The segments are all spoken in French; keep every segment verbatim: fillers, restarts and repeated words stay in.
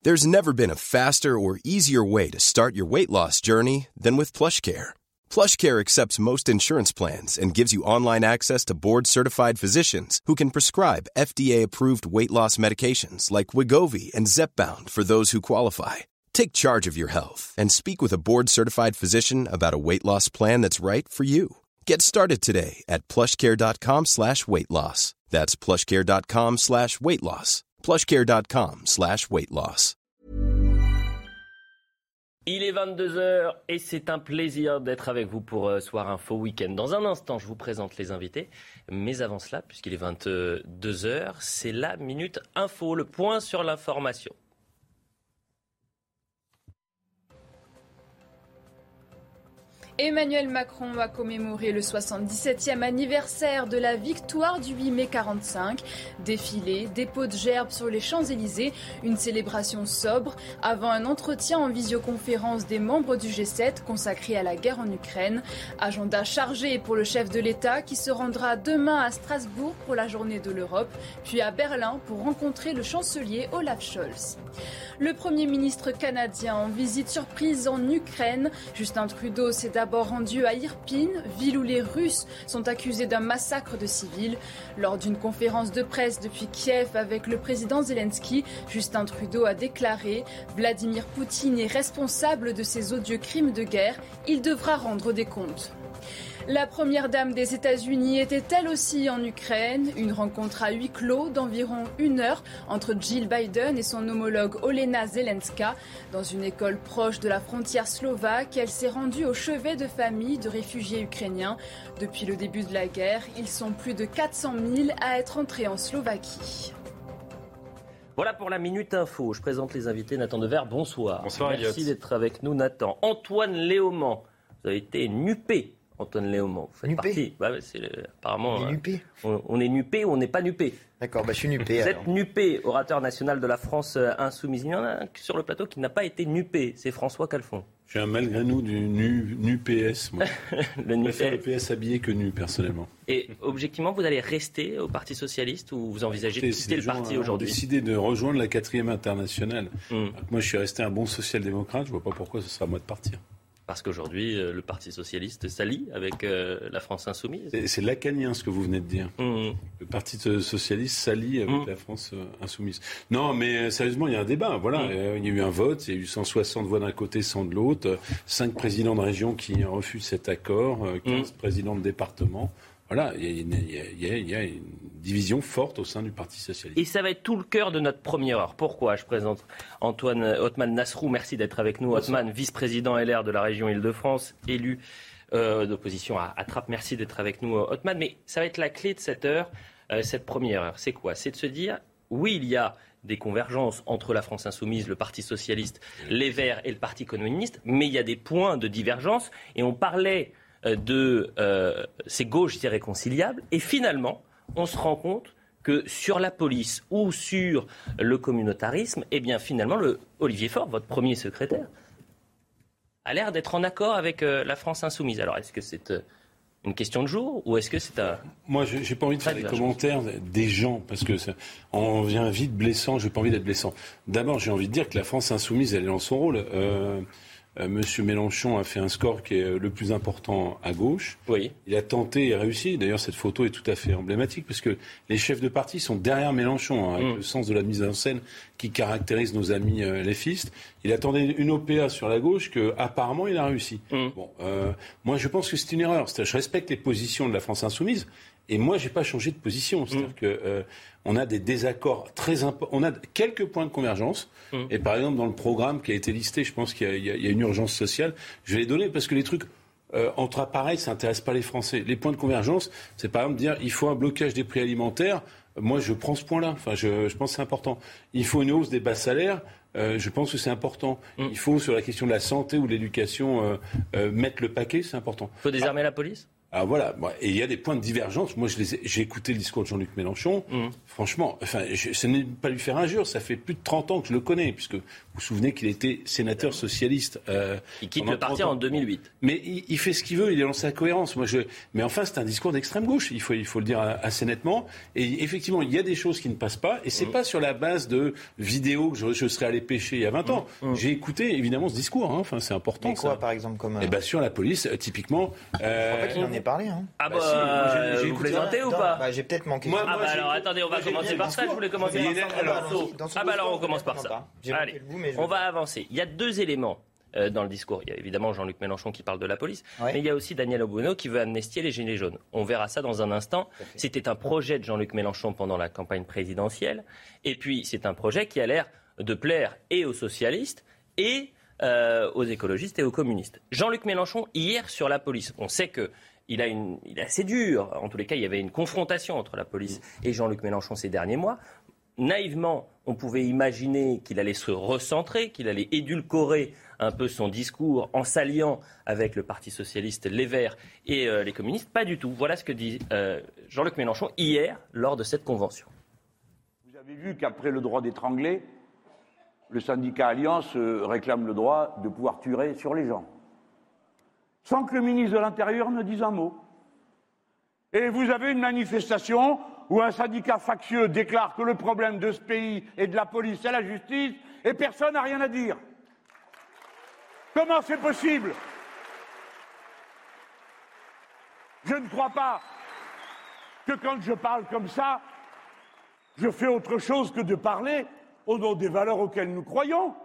There's never been a faster or easier way to start your weight loss journey than with PlushCare. PlushCare accepts most insurance plans and gives you online access to board-certified physicians who can prescribe F D A-approved weight loss medications like Wegovy and Zepbound for those who qualify. Take charge of your health and speak with a board-certified physician about a weight loss plan that's right for you. Get started today at plushcare.com slash weight loss. That's plushcare.com slash weight loss. plushcare.com slash weight loss. Il est vingt-deux heures et c'est un plaisir d'être avec vous pour euh, Soir Info Week-end. Dans un instant, je vous présente les invités. Mais avant cela, puisqu'il est vingt-deux heures, c'est la Minute Info, le point sur l'information. Emmanuel Macron a commémoré le soixante-dix-septième anniversaire de la victoire du huit mai quarante-cinq. Défilé, dépôt de gerbes sur les Champs-Élysées, une célébration sobre avant un entretien en visioconférence des membres du G sept consacré à la guerre en Ukraine. Agenda chargé pour le chef de l'État qui se rendra demain à Strasbourg pour la journée de l'Europe, puis à Berlin pour rencontrer le chancelier Olaf Scholz. Le Premier ministre canadien en visite surprise en Ukraine. Justin Trudeau s'est d'abord rendu à Irpin, ville où les Russes sont accusés d'un massacre de civils. Lors d'une conférence de presse depuis Kiev avec le président Zelensky, Justin Trudeau a déclaré « Vladimir Poutine est responsable de ces odieux crimes de guerre. Il devra rendre des comptes ». La première dame des États-Unis était elle aussi en Ukraine. Une rencontre à huis clos d'environ une heure entre Jill Biden et son homologue Olena Zelenska. Dans une école proche de la frontière slovaque, elle s'est rendue au chevet de familles de réfugiés ukrainiens. Depuis le début de la guerre, ils sont plus de quatre cent mille à être entrés en Slovaquie. Voilà pour la Minute Info. Je présente les invités. Nathan Devers, bonsoir. Bonsoir, Merci Elliot. d'être avec nous, Nathan. Antoine Léaumont, vous avez été nupé. Antoine Léaumont, vous faites Nupé. partie. Bah, c'est le, apparemment, On est nupé. on, on est nupé ou on n'est pas nupé. D'accord, bah je suis nupé. Vous alors. êtes nupé, orateur national de la France euh, insoumise. Il y en a un sur le plateau qui n'a pas été nupé. C'est François Calfon. J'ai un malgré nous du nu, nu P S, moi. Le Je préfère le nupé. P S habillé que nu, personnellement. Et objectivement, vous allez rester au Parti Socialiste ou vous envisagez de Écoutez, si quitter les le gens parti ont aujourd'hui? décidé de rejoindre la quatrième internationale. Hum. Moi, je suis resté un bon social-démocrate. Je vois pas pourquoi ce sera à moi de partir. Parce qu'aujourd'hui, euh, le Parti Socialiste s'allie avec euh, la France Insoumise. C'est, c'est lacanien ce que vous venez de dire. Hum. Le Parti Socialiste s'allie avec Mmh. la France euh, Insoumise. Non, mais euh, sérieusement, il y a un débat. Voilà, Mmh. Euh, il y a eu un vote, il y a eu cent soixante voix d'un côté, cent de l'autre, euh, cinq présidents de région qui refusent cet accord, euh, quinze Mmh. présidents de département. Voilà, il y, a une, il, y a, il, y a, il y a une division forte au sein du Parti Socialiste. Et ça va être tout le cœur de notre première heure. Pourquoi? Je présente Antoine Othman Nasrou. Merci d'être avec nous. Bonsoir. Othman, vice-président L R de la région Île-de-France, élu euh, d'opposition à, à Trappes. Merci d'être avec nous, Othman. Mais ça va être la clé de cette heure, euh, cette première heure. C'est quoi? C'est de se dire, oui, il y a des convergences entre la France Insoumise, le Parti Socialiste, les Verts et le Parti communiste, mais il y a des points de divergence. Et on parlait de euh, ces gauches irréconciliables. Et finalement, on se rend compte que sur la police ou sur le communautarisme, eh bien finalement, le Olivier Faure, votre premier secrétaire, a l'air d'être en accord avec euh, la France Insoumise. Alors, est-ce que c'est euh, une question de jour ou est-ce que c'est un... Moi, je n'ai pas envie de faire des commentaires des gens, parce que ça, on vient vite blessant, je n'ai pas envie d'être blessant. D'abord, j'ai envie de dire que la France Insoumise, elle est dans son rôle. Euh, Euh, Monsieur Mélenchon a fait un score qui est le plus important à gauche. Oui. Il a tenté et réussi. D'ailleurs, cette photo est tout à fait emblématique parce que les chefs de parti sont derrière Mélenchon, hein, avec mmh. le sens de la mise en scène qui caractérise nos amis euh, léfistes. Il attendait une O P A sur la gauche que apparemment il a réussi. Mmh. Bon, euh, moi, je pense que c'est une erreur. C'est-à-dire, je respecte les positions de la France Insoumise. Et moi, j'ai pas changé de position. C'est-à-dire mmh. que euh, on a des désaccords très importants. On a quelques points de convergence. Mmh. Et par exemple, dans le programme qui a été listé, je pense qu'il y a, il y a, il y a une urgence sociale. Je vais les donner parce que les trucs euh, entre appareils, ça n'intéresse pas les Français. Les points de convergence, c'est par exemple dire il faut un blocage des prix alimentaires. Moi, je prends ce point-là. Enfin, je, je pense que c'est important. Il faut une hausse des bas salaires. Euh, je pense que c'est important. Mmh. Il faut, sur la question de la santé ou de l'éducation, euh, euh, mettre le paquet. C'est important. Il faut désarmer ah. la police. Alors voilà, et il y a des points de divergence. Moi, je les ai, j'ai écouté le discours de Jean-Luc Mélenchon. Mmh. Franchement, enfin, je, ce n'est pas lui faire injure. Ça fait plus de trente ans que je le connais, puisque vous vous souvenez qu'il était sénateur socialiste. Euh, il quitte le parti en deux mille huit. Mais il, il fait ce qu'il veut. Il est dans sa cohérence. Moi, je. Mais enfin, c'est un discours d'extrême gauche. Il faut, il faut le dire assez nettement. Et effectivement, il y a des choses qui ne passent pas. Et c'est mmh. pas sur la base de vidéos que je, je serais allé pêcher il y a vingt ans. Mmh. J'ai écouté évidemment ce discours. Hein. Enfin, c'est important. Mais quoi, ça. par exemple, comme. Eh ben, sur la police, euh, typiquement. Euh, en fait, il en est parlé. Hein. Ah bah, bah si, moi, j'ai, j'ai vous plaisantez ou pas bah, J'ai peut-être manqué. Moi, ah bah alors attendez, on va commencer par ça. Je voulais commencer par ça. Alors, ah bah alors on commence par ça. Allez, on va avancer. Il y a deux éléments euh, dans le discours. Il y a évidemment Jean-Luc Mélenchon qui parle de la police, ouais. mais il y a aussi Daniel Obono qui veut amnistier les gilets jaunes. On verra ça dans un instant. C'était un projet de Jean-Luc Mélenchon pendant la campagne présidentielle, et puis c'est un projet qui a l'air de plaire et aux socialistes et euh, aux écologistes et aux communistes. Jean-Luc Mélenchon hier sur la police. On sait que Il, a une, il est assez dur. En tous les cas, il y avait une confrontation entre la police et Jean-Luc Mélenchon ces derniers mois. Naïvement, on pouvait imaginer qu'il allait se recentrer, qu'il allait édulcorer un peu son discours en s'alliant avec le Parti socialiste, les Verts et euh, les communistes. Pas du tout. Voilà ce que dit euh, Jean-Luc Mélenchon hier lors de cette convention. Vous avez vu qu'après le droit d'étrangler, le syndicat Alliance euh, réclame le droit de pouvoir tirer sur les gens, sans que le ministre de l'Intérieur ne dise un mot. Et vous avez une manifestation où un syndicat factieux déclare que le problème de ce pays et de la police, c'est la justice, et personne n'a rien à dire. Comment c'est possible ? Je ne crois pas que quand je parle comme ça, je fais autre chose que de parler au nom des valeurs auxquelles nous croyons.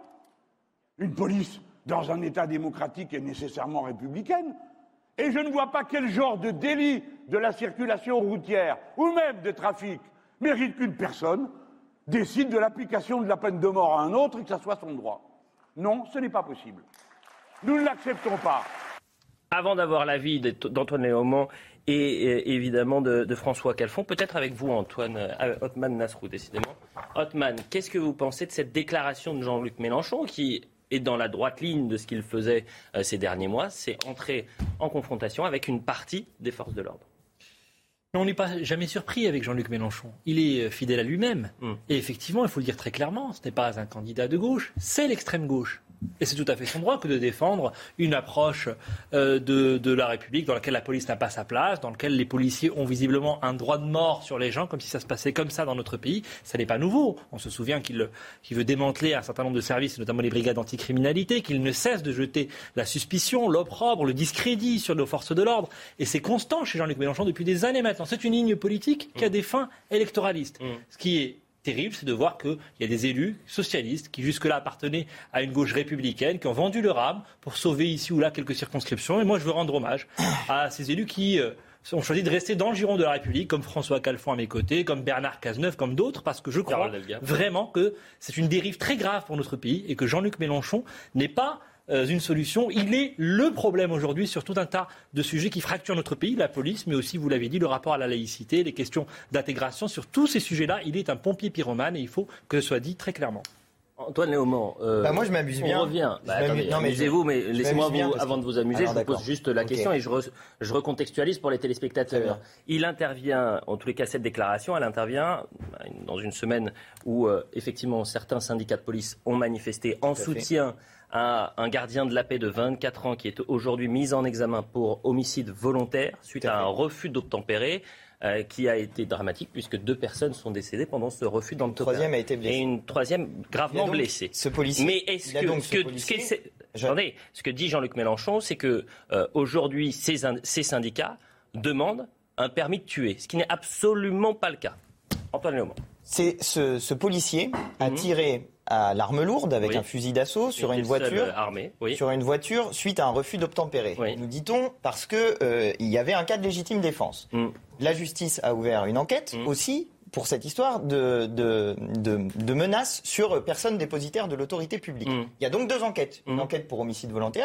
Une police dans un État démocratique est nécessairement républicaine. Et je ne vois pas quel genre de délit de la circulation routière ou même de trafic mérite qu'une personne décide de l'application de la peine de mort à un autre et que ça soit son droit. Non, ce n'est pas possible. Nous ne l'acceptons pas. Avant d'avoir l'avis d'Antoine Léaumont et, et évidemment de, de François Calfon, peut-être avec vous, Antoine, euh, Othman Nasrou, décidément. Othman, qu'est-ce que vous pensez de cette déclaration de Jean-Luc Mélenchon qui est dans la droite ligne de ce qu'il faisait euh, ces derniers mois, c'est entrer en confrontation avec une partie des forces de l'ordre? Mais on n'est pas jamais surpris avec Jean-Luc Mélenchon. Il est fidèle à lui-même. Mmh. Et effectivement, il faut le dire très clairement, ce n'est pas un candidat de gauche, c'est l'extrême gauche. Et c'est tout à fait son droit que de défendre une approche euh, de, de la République dans laquelle la police n'a pas sa place, dans laquelle les policiers ont visiblement un droit de mort sur les gens, comme si ça se passait comme ça dans notre pays. Ça n'est pas nouveau. On se souvient qu'il, qu'il veut démanteler un certain nombre de services, notamment les brigades anticriminalité, qu'il ne cesse de jeter la suspicion, l'opprobre, le discrédit sur nos forces de l'ordre. Et c'est constant chez Jean-Luc Mélenchon depuis des années maintenant. C'est une ligne politique qui a des fins électoralistes. Mmh. Ce qui est terrible, c'est de voir qu'il y a des élus socialistes qui jusque-là appartenaient à une gauche républicaine, qui ont vendu leur âme pour sauver ici ou là quelques circonscriptions. Et moi, je veux rendre hommage à ces élus qui euh, ont choisi de rester dans le giron de la République, comme François Calfon à mes côtés, comme Bernard Cazeneuve, comme d'autres, parce que je crois vraiment que c'est une dérive très grave pour notre pays et que Jean-Luc Mélenchon n'est pas une solution. Il est le problème aujourd'hui sur tout un tas de sujets qui fracturent notre pays, la police, mais aussi, vous l'avez dit, le rapport à la laïcité, les questions d'intégration. Sur tous ces sujets-là, il est un pompier pyromane et il faut que ce soit dit très clairement. Antoine Léaumont, euh, bah moi je m'amuse bien. On revient. Bah, attendez, amusez-vous, mais laissez-moi vous, avant de vous amuser, alors, je vous pose juste la okay. question et je, re, je recontextualise pour les téléspectateurs. Il intervient, en tous les cas, cette déclaration, elle intervient dans une semaine où euh, effectivement certains syndicats de police ont manifesté en soutien à un gardien de la paix de vingt-quatre ans qui est aujourd'hui mis en examen pour homicide volontaire suite à un refus d'obtempérer. Euh, qui a été dramatique puisque deux personnes sont décédées pendant ce refus d'obtempérer. Une troisième a été blessée. Et une troisième gravement blessée. Ce policier. Mais est-ce que, ce, que, policier, ce, que je... attendez, ce que dit Jean-Luc Mélenchon, c'est que euh, aujourd'hui ces, ces syndicats demandent un permis de tuer, ce qui n'est absolument pas le cas. Antoine Léaumont. C'est ce, ce policier a mmh. tiré à l'arme lourde avec oui. un fusil d'assaut sur une voiture, armée, oui. sur une voiture suite à un refus d'obtempérer. Oui. Nous dit-on parce que euh, il y avait un cas de légitime défense. Mm. La justice a ouvert une enquête mm. aussi pour cette histoire de, de, de, de menaces sur personnes dépositaires de l'autorité publique. Mm. Il y a donc deux enquêtes. Mm. Une enquête pour homicide volontaire,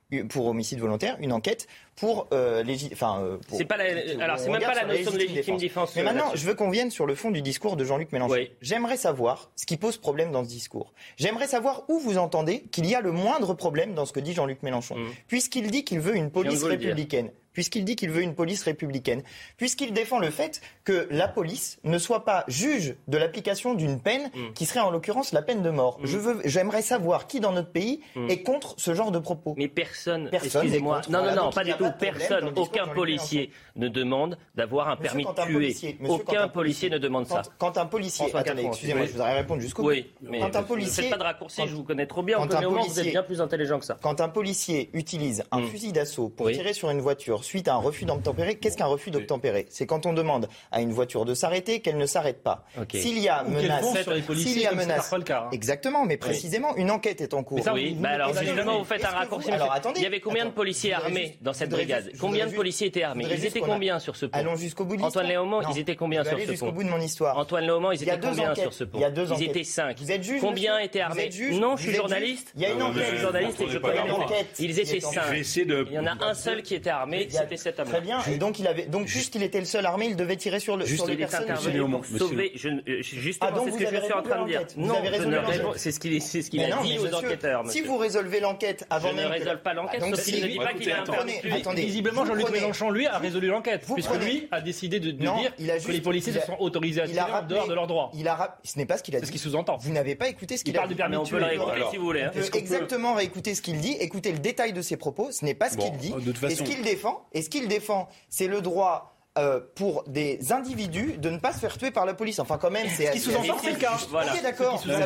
pour homicide volontaire, une enquête pour euh, légitime. Enfin, euh, pour, c'est pas la, alors c'est même pas la notion de légitime défense. défense. Mais maintenant, je veux qu'on vienne sur le fond du discours de Jean-Luc Mélenchon. Oui. J'aimerais savoir ce qui pose problème dans ce discours. J'aimerais savoir où vous entendez qu'il y a le moindre problème dans ce que dit Jean-Luc Mélenchon, mmh. puisqu'il dit qu'il veut une police républicaine. Puisqu'il dit qu'il veut une police républicaine, puisqu'il défend le fait que la police ne soit pas juge de l'application d'une peine mmh. qui serait en l'occurrence la peine de mort. Mmh. Je veux, j'aimerais savoir qui dans notre pays mmh. est contre ce genre de propos. Mais personne, personne excusez-moi, contre, non, voilà, non, non, pas du tout, personne, aucun de policier ne demande d'avoir un monsieur, permis de tuer. Policier, monsieur, aucun policier ne demande quand, ça. Quand un policier, François attendez, excusez-moi, oui. je voudrais répondre jusqu'au bout. Oui, mais quand un policier, ne faites pas de raccourci, quand, je vous connais trop bien, quand on connaît au policier, vous êtes bien plus intelligent que ça. Quand un policier utilise un mmh. fusil d'assaut pour oui. tirer sur une voiture suite à un refus d'obtempérer, qu'est-ce qu'un refus d'obtempérer ? C'est quand on demande à une voiture de s'arrêter, qu'elle ne s'arrête pas. Okay. S'il y a Ou menace, s'il y a menace, pas le cas, hein. exactement, mais précisément, oui. une enquête est en cours. Ça, oui, bah alors justement, vous faites un raccourci. Alors attendez, il y avait combien de policiers armés dans cette brigade ? Combien de policiers étaient armés ? Ils étaient combien sur ce pont ? Allons jusqu'au bout de l'histoire. Antoine Léaumont, ils étaient combien sur ce pont ? Jusqu'au bout de mon histoire. Antoine Léaumont, ils étaient combien sur ce pont ? Il y a deux enquêtes. enquêtes. Ils étaient cinq. Vous êtes juge ? Combien étaient armés ? Non, je suis journaliste. Il y a une enquête. Je suis journaliste et je connais l'enquête. Ils étaient cinq. Il y en a un seul qui était armé, c'était cet homme. Très bien. Et donc il avait, donc puisqu'il était le seul armé, il devait tirer sur le sur les personnes. Pour sauver. Justement, c'est ce que je suis en train de dire. Non, c'est ce qu'il c'est ce qu'il a dit aux enquêteurs. Si vous résolvez l'enquête avant même. Je ne résolve pas l'enquête, sauf qu'il ne dit pas qu'il a un permis. Visiblement, Jean-Luc Mélenchon, lui, a résolu l'enquête, puisque lui a décidé de dire que les policiers se sont autorisés à tirer en dehors de leurs droits. Ce n'est pas ce qu'il a dit. C'est ce qu'il sous-entend. Vous n'avez pas écouté ce qu'il a dit. Il parle du permis de tuer. On peut le réécouter si vous voulez. On peut exactement réécouter ce qu'il dit, écouter le détail de ses propos. Ce n'est pas ce qu'il dit. Et ce qu'il défend, et ce qu'il défend, c'est le droit. Euh, pour des individus de ne pas se faire tuer par la police. Enfin, quand même, c'est... Ce qui sous-entend, c'est le cas. Voilà. Ok, d'accord. Ce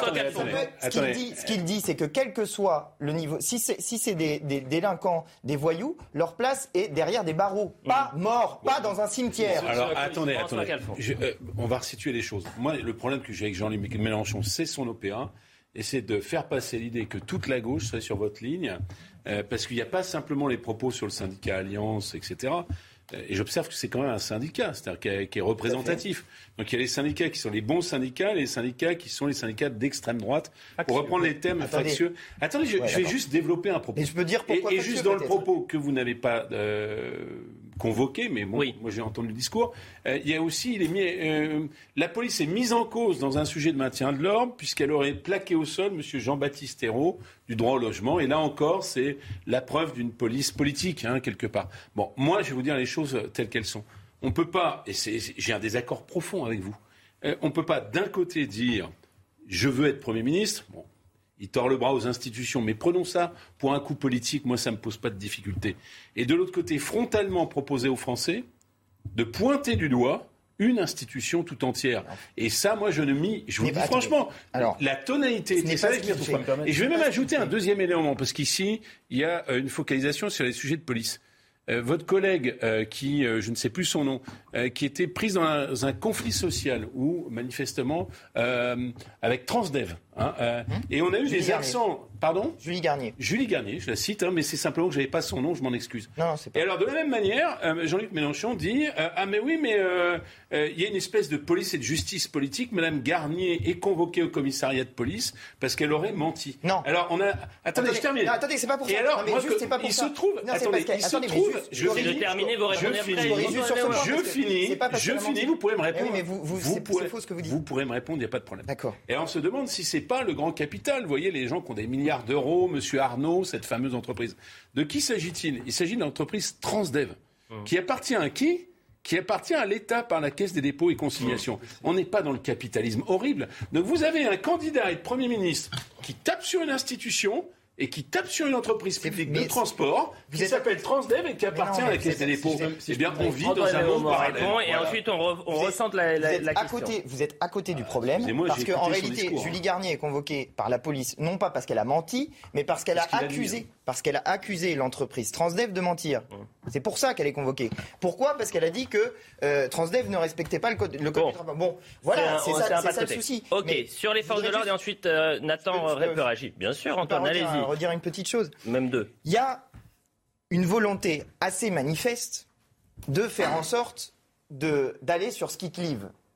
qu'il dit, ce qu'il dit, c'est que quel que soit le niveau... Si c'est, si c'est des, des délinquants, des voyous, leur place est derrière des barreaux. Pas morts, pas dans un cimetière. Alors, attendez, attendez. Je, euh, on va resituer les choses. Moi, le problème que j'ai avec Jean-Luc Mélenchon, c'est son opéra. Et c'est de faire passer l'idée que toute la gauche serait sur votre ligne. Euh, parce qu'il n'y a pas simplement les propos sur le syndicat Alliance, et cetera. Et j'observe que c'est quand même un syndicat, c'est-à-dire qui est, qui est représentatif. Donc il y a les syndicats qui sont les bons syndicats, et les syndicats qui sont les syndicats d'extrême droite. Pour reprendre les thèmes Attendez. factieux. Attendez, je, ouais, je vais juste développer un propos. Et je peux dire pourquoi. Et, et juste dans le propos que vous n'avez pas euh, convoqué, mais bon, oui. moi j'ai entendu le discours. Euh, il y a aussi, il est mis, euh, la police est mise en cause dans un sujet de maintien de l'ordre puisqu'elle aurait plaqué au sol M. Jean-Baptiste Ayrault du droit au logement. Et là encore, c'est la preuve d'une police politique, hein, quelque part. Bon, moi, je vais vous dire les choses telles qu'elles sont. On ne peut pas, et c'est, j'ai un désaccord profond avec vous, euh, on ne peut pas d'un côté dire « je veux être Premier ministre », bon, il tord le bras aux institutions, mais prenons ça pour un coup politique, moi ça ne me pose pas de difficulté. Et de l'autre côté, frontalement proposer aux Français de pointer du doigt une institution tout entière. Et ça, moi, je ne m'y... Je vous le dis franchement, alors, la tonalité... Ce pas ce qui et je vais même ajouter un deuxième élément, parce qu'ici, il y a une focalisation sur les sujets de police. Euh, votre collègue, euh, qui, euh, je ne sais plus son nom, euh, qui était prise dans un, dans un conflit social où, manifestement, euh, avec Transdev, hein, euh, hum et on a eu Julie des Garnier. accents... Pardon ? Julie Garnier. Julie Garnier, je la cite, hein, mais c'est simplement que je n'avais pas son nom, je m'en excuse. Non, c'est pas... Et alors, de la même manière, euh, Jean-Luc Mélenchon dit euh, « Ah, mais oui, mais il euh, euh, y a une espèce de police et de justice politique. Madame Garnier est convoquée au commissariat de police parce qu'elle aurait menti. » Non. Alors, on a... Attendez, attendez je termine. Non, attendez, c'est pas pour ça. Et alors, non, mais moi, juste, que, c'est pas pour il ça. se trouve... Non, attendez, il se trouve... Je vais terminer, vous répondez après. Je finis, je finis, vous pourrez me répondre. Oui, mais vous, vous, c'est, pourrez, c'est faux ce que vous dites. Vous pourrez me répondre, il n'y a pas de problème. D'accord. Et on se demande si c'est pas le grand capital. Vous voyez, les gens qui ont des milliards d'euros, Monsieur Arnault, cette fameuse entreprise. De qui s'agit-il ? Il s'agit d'une entreprise Transdev, mmh. qui appartient à qui ? Qui appartient à l'État par la Caisse des dépôts et consignations. Mmh. On n'est pas dans le capitalisme horrible. Donc vous avez un candidat à être Premier ministre qui tape sur une institution et qui tape sur une entreprise publique de transport qui s'appelle Transdev et qui appartient à la Caisse des dépôts. Eh bien, on vit dans un monde parallèle. Et ensuite, on ressente la question. Vous êtes à côté du problème, parce qu'en réalité, Julie Garnier est convoquée par la police, non pas parce qu'elle a menti, mais parce qu'elle a accusé, parce qu'elle a accusé l'entreprise Transdev de mentir. C'est pour ça qu'elle est convoquée. Pourquoi ? Parce qu'elle a dit que euh, Transdev ne respectait pas le code, le code bon. du travail. Bon, voilà, c'est, un, c'est ça, c'est ça le souci. Ok, mais sur les forces de l'ordre, et ensuite euh, Nathan peut réagir. Bien sûr, Antoine, allez-y. Je vais redire une petite chose. Même deux. Il y a une volonté assez manifeste de faire en sorte de, d'aller sur ce qui clive.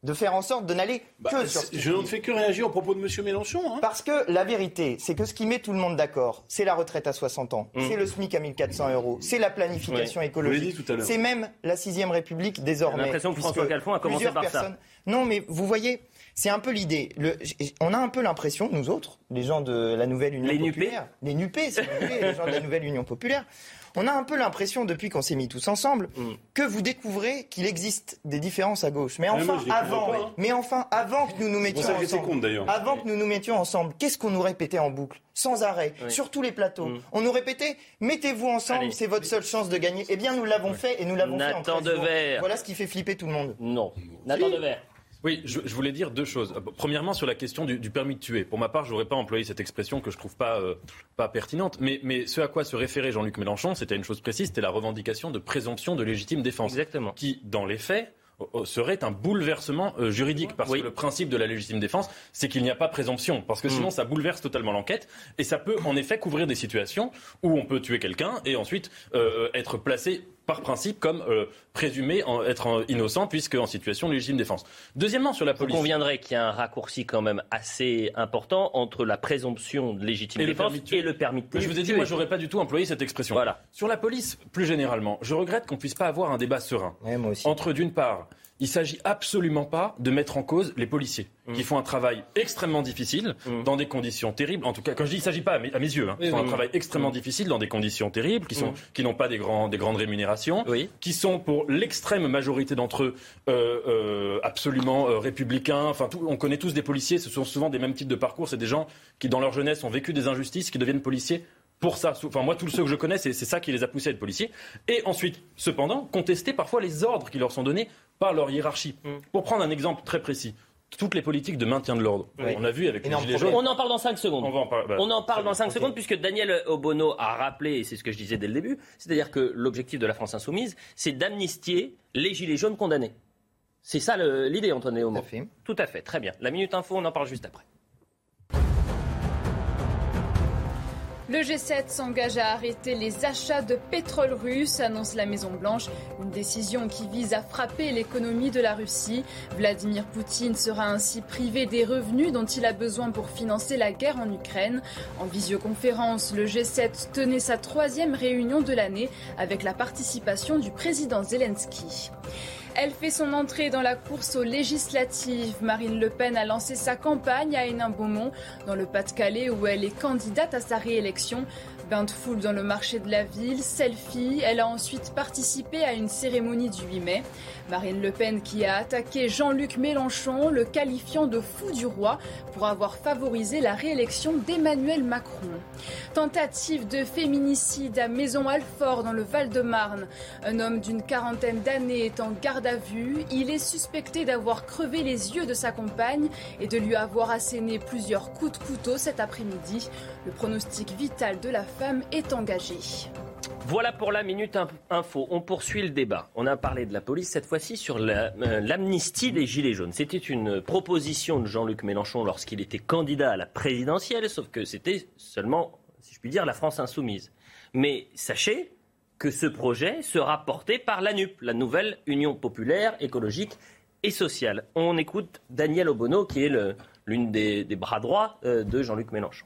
de faire en sorte de n'aller bah, que sur ce qui... Je ne fais que réagir au propos de M. Mélenchon. Hein. Parce que la vérité, c'est que ce qui met tout le monde d'accord, c'est la retraite à soixante ans, mmh. c'est le SMIC à mille quatre cents euros, c'est la planification oui. écologique, c'est même la sixième République désormais. J'ai l'impression que François Calfon a commencé par personnes... ça. Non, mais vous voyez, c'est un peu l'idée. Le... On a un peu l'impression, nous autres, les gens de la Nouvelle Union les Populaire, nupés. les nupés, si vous voulez, les gens de la Nouvelle Union Populaire, on a un peu l'impression, depuis qu'on s'est mis tous ensemble, mm. que vous découvrez qu'il existe des différences à gauche. Mais enfin, mais moi, avant, pas, hein. mais enfin, avant que nous nous mettions bon, ça, ensemble, compte, avant oui. que nous nous mettions ensemble, qu'est-ce qu'on nous répétait en boucle, sans arrêt, oui. sur tous les plateaux mm. On nous répétait, mettez-vous ensemble, Allez. c'est votre seule chance de gagner. Eh bien, nous l'avons oui. fait et nous l'avons Nathan fait en treize jours. Voilà ce qui fait flipper tout le monde. Non. Nathan oui. Devers. Oui, je, je voulais dire deux choses. Premièrement, sur la question du, du permis de tuer. Pour ma part, j'aurais pas employé cette expression que je trouve pas euh, pas pertinente. Mais, mais ce à quoi se référait Jean-Luc Mélenchon, c'était une chose précise, c'était la revendication de présomption de légitime défense. Exactement. Qui, dans les faits, serait un bouleversement euh, juridique. Parce oui. que le principe de la légitime défense, c'est qu'il n'y a pas présomption. Parce que sinon, mmh. ça bouleverse totalement l'enquête. Et ça peut, en effet, couvrir des situations où on peut tuer quelqu'un et ensuite euh, être placé par principe comme euh, présumé en, être en, innocent puisque en situation de légitime défense. Deuxièmement, sur la police... Vous conviendrez qu'il y a un raccourci quand même assez important entre la présomption de légitime et défense le et le permis de tuer. Je vous ai dit, moi, j'aurais pas du tout employé cette expression. Voilà. Sur la police, plus généralement, je regrette qu'on puisse pas avoir un débat serein. Ouais, moi aussi. Entre, d'une part, il s'agit absolument pas de mettre en cause les policiers mmh. qui font un travail extrêmement difficile mmh. dans des conditions terribles. En tout cas, quand je dis il s'agit pas à mes, à mes yeux, hein, oui, ils font oui, un oui. travail extrêmement mmh. difficile dans des conditions terribles, qui sont mmh. qui n'ont pas des grands des grandes rémunérations, oui. qui sont pour l'extrême majorité d'entre eux euh, euh, absolument euh, républicains. Enfin, tout, on connaît tous des policiers. Ce sont souvent des mêmes types de parcours. C'est des gens qui, dans leur jeunesse, ont vécu des injustices, qui deviennent policiers. Pour ça, enfin moi tous ceux que je connais, c'est, c'est ça qui les a poussés à être policiers. Et ensuite, cependant, contester parfois les ordres qui leur sont donnés par leur hiérarchie. Mm. Pour prendre un exemple très précis, toutes les politiques de maintien de l'ordre, oui. on a vu avec les Gilets jaunes. On en parle dans cinq secondes. On, va en par... bah, on en parle dans cinq okay. secondes puisque Daniel Obono a rappelé, et c'est ce que je disais dès le début, c'est-à-dire que l'objectif de la France Insoumise, c'est d'amnistier les Gilets jaunes condamnés. C'est ça le, l'idée, Antoine Léaumont. Tout à fait. Tout à fait, très bien. La Minute Info, on en parle juste après. Le G sept s'engage à arrêter les achats de pétrole russe, annonce la Maison-Blanche. Une décision qui vise à frapper l'économie de la Russie. Vladimir Poutine sera ainsi privé des revenus dont il a besoin pour financer la guerre en Ukraine. En visioconférence, le G sept tenait sa troisième réunion de l'année avec la participation du président Zelensky. Elle fait son entrée dans la course aux législatives. Marine Le Pen a lancé sa campagne à Hénin-Beaumont, dans le Pas-de-Calais, où elle est candidate à sa réélection. Bain de foule dans le marché de la ville, selfie. Elle a ensuite participé à une cérémonie du huit mai. Marine Le Pen qui a attaqué Jean-Luc Mélenchon, le qualifiant de fou du roi pour avoir favorisé la réélection d'Emmanuel Macron. Tentative de féminicide à Maison-Alfort dans le Val-de-Marne. Un homme d'une quarantaine d'années est en garde à vue. Il est suspecté d'avoir crevé les yeux de sa compagne et de lui avoir asséné plusieurs coups de couteau cet après-midi. Le pronostic vital de la femme est engagé. Voilà pour la Minute Info. On poursuit le débat. On a parlé de la police, cette fois-ci sur la, euh, l'amnistie des Gilets jaunes. C'était une proposition de Jean-Luc Mélenchon lorsqu'il était candidat à la présidentielle, sauf que c'était seulement, si je puis dire, la France Insoumise. Mais sachez que ce projet sera porté par l'A N U P, la nouvelle Union populaire, écologique et sociale. On écoute Daniel Obono, qui est le, l'une des, des bras droits euh, de Jean-Luc Mélenchon.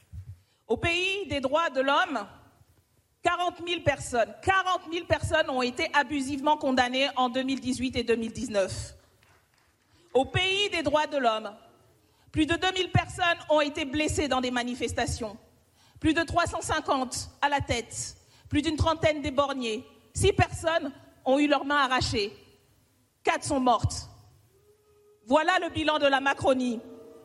Au pays des droits de l'homme, quarante mille personnes, quarante mille personnes ont été abusivement condamnées en deux mille dix-huit et deux mille dix-neuf. Au pays des droits de l'homme, plus de deux mille personnes ont été blessées dans des manifestations, plus de trois cent cinquante à la tête, plus d'une trentaine d'éborgnés, six personnes ont eu leurs mains arrachées, quatre sont mortes. Voilà le bilan de la Macronie.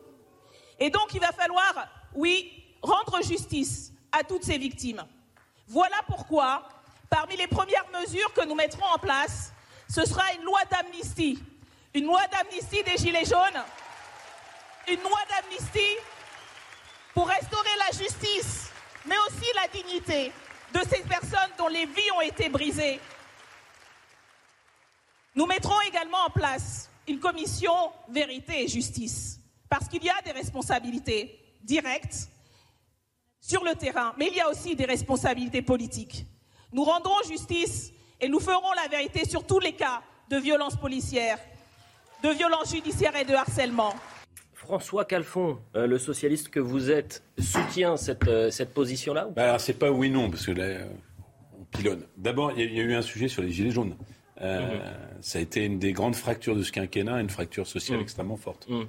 Et donc il va falloir, oui, rendre justice à toutes ces victimes. Voilà pourquoi, parmi les premières mesures que nous mettrons en place, ce sera une loi d'amnistie. Une loi d'amnistie des Gilets jaunes, une loi d'amnistie pour restaurer la justice, mais aussi la dignité de ces personnes dont les vies ont été brisées. Nous mettrons également en place une commission vérité et justice, parce qu'il y a des responsabilités directes sur le terrain, mais il y a aussi des responsabilités politiques. Nous rendrons justice et nous ferons la vérité sur tous les cas de violences policières, de violences judiciaires et de harcèlement. François Calfon, euh, le socialiste que vous êtes, soutient cette, euh, cette position-là ou... bah alors, c'est pas oui non, parce que là, euh, on pilonne. D'abord, il y, y a eu un sujet sur les gilets jaunes. Euh, mmh. Ça a été une des grandes fractures de ce quinquennat, une fracture sociale mmh. extrêmement forte. Mmh.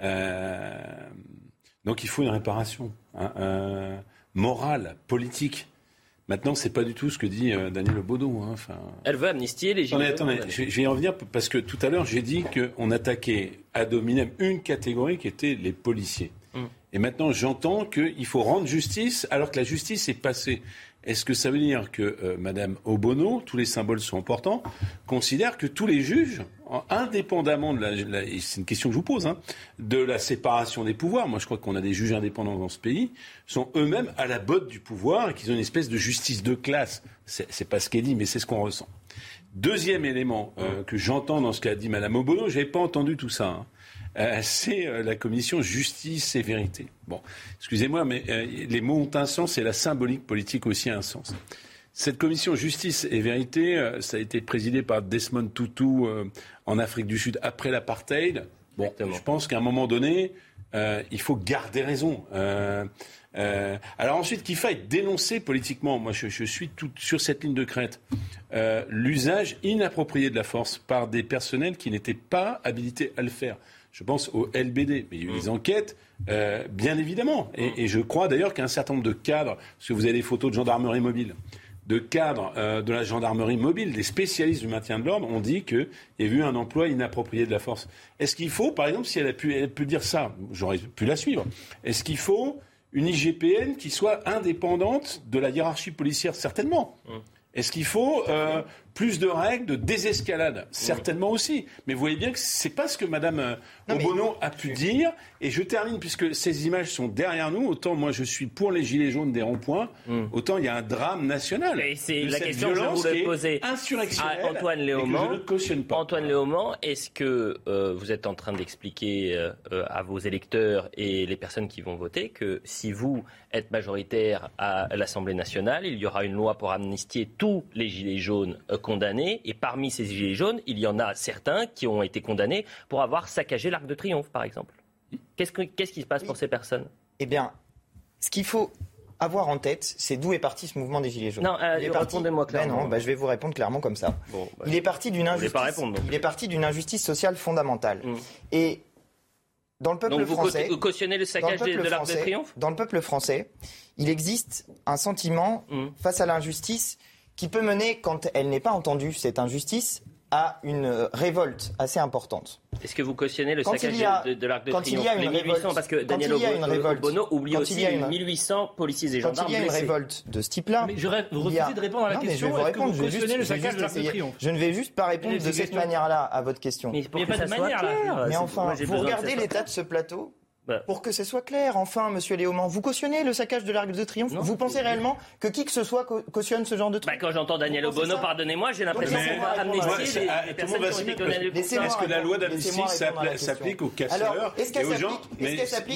Euh, donc il faut une réparation hein, euh, morale, politique. Maintenant, c'est pas du tout ce que dit euh, Daniel Obono. Hein, enfin... Elle veut amnistier les gilets jaunes. Attendez, je, je vais y revenir parce que tout à l'heure, j'ai dit qu'on attaquait ad hominem une catégorie qui était les policiers. Mmh. Et maintenant, j'entends qu'il faut rendre justice alors que la justice est passée. Est-ce que ça veut dire que euh, Mme Obono, tous les symboles sont importants, considère que tous les juges, indépendamment de la, la et c'est une question que je vous pose, hein, de la séparation des pouvoirs, moi je crois qu'on a des juges indépendants dans ce pays, sont eux-mêmes à la botte du pouvoir et qu'ils ont une espèce de justice de classe. C'est, c'est pas ce qu'elle dit, mais c'est ce qu'on ressent. Deuxième élément euh, que j'entends dans ce qu'a dit Mme Obono, j'avais pas entendu tout ça, hein. Euh, c'est euh, la commission justice et vérité. Bon, excusez-moi, mais euh, les mots ont un sens et la symbolique politique aussi a un sens. Cette commission justice et vérité, euh, ça a été présidé par Desmond Tutu euh, en Afrique du Sud après l'apartheid. Bon, Exactement. Je pense qu'à un moment donné, euh, il faut garder raison. Euh, euh, alors ensuite, qu'il faille dénoncer politiquement, moi je, je suis tout sur cette ligne de crête, euh, l'usage inapproprié de la force par des personnels qui n'étaient pas habilités à le faire. Je pense au L B D, mais il y a eu des enquêtes, euh, bien évidemment. Et, et je crois d'ailleurs qu'un certain nombre de cadres, parce que vous avez des photos de gendarmerie mobile, de cadres euh, de la gendarmerie mobile, des spécialistes du maintien de l'ordre, ont dit qu'il y a eu un emploi inapproprié de la force. Est-ce qu'il faut, par exemple, si elle a pu, elle a pu dire ça, j'aurais pu la suivre, est-ce qu'il faut une I G P N qui soit indépendante de la hiérarchie policière ? Certainement. Est-ce qu'il faut euh, plus de règles de désescalade ? Certainement aussi. Mais vous voyez bien que c'est pas ce que Mme euh, Obono a pu dire. Et je termine, puisque ces images sont derrière nous. Autant moi je suis pour les gilets jaunes des ronds-points, mm. autant il y a un drame national. Et c'est la question que je voulais poser à Antoine Léaumont. Je ne cautionne pas. Antoine Léaumont, est-ce que euh, vous êtes en train d'expliquer euh, à vos électeurs et les personnes qui vont voter que si vous êtes majoritaire à l'Assemblée nationale, il y aura une loi pour amnistier tous les gilets jaunes euh, condamnés, et parmi ces gilets jaunes, il y en a certains qui ont été condamnés pour avoir saccagé l'Arc de Triomphe, par exemple. Qu'est-ce, que, qu'est-ce qui se passe pour ces personnes ? Eh bien, ce qu'il faut avoir en tête, c'est d'où est parti ce mouvement des gilets jaunes. Non, euh, répondez-moi clairement. Ben non, ben je vais vous répondre clairement comme ça. Bon, bah, il est parti d'une injustice. Pas répondre, il est parti d'une injustice sociale fondamentale. Mmh. Et dans le peuple donc vous français, vous cautionnez le saccage le de l'Arc de Triomphe ? Dans le peuple français, il existe un sentiment mmh. face à l'injustice qui peut mener, quand elle n'est pas entendue, cette injustice, à une révolte assez importante. Est-ce que vous cautionnez le quand saccage a, de, de l'Arc de quand Triomphe ? Il y a une mille huit cents, révolte, parce que Daniel Obono oublie aussi une... mille huit cents policiers et gendarmes blessés. Quand il y a une blessés. révolte de ce type-là... Mais je rêve, vous refusez a... de répondre à la non, question, je vais vous est-ce que vous cautionnez juste, le saccage de l'Arc de Triomphe ? Je ne vais juste pas répondre de cette manière-là à votre question. Mais il n'y a pas de manière là. Mais enfin, vous regardez l'état de ce plateau... Bah. Pour que ce soit clair, enfin, Monsieur Léaumont, vous cautionnez le saccage de l'Arc de Triomphe ? Non, vous pensez réellement que qui que ce soit cautionne ce genre de truc ? Bah, quand j'entends Daniel Obono, pardonnez-moi, j'ai l'impression qu'on va amnistier les, les personnes qui ont été condamnées. Est-ce que la loi d'amnistie s'applique aux casseurs et aux gens ? Est-ce qu'elle s'applique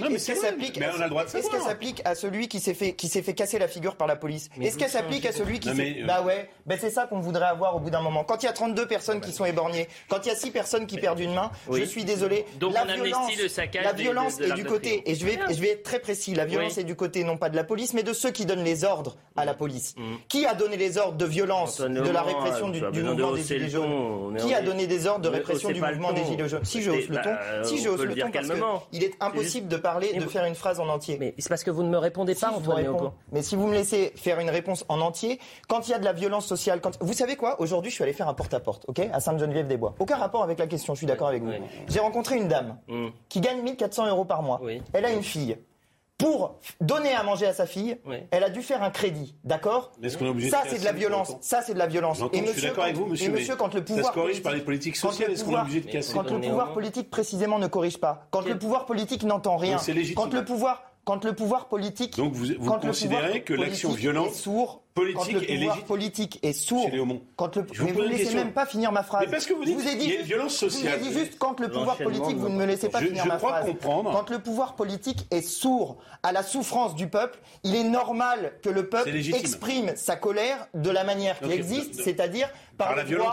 Est-ce qu'elle s'applique à celui qui s'est fait qui s'est fait casser la figure par la police ? Est-ce qu'elle s'applique à celui qui s'est Bah ouais, bah c'est ça qu'on voudrait avoir au bout d'un moment. Quand il y a trente-deux personnes qui sont éborgnées, quand il y a six personnes qui perdent une main, je suis désolé. Donc on amnistie le saccage. La violence est du côté, et je vais Je vais être très précis. La violence oui. est du côté non pas de la police, mais de ceux qui donnent les ordres à la police. Mmh. Qui a donné les ordres de violence, de la répression du, du mouvement des Gilets jaunes ? Qui a donné des ordres de répression du mouvement des Gilets jaunes ? Si je hausse le ton, si je hausse le ton, parce qu'il est impossible de parler, de faire une phrase en entier. Mais c'est parce que vous ne me répondez pas, Antoine Léaumont. Mais si vous me laissez faire une réponse en entier, quand il y a de la violence sociale, quand vous savez quoi ? Aujourd'hui, je suis allé faire un porte-à-porte, ok, à Sainte-Geneviève-des-Bois. Aucun rapport avec la question. Je suis d'accord avec vous. J'ai rencontré une dame qui gagne mille quatre cents euros par mois. Elle a une fille. Pour donner à manger à sa fille, oui. elle a dû faire un crédit, d'accord ? Ça, c'est de la violence. Ça, c'est de la violence. Et monsieur, je suis d'accord avec vous, monsieur. Et monsieur, quand le pouvoir ça se corrige par les politiques sociales, est-ce qu'on est obligé de casser ? Quand le pouvoir politique précisément ne corrige pas, quand le pouvoir politique n'entend rien, quand le pouvoir Quand le pouvoir politique... Donc vous, vous considérez que l'action violente sourd, politique quand le est légitime politique est sourd, quand le, je mais vous ne laissez même pas finir ma phrase. Mais parce que vous dites vous qu'il y a une violence sociale. Je vous ai dit juste quand le pouvoir politique, vous ne me laissez pas je, finir je ma crois phrase. Comprendre. Quand le pouvoir politique est sourd à la souffrance du peuple, il est normal que le peuple exprime sa colère de la manière qui okay. existe, de, de, c'est-à-dire par, par la droit, violence.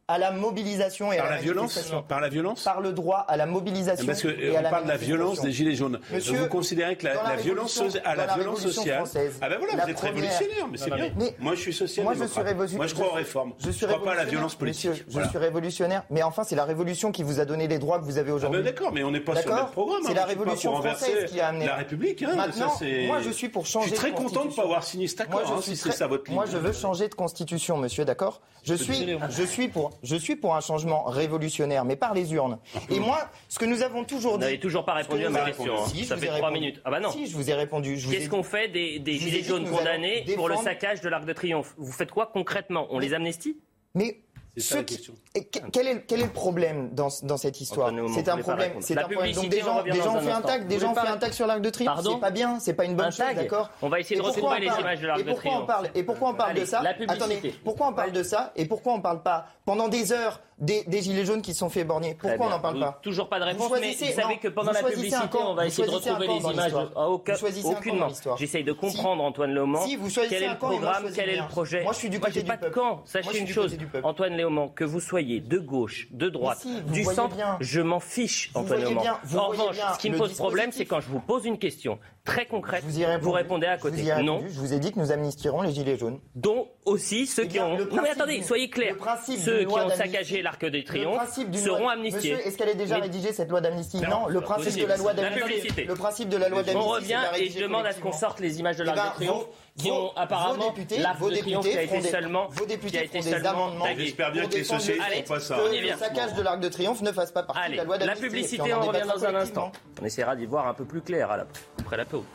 à la mobilisation et par à la, la violence, par la violence, par le droit à la mobilisation. Parce que et à on la parle de la violence des gilets jaunes. Monsieur, vous considérez que la, la, la violence à la, la violence sociale, ah ben voilà, vous êtes première... révolutionnaire, mais c'est bien. Mais moi, je suis social-démocrate. Moi, je suis révolutionnaire. Moi, je crois aux réformes. Je ne crois pas à la violence politique. Monsieur, voilà. Je suis révolutionnaire, mais enfin, c'est la révolution qui vous a donné les droits que vous avez aujourd'hui. Ah ben d'accord, mais on n'est pas sur le même programme. C'est la révolution française qui a amené la République. Maintenant, moi, je suis pour changer. Je suis très content de ne pas avoir signé cet accord, si c'est ça votre ligne. Moi, je veux changer de constitution, monsieur, d'accord ? Je suis, je suis pour, je suis pour un changement révolutionnaire, mais par les urnes. Et moi, ce que nous avons toujours dit. Vous n'avez toujours pas répondu à ma question. Si, ça fait trois minutes. Ah bah non. Si, je vous ai répondu. Qu'est-ce qu'on fait des, des gilets jaunes condamnés pour le saccage de l'Arc de Triomphe ? Vous faites quoi concrètement ? On les amnistie ? Mais C'est qui... quel, est, quel est le problème dans, dans cette histoire ? C'est un problème. C'est un problème. Donc des gens, des gens ont fait un tag, des gens ont fait un tag sur l'Arc de Triomphe. C'est pas bien, c'est pas une bonne chose, d'accord ? On va essayer de retrouver les images de l'Arc de Triomphe. Et pourquoi on parle de ça ? Attendez, pourquoi on parle de ça et pourquoi on parle pas pendant des heures des, des gilets jaunes qui se sont fait éborgner ? Pourquoi on n'en parle pas ? Toujours pas de réponse, mais vous savez que pendant la publicité, on va essayer de retrouver les images. Aucunement. J'essaye de comprendre, Antoine Léaumont, quel est le programme, quel est le projet. Moi, je suis du côté du peuple. Pas de camp. Sachez une chose, Antoine Léaumont, que vous soyez de gauche, de droite, si, du centre, bien. Je m'en fiche, Antoine Léaumont. En revanche, ce qui me pose problème, c'est quand je vous pose une question très concrète, vous, vous répondez à côté. Je non. Je vous ai dit que nous amnistierons les gilets jaunes. Dont aussi ceux qui ont... Non mais attendez, soyez clairs. Ceux qui ont saccagé l'Arc de Triomphe seront amnistiés. Monsieur, est-ce qu'elle est déjà rédigée, cette loi d'amnistie ? Non, le principe de la loi d'amnistie... Le principe de la loi d'amnistie... On revient et je demande à ce qu'on sorte les images de l'Arc de Triomphe qui ont apparemment l'Arc de Triomphe qui a été seulement... Vos députés feront des amendements... J'espère bien que les socialistes ne font pas ça. Que le saccage de l'Arc de Triomphe ne fasse pas partie de la loi d'amnistie. La publicité, on revient dans un instant. On essaiera d'y voir un peu plus clair après la pause.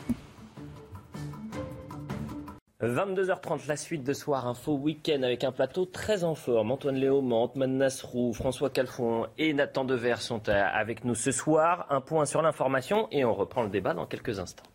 vingt-deux heures trente, la suite de Soir Info Week-end avec un plateau très en forme. Antoine Léaumont, Othmane Nasrou, François Calfon et Nathan Dever sont avec nous ce soir. Un point sur l'information et on reprend le débat dans quelques instants.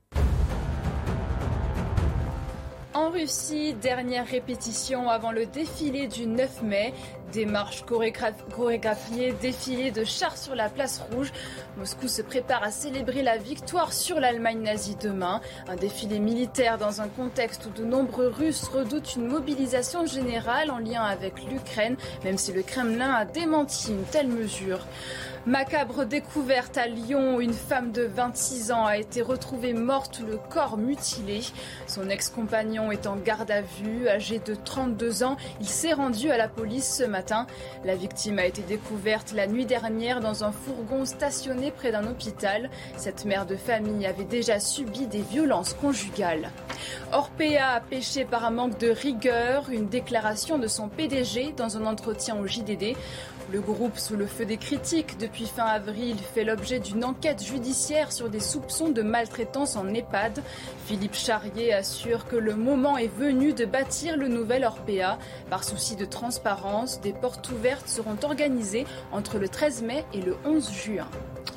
En Russie, dernière répétition avant le défilé du neuf mai. Démarche chorégraphiée, défilé de chars sur la place rouge. Moscou se prépare à célébrer la victoire sur l'Allemagne nazie demain. Un défilé militaire dans un contexte où de nombreux Russes redoutent une mobilisation générale en lien avec l'Ukraine, même si le Kremlin a démenti une telle mesure. Macabre découverte à Lyon, une femme de vingt-six ans a été retrouvée morte, le corps mutilé. Son ex-compagnon est en garde à vue, âgé de trente-deux ans. Il s'est rendu à la police ce matin. La victime a été découverte la nuit dernière dans un fourgon stationné près d'un hôpital. Cette mère de famille avait déjà subi des violences conjugales. Orpea a péché par un manque de rigueur, une déclaration de son P D G dans un entretien au J D D. Le groupe, sous le feu des critiques depuis fin avril, fait l'objet d'une enquête judiciaire sur des soupçons de maltraitance en EHPAD. Philippe Charrier assure que le moment est venu de bâtir le nouvel Orpea. Par souci de transparence, des portes ouvertes seront organisées entre le treize mai et le onze juin.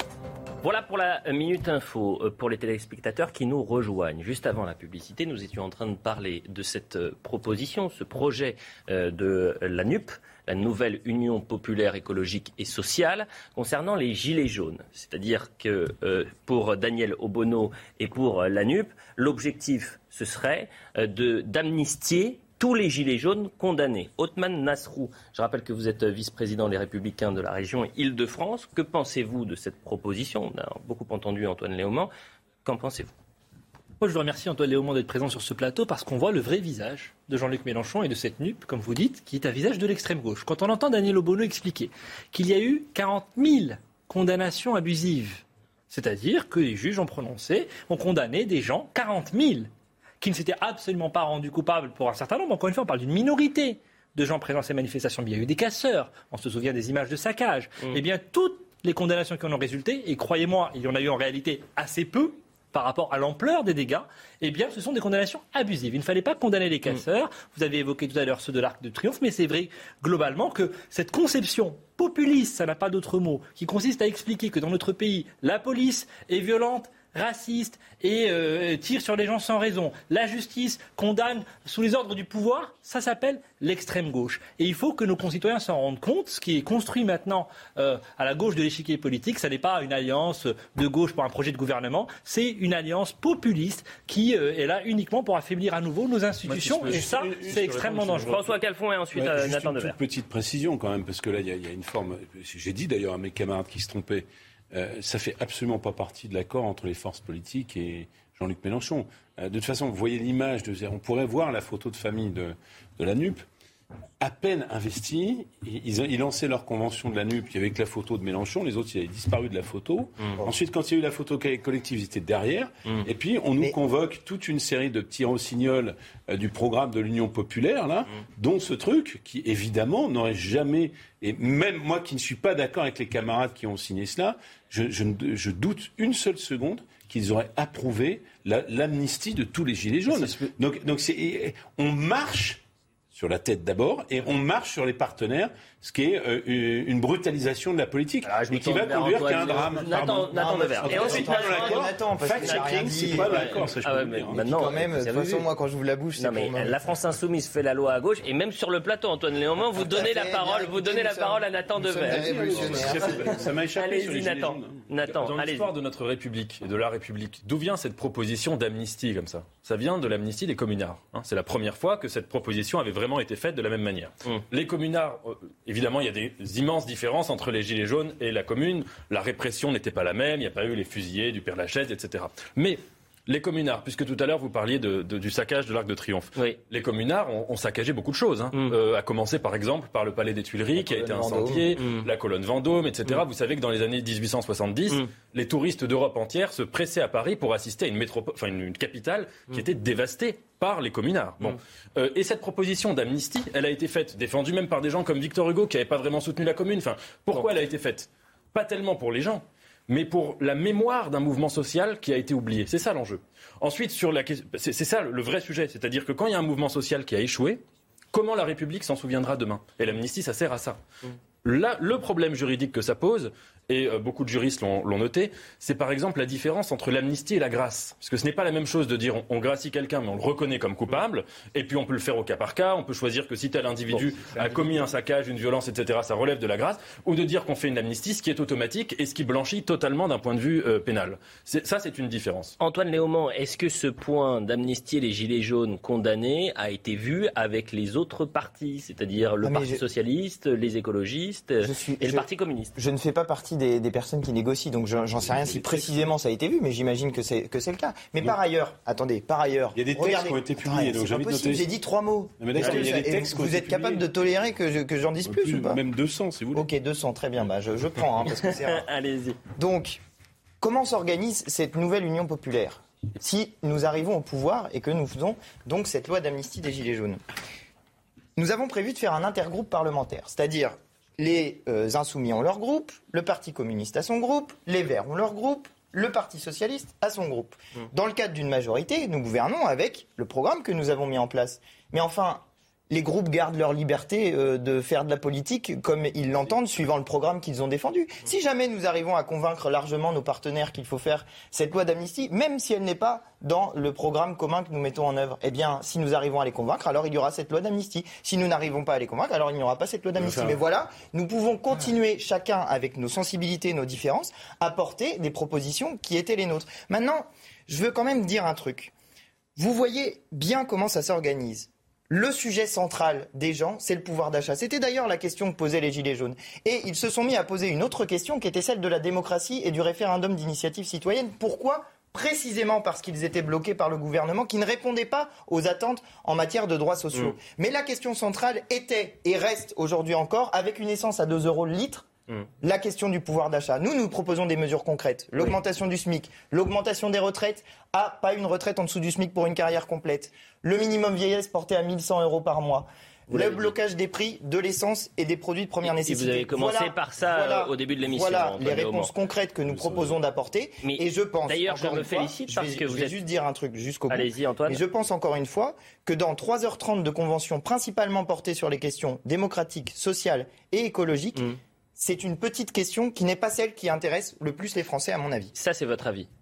Voilà pour la Minute Info, pour les téléspectateurs qui nous rejoignent. Juste avant la publicité, nous étions en train de parler de cette proposition, ce projet de la N U P, la nouvelle Union populaire écologique et sociale, concernant les gilets jaunes. C'est-à-dire que euh, pour Daniel Obono et pour la N U P, l'objectif, ce serait euh, de, d'amnistier tous les gilets jaunes condamnés. Othmane Nasrou, je rappelle que vous êtes vice-président des Républicains de la région Île-de-France. Que pensez-vous de cette proposition ? On a beaucoup entendu Antoine Léaumont. Qu'en pensez-vous ? Moi, je vous remercie, Antoine Léaumont, d'être présent sur ce plateau parce qu'on voit le vrai visage de Jean-Luc Mélenchon et de cette N U P, comme vous dites, qui est un visage de l'extrême gauche. Quand on entend Daniel Obono expliquer qu'il y a eu quarante mille condamnations abusives, c'est-à-dire que les juges ont prononcé, ont condamné des gens, quarante mille, qui ne s'étaient absolument pas rendus coupables pour un certain nombre. Encore une fois, on parle d'une minorité de gens présents à ces manifestations. Il y a eu des casseurs, on se souvient des images de saccage. Mmh. Eh bien, toutes les condamnations qui en ont résulté, et croyez-moi, il y en a eu en réalité assez peu, par rapport à l'ampleur des dégâts, eh bien, ce sont des condamnations abusives. Il ne fallait pas condamner les casseurs. Mmh. Vous avez évoqué tout à l'heure ceux de l'Arc de Triomphe, mais c'est vrai globalement que cette conception populiste, ça n'a pas d'autre mot, qui consiste à expliquer que dans notre pays, la police est violente raciste et euh, tire sur les gens sans raison. La justice condamne sous les ordres du pouvoir. Ça s'appelle l'extrême gauche. Et il faut que nos concitoyens s'en rendent compte. Ce qui est construit maintenant euh, à la gauche de l'échiquier politique, ça n'est pas une alliance de gauche pour un projet de gouvernement. C'est une alliance populiste qui euh, est là uniquement pour affaiblir à nouveau nos institutions. Moi, et ça, c'est extrêmement dangereux. François Calfon et ensuite ouais, euh, Nathan Devers. Une toute petite précision quand même, parce que là, il y, y a une forme... J'ai dit d'ailleurs à mes camarades qui se trompaient, euh, ça fait absolument pas partie de l'accord entre les forces politiques et Jean-Luc Mélenchon. Euh, de toute façon, vous voyez l'image, de, on pourrait voir la photo de famille de, de la N U P. À peine investis, ils, ils lançaient leur convention de la N U P avec la photo de Mélenchon, les autres ils avaient disparu de la photo. Mmh. Ensuite, quand il y a eu la photo collective, ils étaient derrière. Mmh. Et puis, on nous Mais... convoque toute une série de petits rossignols euh, du programme de l'Union populaire, là, mmh. dont ce truc qui, évidemment, n'aurait jamais... Et même moi qui ne suis pas d'accord avec les camarades qui ont signé cela, je, je, je doute une seule seconde qu'ils auraient approuvé la, l'amnistie de tous les gilets jaunes. Donc, donc c'est, on marche sur la tête d'abord, et on marche sur les partenaires, ce qui est euh, une brutalisation de la politique, alors, et qui va conduire qu'à un drame. Nathan, Nathan Devers. Et ensuite, Nathan, fact-checking, c'est pas d'accord, ça je peux le dire. Maintenant, quand même, de toute façon, moi, quand je vous la bouche, c'est non, mais la France Insoumise fait la loi à gauche, et même sur le plateau, Antoine Léaumont, vous donnez la parole, vous donnez la parole à Nathan Devers. Ça m'a échappé sur les gilets jaunes. Nathan, dans l'histoire de notre République et de la République, d'où vient cette proposition d'amnistie comme ça ? Ça vient de l'amnistie des communards. Hein. C'est la première fois que cette proposition avait vraiment été faite de la même manière. Mmh. Les communards, euh, évidemment, il y a des immenses différences entre les gilets jaunes et la commune. La répression n'était pas la même, il n'y a pas eu les fusillés du Père-Lachaise, et cetera. Mais les communards, puisque tout à l'heure vous parliez de, de, du saccage de l'Arc de Triomphe, oui. les communards ont, ont saccagé beaucoup de choses, hein. mmh. euh, à commencer par exemple par le Palais des Tuileries la qui a été incendié, mmh. la colonne Vendôme, et cetera. Mmh. Vous savez que dans les années dix-huit cent soixante-dix, mmh. les touristes d'Europe entière se pressaient à Paris pour assister à une, métropo- enfin, une, une capitale mmh. qui était dévastée par les communards. Bon. Mmh. Euh, et cette proposition d'amnistie, elle a été faite, défendue même par des gens comme Victor Hugo qui n'avaient pas vraiment soutenu la commune. Enfin, pourquoi bon. elle a été faite ? Pas tellement pour les gens, mais pour la mémoire d'un mouvement social qui a été oublié. C'est ça l'enjeu. Ensuite, sur la... c'est, c'est ça le vrai sujet. C'est-à-dire que quand il y a un mouvement social qui a échoué, comment la République s'en souviendra demain ? Et l'amnistie, ça sert à ça. Mmh. Là, le problème juridique que ça pose, et euh, beaucoup de juristes l'ont, l'ont noté, c'est par exemple la différence entre l'amnistie et la grâce. Parce que ce n'est pas la même chose de dire on, on gracie quelqu'un mais on le reconnaît comme coupable, et puis on peut le faire au cas par cas, on peut choisir que si tel individu bon, a commis un saccage, une violence, et cetera, ça relève de la grâce, ou de dire qu'on fait une amnistie, ce qui est automatique et ce qui blanchit totalement d'un point de vue euh, pénal. C'est, ça, c'est une différence. Antoine Léaumont, est-ce que ce point d'amnistier les gilets jaunes condamnés a été vu avec les autres partis, c'est-à-dire le ah, Parti je... socialiste, les écologistes suis, et je, le Parti communiste ? Je ne fais pas partie des, des personnes qui négocient, donc je, j'en sais rien si précisément ça a été vu, mais j'imagine que c'est, que c'est le cas. Mais non. par ailleurs, attendez, par ailleurs... Il y a des textes regardez, qui ont été publiés, attends, donc j'ai envie de noter... J'ai dit trois mots. Mais là, il y a des textes vous êtes capable de tolérer que, je, que j'en dise plus, plus ou pas ? Même deux cents, si vous voulez. Ok, deux cents, très bien, bah, je, je prends, hein, parce que c'est rare. Allez-y. Donc, comment s'organise cette nouvelle Union populaire si nous arrivons au pouvoir et que nous faisons donc cette loi d'amnistie des Gilets jaunes ? Nous avons prévu de faire un intergroupe parlementaire, c'est-à-dire... Les euh, Insoumis ont leur groupe, le Parti communiste a son groupe, les Verts ont leur groupe, le Parti socialiste a son groupe. Mmh. Dans le cadre d'une majorité, nous gouvernons avec le programme que nous avons mis en place. Mais enfin, les groupes gardent leur liberté euh, de faire de la politique comme ils l'entendent, suivant le programme qu'ils ont défendu. Mmh. Si jamais nous arrivons à convaincre largement nos partenaires qu'il faut faire cette loi d'amnistie, même si elle n'est pas dans le programme commun que nous mettons en œuvre, eh bien, si nous arrivons à les convaincre, alors il y aura cette loi d'amnistie. Si nous n'arrivons pas à les convaincre, alors il n'y aura pas cette loi d'amnistie. Mais voilà, nous pouvons continuer, chacun avec nos sensibilités, nos différences, à porter des propositions qui étaient les nôtres. Maintenant, je veux quand même dire un truc. Vous voyez bien comment ça s'organise. Le sujet central des gens, c'est le pouvoir d'achat. C'était d'ailleurs la question que posaient les Gilets jaunes. Et ils se sont mis à poser une autre question qui était celle de la démocratie et du référendum d'initiative citoyenne. Pourquoi ? Précisément parce qu'ils étaient bloqués par le gouvernement qui ne répondait pas aux attentes en matière de droits sociaux. Mmh. Mais la question centrale était et reste aujourd'hui encore, avec une essence à deux euros le litre, mmh. la question du pouvoir d'achat. Nous, nous proposons des mesures concrètes. L'augmentation oui. du SMIC, l'augmentation des retraites à pas une retraite en dessous du SMIC pour une carrière complète, le minimum vieillesse porté à mille cent euros par mois. Vous le blocage des prix de l'essence et des produits de première nécessité. Et vous avez commencé voilà, par ça voilà, au début de l'émission. Voilà les réponses concrètes que nous proposons d'apporter. Mais et je pense, d'ailleurs, je me félicite fois, parce je vais, que vous je vais êtes... juste dire un truc jusqu'au bout. Allez-y, Antoine. Et je pense encore une fois que dans trois heures trente de convention principalement portée sur les questions démocratiques, sociales et écologiques, mmh. c'est une petite question qui n'est pas celle qui intéresse le plus les Français, à mon avis. Ça, c'est votre avis.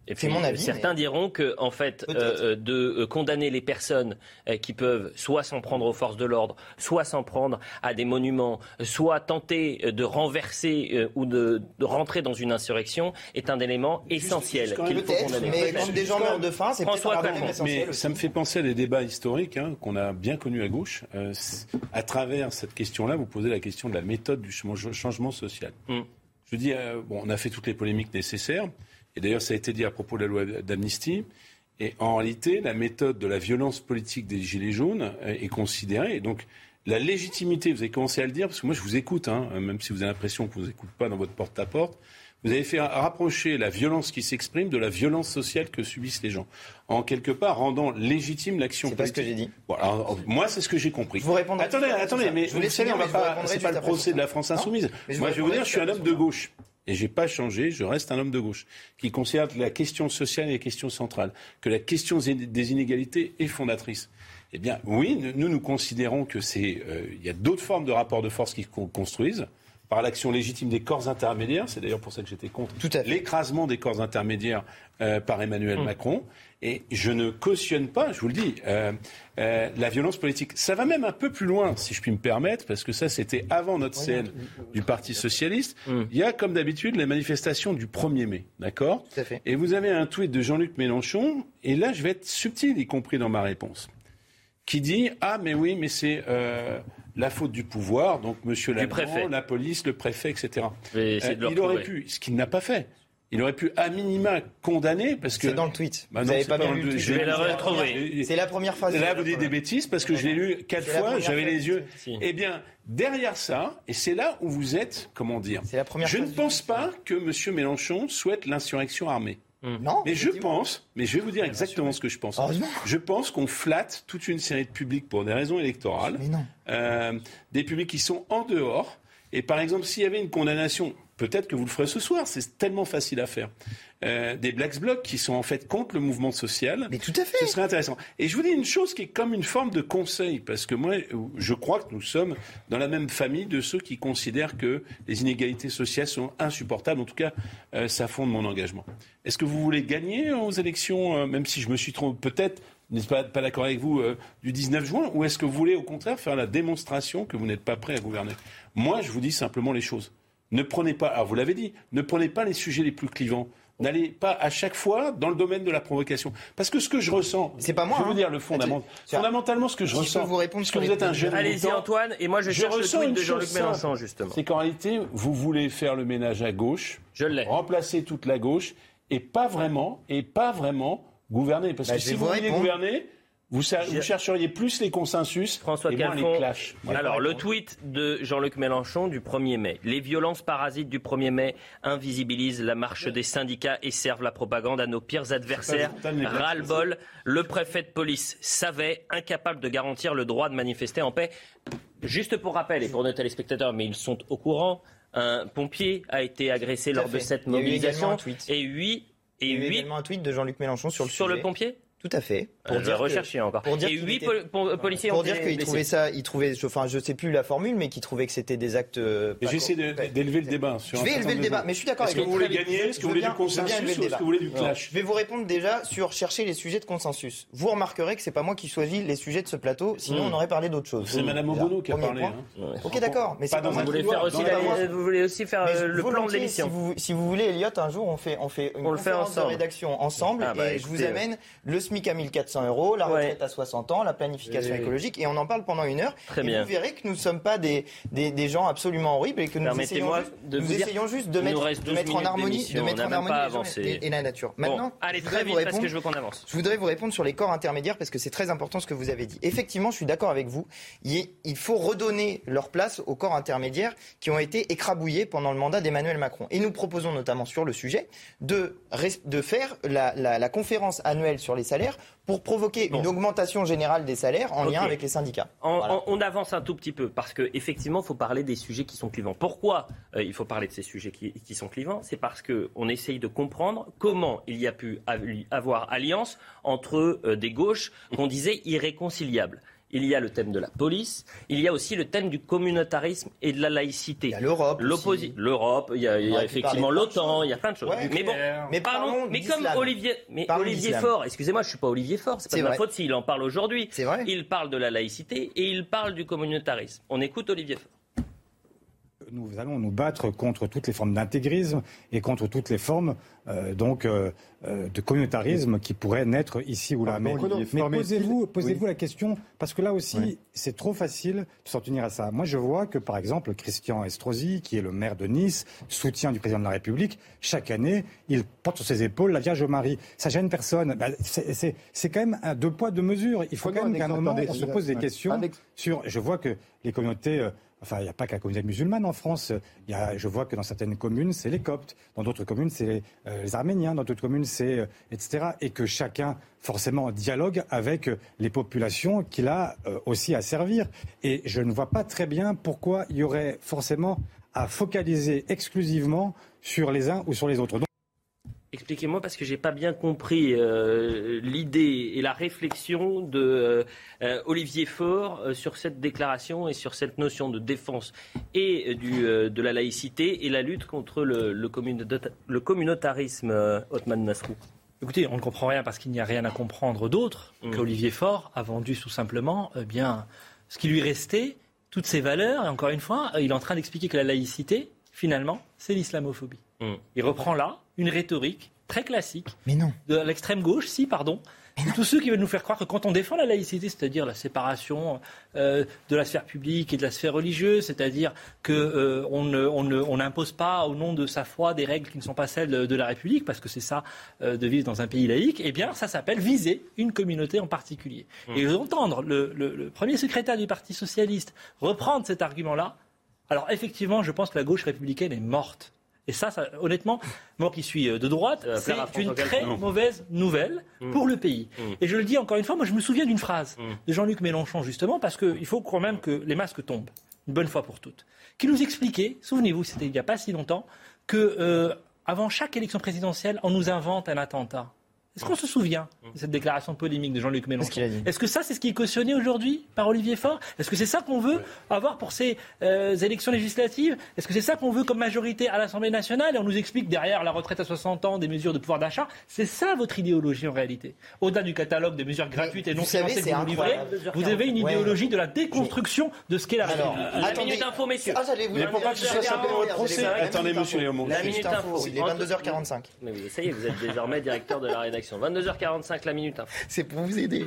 Et puis, mon avis, certains mais... diront que, en fait, euh, de euh, condamner les personnes euh, qui peuvent soit s'en prendre aux forces de l'ordre, soit s'en prendre à des monuments, soit tenter euh, de renverser euh, ou de, de rentrer dans une insurrection, est un élément essentiel qu'il faut condamner. Mais quand des gens meurent de faim, c'est peut-être un élément essentiel. Mais ça me fait penser à des débats historiques hein, qu'on a bien connus à gauche. Euh, à travers cette question-là, vous posez la question de la méthode du changement social. Mm. Je dis, euh, bon, on a fait toutes les polémiques nécessaires. Et d'ailleurs, ça a été dit à propos de la loi d'amnistie. Et en réalité, la méthode de la violence politique des Gilets jaunes est considérée. Et donc, la légitimité, vous avez commencé à le dire, parce que moi, je vous écoute, hein, même si vous avez l'impression qu'on ne vous écoute pas dans votre porte-à-porte. Vous avez fait rapprocher la violence qui s'exprime de la violence sociale que subissent les gens. En quelque part, rendant légitime l'action politique. C'est pas ce que j'ai dit. Bon, alors, moi, c'est ce que j'ai compris. Je vous répondrai. Attendez, attendez, mais vous savez, on va pas, c'est pas le procès de la France insoumise. Moi, je vais vous dire, je suis un homme de gauche. Et je n'ai pas changé, je reste un homme de gauche, qui considère que la question sociale est la question centrale, que la question des inégalités est fondatrice. Eh bien, oui, nous, nous considérons que c'est, euh, il y a d'autres formes de rapports de force qui construisent, par l'action légitime des corps intermédiaires, c'est d'ailleurs pour ça que j'étais contre l'écrasement des corps intermédiaires euh, par Emmanuel mmh. Macron, et je ne cautionne pas, je vous le dis, euh, euh, la violence politique. Ça va même un peu plus loin, si je puis me permettre, parce que ça c'était avant notre C N du Parti Socialiste. Mmh. Il y a comme d'habitude les manifestations du premier mai, d'accord ? Tout à fait. Et vous avez un tweet de Jean-Luc Mélenchon, et là je vais être subtil, y compris dans ma réponse, qui dit « Ah mais oui, mais c'est... Euh, la faute du pouvoir, donc M. Lagrand, la police, le préfet, et cetera. Euh, il aurait pu, ce qu'il n'a pas fait, il aurait pu à minima condamner parce que... C'est dans le tweet. Bah vous n'avez pas bien lu le tweet. Je vais la retrouver. C'est la première phrase. Là, vous dites des bêtises parce que je l'ai lu quatre fois, j'avais les yeux... Si. Eh bien, derrière ça, et c'est là où vous êtes, comment dire, c'est la première je ne pense pas que M. Mélenchon souhaite l'insurrection armée. Non, mais je pense, mais je vais vous dire exactement ce que je pense. Oh, je pense qu'on flatte toute une série de publics pour des raisons électorales, mais non. Euh, des publics qui sont en dehors. Et par exemple, s'il y avait une condamnation, peut-être que vous le ferez ce soir, c'est tellement facile à faire, euh, des Black Blocs qui sont en fait contre le mouvement social. Mais tout à fait. Ce serait intéressant. Et je vous dis une chose qui est comme une forme de conseil, parce que moi, je crois que nous sommes dans la même famille de ceux qui considèrent que les inégalités sociales sont insupportables. En tout cas, euh, ça fonde mon engagement. Est-ce que vous voulez gagner aux élections, euh, même si je me suis trompé, peut-être, n'est-ce pas, pas d'accord avec vous, euh, du dix-neuf juin, ou est-ce que vous voulez au contraire faire la démonstration que vous n'êtes pas prêt à gouverner ? Moi, je vous dis simplement les choses. Ne prenez pas, alors vous l'avez dit, ne prenez pas les sujets les plus clivants. N'allez pas à chaque fois dans le domaine de la provocation. Parce que ce que je ressens, c'est pas moi, je veux hein. dire le fondament, fondamentalement ce que je, je ressens, peux vous répondre parce que vous êtes un jeune Allez-y militant, Antoine, et moi je, je cherche le tweet de Jean-Luc Mélenchon justement. C'est qu'en réalité, vous voulez faire le ménage à gauche, je l'ai. remplacer toute la gauche, et pas vraiment, et pas vraiment gouverner. Parce bah, que si vous vouliez gouverner, Vous, vous chercheriez plus les consensus François et moins Calfon, les clashs. Voilà. Alors, le tweet de Jean-Luc Mélenchon du premier mai. Les violences parasites du premier mai invisibilisent la marche des syndicats et servent la propagande à nos pires adversaires. Ras-le-bol. Le préfet de police savait, incapable de garantir le droit de manifester en paix. Juste pour rappel, et pour nos téléspectateurs, mais ils sont au courant, un pompier a été agressé lors de cette mobilisation. Et huit... Et Il y a eu huit... également un tweet de Jean-Luc Mélenchon sur le sur sujet. le pompier. Tout à fait. Pour euh, dire rechercher encore. Pour dire et huit était... po- policiers pour ont dire été qu'il trouvait ça, il trouvait, enfin, je sais plus la formule, mais qu'il trouvait que c'était des actes. J'essaie de, d'élever le débat. Sur je vais élever le débat, mais je suis d'accord avec vous. Est-ce que vous voulez gagner Est-ce que vous voulez du consensus ou est-ce que vous voulez du clash ? Je vais vous répondre déjà sur chercher les sujets de consensus. Vous remarquerez que c'est pas moi qui choisis les sujets de ce plateau, sinon on aurait parlé d'autre chose. C'est Madame Obono qui a parlé. Ok, d'accord. Mais c'est pas vous voulez faire aussi vous voulez aussi faire le plan de l'émission. Si vous voulez, Elliot, un jour on fait on fait une conférence de rédaction ensemble et je vous amène le SMIC à mille quatre cents euros, la retraite à soixante ans, la planification oui. écologique, et on en parle pendant une heure. Très et bien. Vous verrez que nous ne sommes pas des, des, des gens absolument horribles et que nous essayons juste de, nous essayons juste de mettre, de mettre en harmonie, de mettre en harmonie les gens et, et la nature. Maintenant, bon, allez très vite répondre, parce que je veux qu'on avance. Je voudrais vous répondre sur les corps intermédiaires parce que c'est très important ce que vous avez dit. Effectivement, je suis d'accord avec vous. Il, il faut redonner leur place aux corps intermédiaires qui ont été écrabouillés pendant le mandat d'Emmanuel Macron. Et nous proposons notamment sur le sujet de, de faire la, la, la conférence annuelle sur les salaires pour provoquer bon. une augmentation générale des salaires en okay. lien avec les syndicats. En, voilà. on, on avance un tout petit peu parce qu'effectivement, il faut parler des sujets qui sont clivants. Pourquoi euh, il faut parler de ces sujets qui, qui sont clivants ? C'est parce qu'on essaye de comprendre comment il y a pu avoir alliance entre euh, des gauches qu'on disait irréconciliables. il y a le thème de la police, il y a aussi le thème du communautarisme et de la laïcité. Il y a l'Europe L'opposi- L'Europe, il y a, il y a effectivement l'OTAN, il y a plein de choses. Ouais, mais bon, mais parlons, mais comme Olivier, mais Olivier Faure, excusez-moi, je suis pas Olivier Faure, c'est pas c'est de ma vrai. faute s'il en parle aujourd'hui. C'est vrai. Il parle de la laïcité et il parle du communautarisme. On écoute Olivier Faure. Nous allons nous battre contre toutes les formes d'intégrisme et contre toutes les formes euh, donc euh, de communautarisme qui pourraient naître ici ou là. Ah, mais bon, mais posez-vous, posez-vous oui. la question, parce que là aussi, oui. c'est trop facile de s'en tenir à ça. Moi, je vois que, par exemple, Christian Estrosi, qui est le maire de Nice, soutien du président de la République, chaque année, il porte sur ses épaules la Vierge Marie. Ça gêne personne. Ben, c'est, c'est, c'est quand même un deux poids, deux mesures. Il faut Prenons quand même qu'à un moment, on se pose des questions Alex. sur... Je vois que les communautés... Euh, Enfin, il n'y a pas que la communauté musulmane en France. Il y a, je vois que dans certaines communes, c'est les Coptes. Dans d'autres communes, c'est les, euh, les Arméniens. Dans d'autres communes, c'est... Euh, et cetera. Et que chacun, forcément, dialogue avec les populations qu'il a euh, aussi à servir. Et je ne vois pas très bien pourquoi il y aurait forcément à focaliser exclusivement sur les uns ou sur les autres. Donc, expliquez-moi, parce que j'ai pas bien compris euh, l'idée et la réflexion de euh, Olivier Faure euh, sur cette déclaration et sur cette notion de défense et euh, du, euh, de la laïcité et la lutte contre le, le, communauta- le communautarisme. euh, Othman Nasrou. Écoutez, on ne comprend rien parce qu'il n'y a rien à comprendre d'autre mmh. qu'Olivier Faure a vendu tout simplement eh bien, ce qui lui restait, toutes ses valeurs. Et encore une fois, il est en train d'expliquer que la laïcité, finalement, c'est l'islamophobie. Mmh. Il reprend là une rhétorique très classique Mais non. de l'extrême gauche, si, pardon, de tous ceux qui veulent nous faire croire que quand on défend la laïcité, c'est-à-dire la séparation euh, de la sphère publique et de la sphère religieuse, c'est-à-dire qu'on euh, ne, on ne, on n'impose pas au nom de sa foi des règles qui ne sont pas celles de, de la République, parce que c'est ça euh, de vivre dans un pays laïque, eh bien ça s'appelle viser une communauté en particulier. Mmh. Et d'entendre le, le, le premier secrétaire du Parti socialiste reprendre cet argument-là, alors effectivement, je pense que la gauche républicaine est morte. Et ça, ça, honnêtement, moi qui suis de droite, euh, c'est une très non. mauvaise nouvelle mmh. pour le pays. Mmh. Et je le dis encore une fois, moi je me souviens d'une phrase mmh. de Jean-Luc Mélenchon, justement, parce qu'il faut quand même que les masques tombent, une bonne fois pour toutes, qui nous expliquait, souvenez-vous, c'était il n'y a pas si longtemps, que euh, avant chaque élection présidentielle, on nous invente un attentat. Est-ce qu'on se souvient de cette déclaration polémique de Jean-Luc Mélenchon ? Est-ce que ça, c'est ce qui est cautionné aujourd'hui par Olivier Faure ? Est-ce que c'est ça qu'on veut avoir pour ces euh, élections législatives ? Est-ce que c'est ça qu'on veut comme majorité à l'Assemblée nationale ? Et on nous explique derrière la retraite à soixante ans, des mesures de pouvoir d'achat. C'est ça votre idéologie en réalité. Au-delà du catalogue des mesures gratuites et non financées que vous nous livrez, vous avez une idéologie ouais. de la déconstruction de ce qu'est la République. La attendez. minute info, messieurs. Ah, j'allais vous mais pourquoi tu sois simplement votre procès ? Attendez, monsieur Léaumont. La minute info, il est vingt-deux heures quarante-cinq. Mais ça y est, vous êtes désormais directeur de la rédaction. vingt-deux heures quarante-cinq, la minute info. C'est pour vous aider.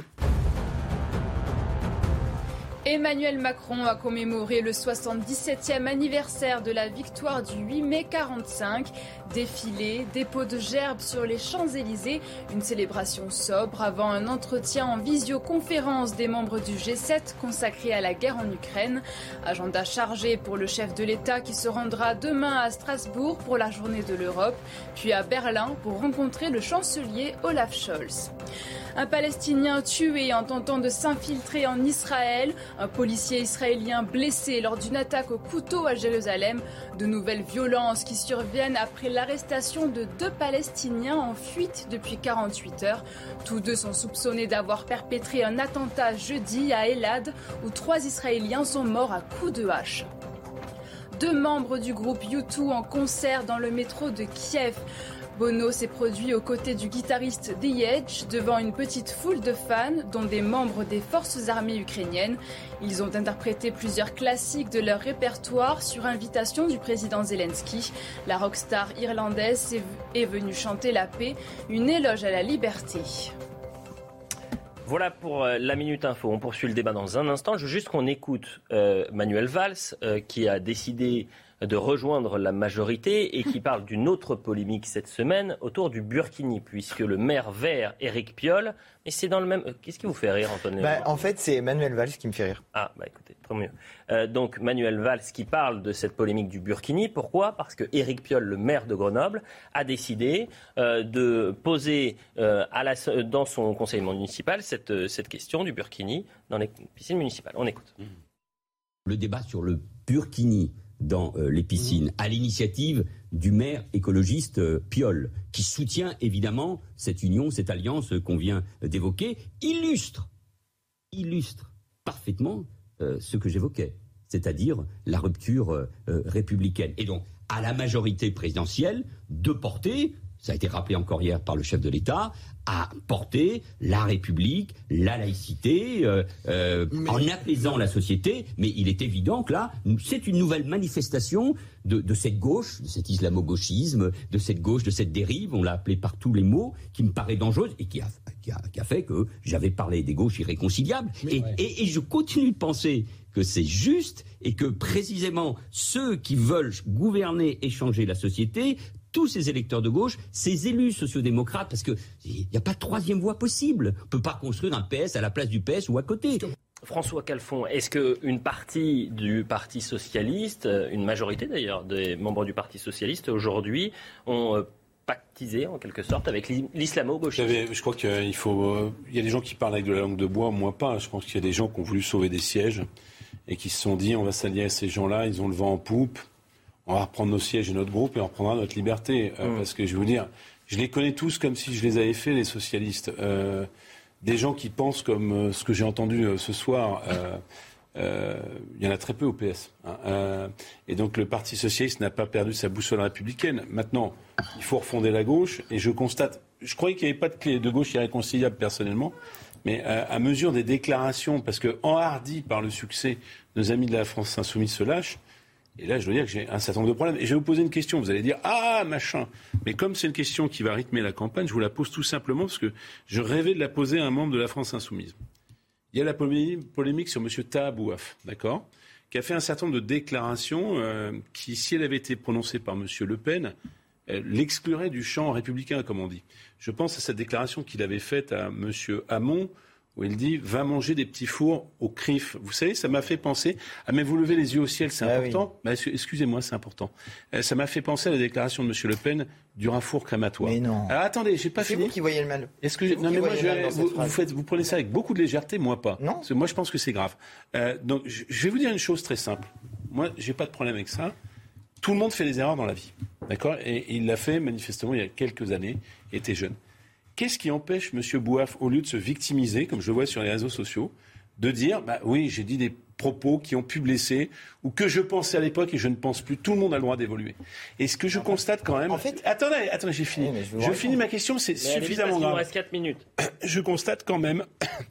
Emmanuel Macron a commémoré le soixante-dix-septième anniversaire de la victoire du huit mai quarante-cinq. Défilé, dépôt de gerbes sur les Champs-Élysées, une célébration sobre avant un entretien en visioconférence des membres du G sept consacré à la guerre en Ukraine. Agenda chargé pour le chef de l'État qui se rendra demain à Strasbourg pour la journée de l'Europe, puis à Berlin pour rencontrer le chancelier Olaf Scholz. Un Palestinien tué en tentant de s'infiltrer en Israël. Un policier israélien blessé lors d'une attaque au couteau à Jérusalem. De nouvelles violences qui surviennent après l'arrestation de deux Palestiniens en fuite depuis quarante-huit heures. Tous deux sont soupçonnés d'avoir perpétré un attentat jeudi à Elad où trois Israéliens sont morts à coups de hache. Deux membres du groupe U deux en concert dans le métro de Kiev. Bono s'est produit aux côtés du guitariste The Edge devant une petite foule de fans, dont des membres des forces armées ukrainiennes. Ils ont interprété plusieurs classiques de leur répertoire sur invitation du président Zelensky. La rockstar irlandaise est venue chanter la paix, une éloge à la liberté. Voilà pour euh, la Minute Info. On poursuit le débat dans un instant. Je veux juste qu'on écoute euh, Manuel Valls, euh, qui a décidé de rejoindre la majorité et qui parle d'une autre polémique cette semaine autour du Burkini, puisque le maire vert Éric Piolle, et c'est dans le même... Qu'est-ce qui vous fait rire, Antoine ? bah, En fait, c'est Manuel Valls qui me fait rire. Ah, bah écoutez, trop mieux. Euh, donc, Manuel Valls qui parle de cette polémique du Burkini. Pourquoi ? Parce que Éric Piolle, le maire de Grenoble, a décidé euh, de poser euh, à la, dans son conseil municipal cette, cette question du Burkini dans les piscines municipales. On écoute. Le débat sur le Burkini dans euh, les piscines, à l'initiative du maire écologiste euh, Piolle, qui soutient évidemment cette union, cette alliance euh, qu'on vient d'évoquer, illustre, illustre parfaitement euh, ce que j'évoquais, c'est-à-dire la rupture euh, euh, républicaine. Et donc, à la majorité présidentielle de porter, ça a été rappelé encore hier par le chef de l'État, à porter la République, la laïcité, euh, euh, mais... en apaisant la société. Mais il est évident que là, c'est une nouvelle manifestation de, de cette gauche, de cet islamo-gauchisme, de cette gauche, de cette dérive, on l'a appelé par tous les mots, qui me paraît dangereuse et qui a, qui a, qui a fait que j'avais parlé des gauches irréconciliables. Et, ouais. et, et je continue de penser que c'est juste et que précisément ceux qui veulent gouverner et changer la société, tous ces électeurs de gauche, ces élus sociodémocrates, parce qu'il n'y a pas de troisième voie possible. On ne peut pas construire un P S à la place du P S ou à côté. François Calfon, est-ce qu'une partie du Parti socialiste, une majorité d'ailleurs des membres du Parti socialiste aujourd'hui, ont pactisé en quelque sorte avec l'islamo-gauchisme? Je crois qu'il faut. Il y a des gens qui parlent avec de la langue de bois, moi pas. Je pense qu'il y a des gens qui ont voulu sauver des sièges et qui se sont dit on va s'allier à ces gens-là, ils ont le vent en poupe. On va reprendre nos sièges et notre groupe et on reprendra notre liberté. Euh, mmh. Parce que je vais vous dire, je les connais tous comme si je les avais fait, les socialistes. Euh, des gens qui pensent comme euh, ce que j'ai entendu euh, ce soir, euh, euh, il y en a très peu au P S. Hein, euh, et donc le Parti socialiste n'a pas perdu sa boussole républicaine. Maintenant, il faut refonder la gauche. Et je constate, je croyais qu'il n'y avait pas de clé de gauche irréconciliable personnellement. Mais euh, à mesure des déclarations, parce que enhardis par le succès, nos amis de la France insoumise se lâchent. Et là, je dois dire que j'ai un certain nombre de problèmes. Et je vais vous poser une question. Vous allez dire « Ah, machin !» Mais comme c'est une question qui va rythmer la campagne, je vous la pose tout simplement parce que je rêvais de la poser à un membre de la France insoumise. Il y a la polémique sur M. Taha Bouaf, d'accord, qui a fait un certain nombre de déclarations euh, qui, si elles avaient été prononcées par M. Le Pen, l'exclurait du champ républicain, comme on dit. Je pense à cette déclaration qu'il avait faite à M. Hamon, où il dit « va manger des petits fours au C R I F ». Vous savez, ça m'a fait penser... Ah, mais vous levez les yeux au ciel, c'est ah, important oui. bah, excusez-moi, c'est important. Euh, ça m'a fait penser à la déclaration de M. Le Pen du rafour crématoire. Mais non. Alors attendez, j'ai pas c'est fini. C'est vous qui voyez le mal. Est-ce que non, mais moi, je, vous, vous, faites, vous prenez ça avec beaucoup de légèreté, moi pas. Non. Parce que moi, je pense que c'est grave. Euh, donc, je, je vais vous dire une chose très simple. Moi, j'ai pas de problème avec ça. Tout le monde fait des erreurs dans la vie. D'accord ? Et, et il l'a fait, manifestement, il y a quelques années. Il était jeune. Qu'est-ce qui empêche M. Bouaf, au lieu de se victimiser, comme je le vois sur les réseaux sociaux, de dire bah, « oui, j'ai dit des propos qui ont pu blesser ou que je pensais à l'époque et je ne pense plus. Tout le monde a le droit d'évoluer. » Et ce que je constate quand même... En fait... Attendez, attendez, j'ai fini. Oui, je je finis ma question, c'est mais suffisamment grave. Il nous reste quatre minutes. Je constate quand même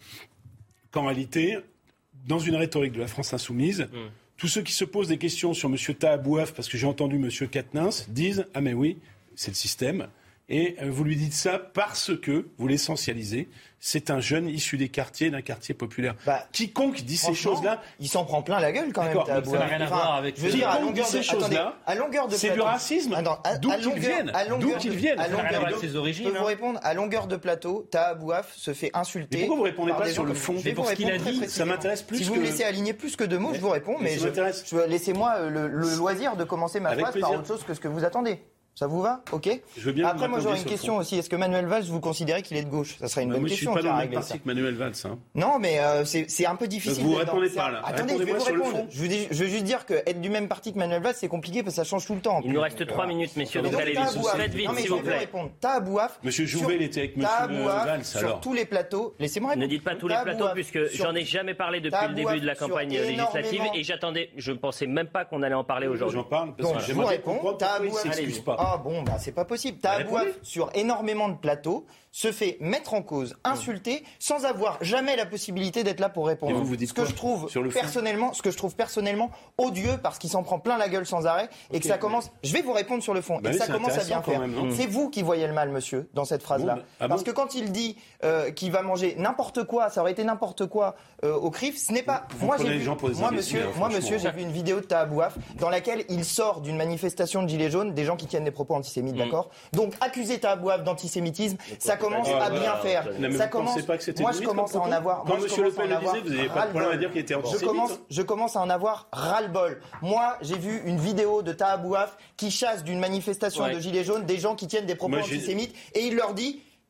qu'en réalité, dans une rhétorique de la France insoumise, mm. tous ceux qui se posent des questions sur M. Taha Bouaf, parce que j'ai entendu M. Quatennens, disent « ah mais oui, c'est le système ». Et vous lui dites ça parce que vous l'essentialisez. C'est un jeune issu des quartiers, d'un quartier populaire. Bah, Quiconque dit ces choses-là... Il s'en prend plein la gueule quand même. Ça n'a rien à voir avec... Je veux dire, à longueur de, ces choses-là, à longueur de c'est plateau... du racisme. D'où qu'ils viennent. D'où qu'ils viennent. À longueur de ses origines. Je peux vous répondre, à longueur de plateau, Taha Bouaf se fait insulter... Mais pourquoi vous ne répondez pas sur le fond? Je vais vous répondre très précisément. Ça m'intéresse plus. Si vous me laissez aligner plus que deux mots, je vous réponds. Mais laissez-moi le loisir de commencer ma phrase par autre chose que ce que vous attendez. Ça vous va? Ok. Je veux bien. Après, moi, j'aurais une question aussi. Est-ce que Manuel Valls, vous considérez qu'il est de gauche? Ça serait une bah, bonne moi, question. Je suis pas dans le même parti que Manuel Valls. Hein. Non, mais euh, c'est un peu difficile. Donc vous répondez pas là. Attendez, je vais vous répondre. Je veux, je veux juste dire que être du même parti que Manuel Valls, c'est compliqué parce que ça change tout le temps. Il nous reste trois minutes, messieurs. Donc allez vite. Faites vite, s'il vous plaît. Taha Bouaf. Monsieur Jouvet, il était avec Monsieur Valls. Sur tous les plateaux. Laissez-moi répondre. Ne dites pas tous les plateaux, puisque j'en ai jamais parlé depuis le début de la campagne législative et j'attendais. Je ne pensais même pas qu'on allait en parler aujourd'hui. J'en parle parce que je vous réponds. Taha Bouaf. Ah bon, bah c'est pas possible. Taha Bouaf, sur énormément de plateaux, se fait mettre en cause, insulter, sans avoir jamais la possibilité d'être là pour répondre. Vous, vous dites ce que je trouve personnellement, ce que je trouve personnellement odieux, parce qu'il s'en prend plein la gueule sans arrêt, et okay, que ça commence. Mais... Je vais vous répondre sur le fond, bah et que ça commence à bien faire. C'est vous qui voyez le mal, monsieur, dans cette phrase-là, bon, ah parce bon que quand il dit euh, qu'il va manger n'importe quoi, ça aurait été n'importe quoi euh, au C R I F, ce n'est pas. Vous moi, j'ai vu... moi, monsieur, hein, moi, monsieur, j'ai vu une vidéo de Taha Bouaf dans laquelle il sort d'une manifestation de gilets jaunes, des gens qui tiennent des propos antisémites, mmh. d'accord. Donc accuser Taha Bouaf d'antisémitisme, ça commence à bien faire. Non, ça commence. Pas que moi, je commence à en avoir. Quand M. Le Pen le disait, vous n'avez pas de problème à dire qu'il était antisémite. Je commence, je commence à en avoir ras-le-bol. Moi, j'ai vu une vidéo de Taha Bouaf qui chasse d'une manifestation ouais. de gilets jaunes des gens qui tiennent des propos moi, antisémites et il leur dit.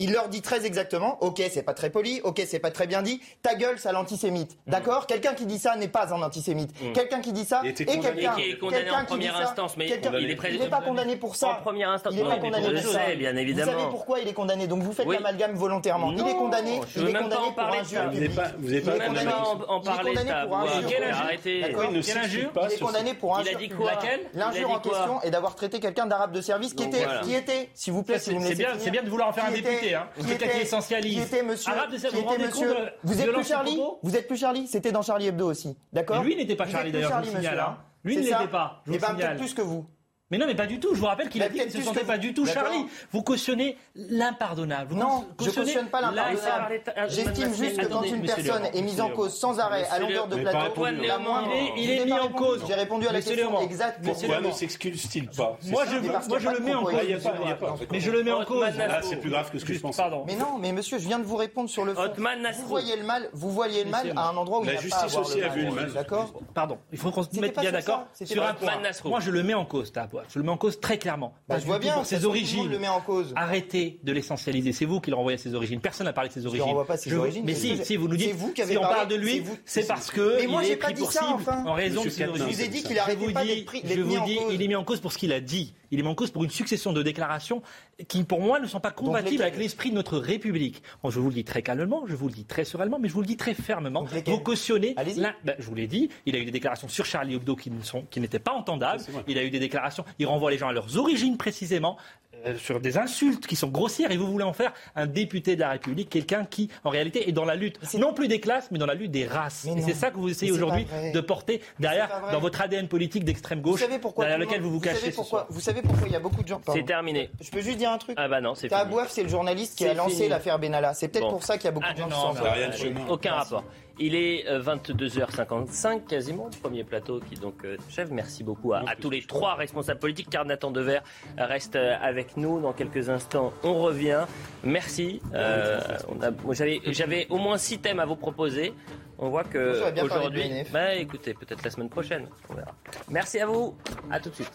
Il leur dit très exactement, ok, c'est pas très poli, ok, c'est pas très bien dit, ta gueule, sale antisémite. Mmh. D'accord ? Quelqu'un qui dit ça n'est pas un antisémite. Mmh. Quelqu'un qui dit ça, et quelqu'un qui est condamné en première instance, mais il n'est pas condamné pour ça. En première instance, il n'est pas condamné pour ça. Sais, bien évidemment. Vous savez pourquoi il est condamné ? Donc vous faites oui. l'amalgame volontairement. Non, il est condamné, je il est même condamné pas en pour injure publique. Vous n'avez pas condamné en parler, ça. Arrêtez. Quelle injure ? Il est condamné pour injure. Il a dit quoi ? L'injure en question est d'avoir traité quelqu'un d'arabe de service qui était, qui était, s'il vous plaît, si vous me laissez finir. C'est bien de vouloir en faire un député, hein. Quelqu'un qui essentialise. Qui était monsieur, qui était monsieur. Vous êtes plus Charlie ? Vous êtes plus Charlie ? C'était dans Charlie Hebdo aussi, d'accord ? Lui n'était pas Charlie d'ailleurs, je vous signale. Lui ne l'était pas. Eh ben peut-être plus que vous. Mais non, mais pas du tout. Je vous rappelle qu'il a dit qu'il ne se sentait pas du tout Charlie. Vous cautionnez l'impardonnable. Non, je ne cautionne pas l'impardonnable. J'estime juste que quand une personne est mise en cause sans arrêt à longueur de plateau, la moindre... Il est mis en cause. J'ai répondu à la question exacte. Pourquoi ne s'excuse-t-il pas ? Moi, je le mets en cause. Mais je le mets en cause. Là, c'est plus grave que ce que je pensais. Mais non, mais monsieur, je viens de vous répondre sur le fond. Vous voyez le mal, vous voyez le mal à un endroit où il n'y a pas à voir le mal. D'accord ? Pardon. Il faut qu'on se mette bien d'accord sur un point. Moi, je le mets en cause, Taboua. Je le mets en cause très clairement. Bah, je vois bien pour ses origines. Le met en cause. Arrêtez de l'essentialiser. C'est vous qui le renvoyez à ses origines. Personne n'a parlé de ses origines. Je ne renvoie pas ses je... origines. Mais si, si vous nous dites, vous si on parle de lui, c'est parce que mais moi, il j'ai est pas pris dit pour ça, cible enfin. en raison Monsieur de ses origines. Je vous ai dit qu'il arrêtait pas d'être pris. Je vous dis, il est mis en cause pour ce qu'il a dit. Il est mis en cause pour une succession de déclarations qui, pour moi, ne sont pas compatibles avec l'esprit de notre République. Je vous le dis très calmement, je vous le dis très sereinement, mais je vous le dis très fermement. Vous cautionnez. La... Ben, je vous l'ai dit, il a eu des déclarations sur Charlie Hebdo qui, ne sont, qui n'étaient pas entendables. Il a eu des déclarations, il renvoie les gens à leurs origines précisément. Euh, sur des insultes qui sont grossières et vous voulez en faire un député de la République, quelqu'un qui en réalité est dans la lutte, non plus des classes mais dans la lutte des races. Et c'est ça que vous essayez aujourd'hui de porter derrière dans votre A D N politique d'extrême gauche, derrière lequel vous vous vous cachez. Savez pourquoi, vous savez pourquoi il y a beaucoup de gens... C'est terminé. Je peux juste dire un truc ? Ah bah non, c'est fini. Tabouaf, c'est le journaliste qui a lancé l'affaire Benalla. C'est peut-être bon. pour ça qu'il y a beaucoup ah, de gens non, qui s'en sortent. Aucun Merci. rapport. Il est vingt-deux heures cinquante-cinq quasiment, le premier plateau qui donc euh, chef. Merci beaucoup à, à tous les trois responsables politiques. Car Nathan Devers reste avec nous dans quelques instants. On revient. Merci. Euh, on a, moi, j'avais, j'avais au moins six thèmes à vous proposer. On voit que aujourd'hui, bah, écoutez, peut-être la semaine prochaine, on verra. Merci à vous. À tout de suite.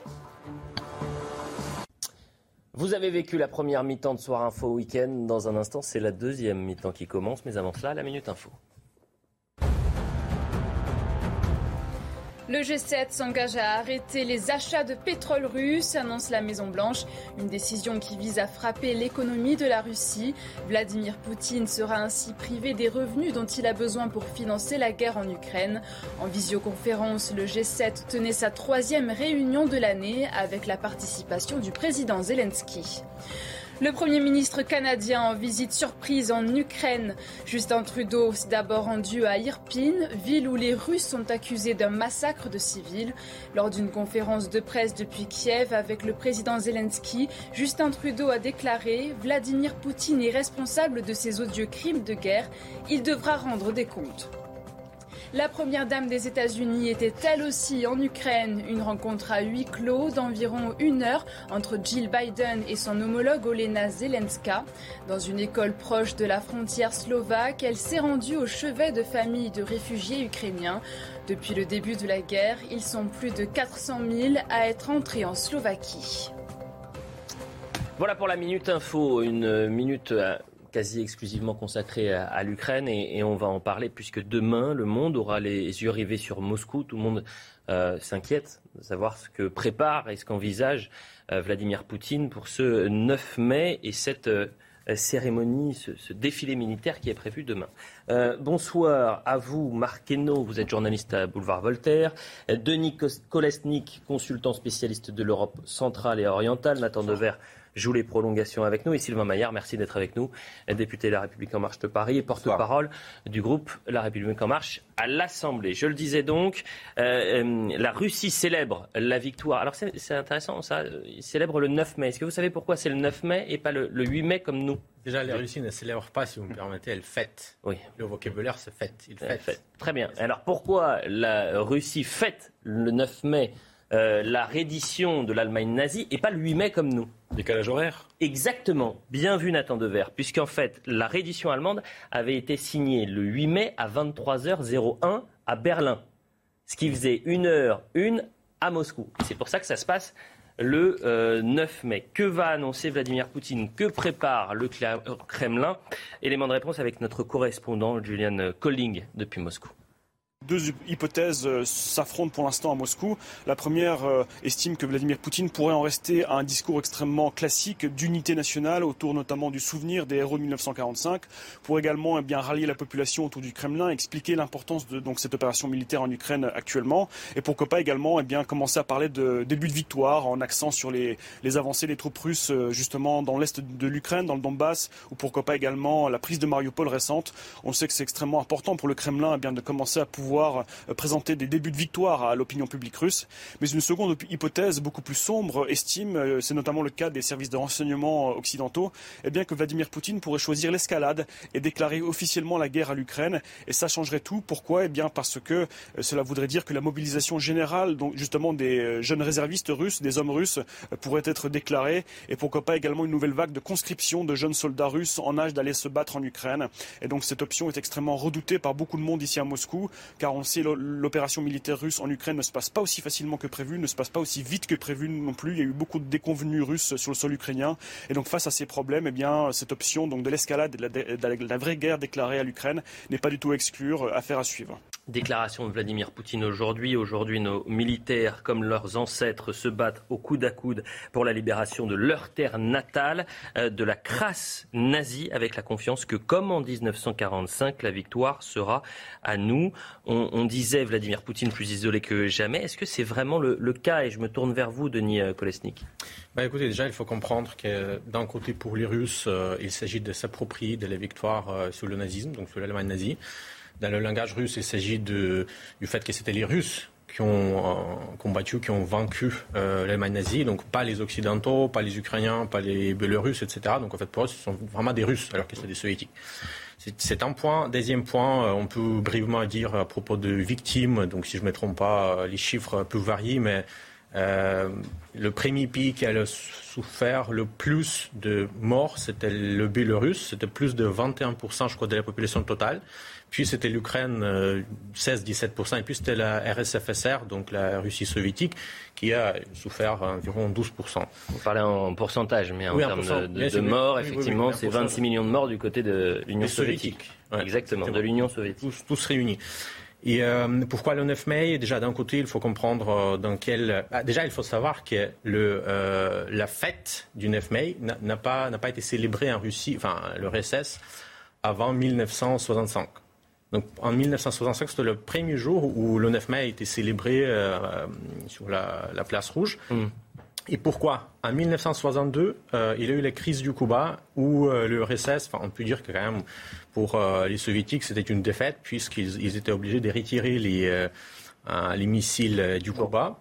Vous avez vécu la première mi-temps de Soir Info Week-end. Dans un instant, c'est la deuxième mi-temps qui commence. Mais avant cela, la Minute Info. Le G sept s'engage à arrêter les achats de pétrole russe, annonce la Maison-Blanche. Une décision qui vise à frapper l'économie de la Russie. Vladimir Poutine sera ainsi privé des revenus dont il a besoin pour financer la guerre en Ukraine. En visioconférence, le G sept tenait sa troisième réunion de l'année avec la participation du président Zelensky. Le Premier ministre canadien en visite surprise en Ukraine. Justin Trudeau s'est d'abord rendu à Irpin, ville où les Russes sont accusés d'un massacre de civils. Lors d'une conférence de presse depuis Kiev avec le président Zelensky, Justin Trudeau a déclaré « Vladimir Poutine est responsable de ces odieux crimes de guerre. Il devra rendre des comptes ». La première dame des États-Unis était elle aussi en Ukraine. Une rencontre à huis clos d'environ une heure entre Jill Biden et son homologue Olena Zelenska. Dans une école proche de la frontière slovaque, elle s'est rendue au chevet de familles de réfugiés ukrainiens. Depuis le début de la guerre, ils sont plus de quatre cent mille à être entrés en Slovaquie. Voilà pour la Minute Info, une minute quasi exclusivement consacrée à, à l'Ukraine et, et on va en parler puisque demain le monde aura les yeux rivés sur Moscou. Tout le monde euh, s'inquiète de savoir ce que prépare et ce qu'envisage euh, Vladimir Poutine pour ce neuf mai et cette euh, cérémonie, ce, ce défilé militaire qui est prévu demain. Euh, bonsoir à vous, Marc Hainaut, vous êtes journaliste à Boulevard Voltaire, Denis Kolesnik, consultant spécialiste de l'Europe centrale et orientale, Nathan Devers joue les prolongations avec nous. Et Sylvain Maillard, merci d'être avec nous, député La République En Marche de Paris et porte-parole du groupe La République En Marche à l'Assemblée. Je le disais donc, euh, euh, la Russie célèbre la victoire. Alors c'est, c'est intéressant ça, il célèbre le neuf mai. Est-ce que vous savez pourquoi c'est le neuf mai et pas le, le huit mai comme nous ? Déjà, la Russie ne célèbre pas, si vous me permettez, elle fête. Oui. Le vocabulaire se fête, il fête. fête. Très bien. Alors pourquoi la Russie fête le neuf mai Euh, la reddition de l'Allemagne nazie et pas le huit mai comme nous. Décalage horaire. Exactement. Bien vu Nathan Devers, puisqu'en fait la reddition allemande avait été signée le huit mai à vingt-trois heures un à Berlin, ce qui faisait une heure une à Moscou. C'est pour ça que ça se passe le euh, neuf mai. Que va annoncer Vladimir Poutine? Que prépare le Kremlin? Élément de réponse avec notre correspondant Julian Colling depuis Moscou. Deux hypothèses s'affrontent pour l'instant à Moscou. La première euh, estime que Vladimir Poutine pourrait en rester à un discours extrêmement classique d'unité nationale autour notamment du souvenir des héros de mille neuf cent quarante-cinq, pour également eh bien, rallier la population autour du Kremlin, expliquer l'importance de donc, cette opération militaire en Ukraine actuellement, et pourquoi pas également eh bien, commencer à parler de début de victoire en accent sur les, les avancées des troupes russes justement dans l'est de l'Ukraine, dans le Donbass, ou pourquoi pas également la prise de Mariupol récente. On sait que c'est extrêmement important pour le Kremlin eh bien, de commencer à pouvoir présenter des débuts de victoire à l'opinion publique russe. Mais une seconde hypothèse beaucoup plus sombre estime, c'est notamment le cas des services de renseignement occidentaux, eh bien que Vladimir Poutine pourrait choisir l'escalade et déclarer officiellement la guerre à l'Ukraine. Et ça changerait tout. Pourquoi? Eh bien parce que cela voudrait dire que la mobilisation générale, donc justement des jeunes réservistes russes, des hommes russes, pourrait être déclarée. Et pourquoi pas également une nouvelle vague de conscription de jeunes soldats russes en âge d'aller se battre en Ukraine. Et donc cette option est extrêmement redoutée par beaucoup de monde ici à Moscou, car on sait l'opération militaire russe en Ukraine ne se passe pas aussi facilement que prévu, ne se passe pas aussi vite que prévu non plus. Il y a eu beaucoup de déconvenues russes sur le sol ukrainien. Et donc face à ces problèmes, eh bien, cette option donc, de l'escalade et de la, de la vraie guerre déclarée à l'Ukraine n'est pas du tout à exclure. Affaire à suivre. Déclaration de Vladimir Poutine aujourd'hui. Aujourd'hui, nos militaires, comme leurs ancêtres, se battent au coude à coude pour la libération de leur terre natale, euh, de la crasse nazie, avec la confiance que, comme en dix-neuf cent quarante-cinq, la victoire sera à nous. On, on disait Vladimir Poutine plus isolé que jamais. Est-ce que c'est vraiment le, le cas? Et je me tourne vers vous, Denis Kolesnik. Bah écoutez, déjà, il faut comprendre que d'un côté, pour les Russes, euh, il s'agit de s'approprier de la victoire euh, sur le nazisme, donc sur l'Allemagne nazie. Dans le langage russe, il s'agit de, du fait que c'était les Russes qui ont euh, combattu, qui ont vaincu euh, l'Allemagne nazie, donc pas les Occidentaux, pas les Ukrainiens, pas les Biélorusses, et cetera. Donc en fait, pour eux, ce sont vraiment des Russes, alors que c'est des Soviétiques. C'est, c'est un point. Deuxième point, euh, on peut brièvement dire à propos de victimes, donc si je ne me trompe pas, les chiffres peuvent varier, mais euh, le premier pays qui a souffert le plus de morts, c'était le Biélorusse, c'était plus de vingt et un pour cent, je crois, de la population totale. Puis c'était l'Ukraine, euh, seize à dix-sept pour cent. Et puis c'était la R S F S R, donc la Russie soviétique, qui a souffert environ douze pour cent. On parlait en pourcentage, mais en oui, termes de, de, de morts, oui, effectivement, oui, oui, c'est vingt-six millions de morts du côté de l'Union soviétique. Ouais, exactement, de l'Union soviétique. Tous, tous réunis. Et euh, pourquoi le neuf mai? Déjà, d'un côté, il faut comprendre dans quel... Ah, déjà, il faut savoir que le, euh, la fête du neuf mai n'a, n'a, pas, n'a pas été célébrée en Russie, enfin, le R S S, avant mille neuf cent soixante-cinq. Donc, en mille neuf cent soixante-cinq, c'était le premier jour où le neuf mai a été célébré euh, sur la, la place rouge. Mm. Et pourquoi? En mille neuf cent soixante-deux, euh, il y a eu la crise du Cuba où euh, le R S S, enfin, on peut dire que quand même pour euh, les soviétiques, c'était une défaite puisqu'ils ils étaient obligés de retirer les, euh, les missiles du Cuba.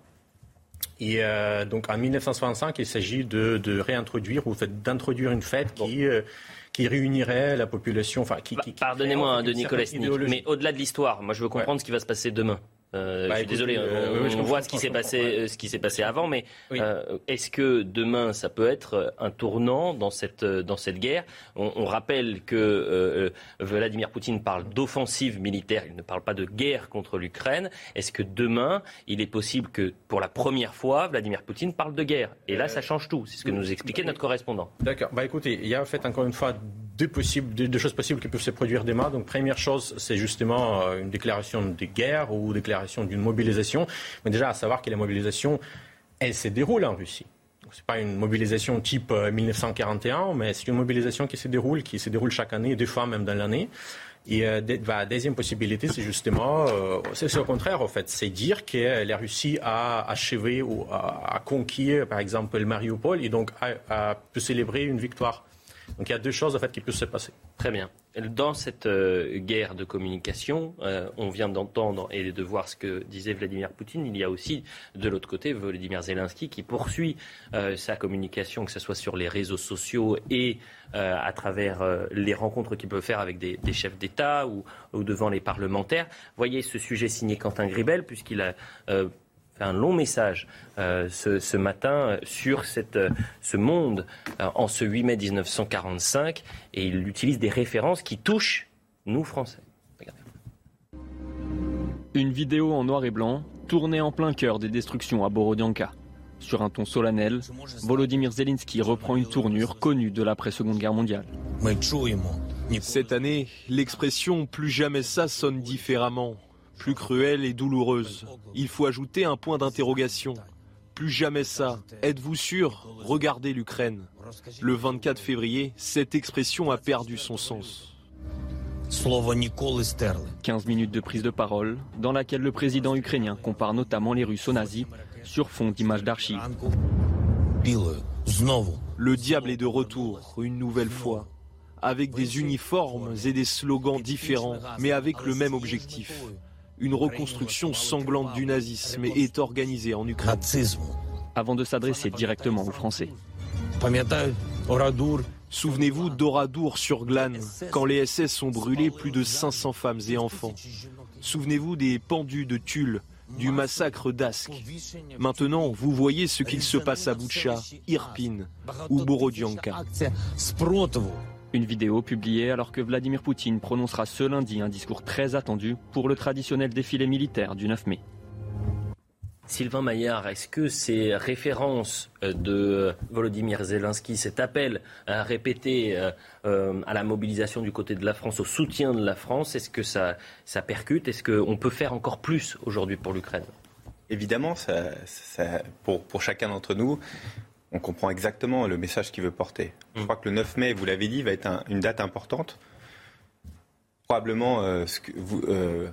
Et euh, donc en mille neuf cent soixante-cinq, il s'agit de, de réintroduire ou en fait, d'introduire une fête bon. qui... Euh, qui réunirait la population. Enfin, qui, qui, qui Pardonnez-moi, hein, Denis Kolesnik, mais au-delà de l'histoire, moi je veux comprendre ouais. ce qui va se passer demain. Euh, bah, je suis écoute, désolé, euh, on, oui, on voit ce qui s'est passé, ouais. ce qui s'est passé avant, mais oui. euh, est-ce que demain ça peut être un tournant dans cette dans cette guerre? On, on rappelle que euh, Vladimir Poutine parle d'offensive militaire, il ne parle pas de guerre contre l'Ukraine. Est-ce que demain il est possible que pour la première fois Vladimir Poutine parle de guerre? Et là, ça change tout. C'est ce que nous expliquait notre correspondant. D'accord. Bah écoutez, il y a en fait encore une fois deux possibles, deux, deux choses possibles qui peuvent se produire demain. Donc première chose, c'est justement euh, une déclaration de guerre ou déclaration d'une mobilisation, mais déjà à savoir que la mobilisation, elle se déroule en Russie. Ce n'est pas une mobilisation type euh, mille neuf cent quarante et un, mais c'est une mobilisation qui se déroule, qui se déroule chaque année, deux fois même dans l'année. Et euh, la deuxième possibilité, c'est justement, euh, c'est, c'est au contraire en fait, c'est dire que la Russie a achevé ou a, a conquis, par exemple, le Mariupol et donc a, a pu célébrer une victoire. Donc il y a deux choses en fait qui peuvent se passer. Très bien. Dans cette euh, guerre de communication, euh, on vient d'entendre et de voir ce que disait Vladimir Poutine. Il y a aussi de l'autre côté Volodymyr Zelensky qui poursuit euh, sa communication, que ce soit sur les réseaux sociaux et euh, à travers euh, les rencontres qu'il peut faire avec des, des chefs d'État ou, ou devant les parlementaires. Voyez ce sujet signé Quentin Gribel, puisqu'il a euh, fait un long message euh, ce, ce matin sur cette, euh, ce monde euh, en ce huit mai dix-neuf cent quarante-cinq, et il utilise des références qui touchent nous Français. Regardez. Une vidéo en noir et blanc tournée en plein cœur des destructions à Borodianka. Sur un ton solennel, Volodymyr Zelensky reprend une tournure connue de l'après-Seconde Guerre mondiale. Cette année, l'expression « plus jamais ça » sonne différemment, plus cruelle et douloureuse. Il faut ajouter un point d'interrogation. Plus jamais ça. Êtes-vous sûr? Regardez l'Ukraine. Le vingt-quatre février, cette expression a perdu son sens. quinze minutes de prise de parole, dans laquelle le président ukrainien compare notamment les Russes aux nazis, sur fond d'images d'archives. Le diable est de retour, une nouvelle fois, avec des uniformes et des slogans différents, mais avec le même objectif. Une reconstruction sanglante du nazisme est organisée en Ukraine. Avant de s'adresser directement aux Français. Souvenez-vous d'Oradour sur Glane, quand les S S ont brûlé plus de cinq cents femmes et enfants. Souvenez-vous des pendus de Tulle, du massacre d'Ask. Maintenant, vous voyez ce qu'il se passe à Boutcha, Irpin ou Borodianka. Une vidéo publiée alors que Vladimir Poutine prononcera ce lundi un discours très attendu pour le traditionnel défilé militaire du neuf mai. Sylvain Maillard, est-ce que ces références de Volodymyr Zelensky, cet appel à répéter euh, à la mobilisation du côté de la France, au soutien de la France, est-ce que ça, ça percute? Est-ce qu'on peut faire encore plus aujourd'hui pour l'Ukraine? Évidemment, ça, ça, pour, pour chacun d'entre nous, on comprend exactement le message qu'il veut porter. Je crois que le neuf mai, vous l'avez dit, va être un, une date importante. Probablement, euh, ce que vous... Euh,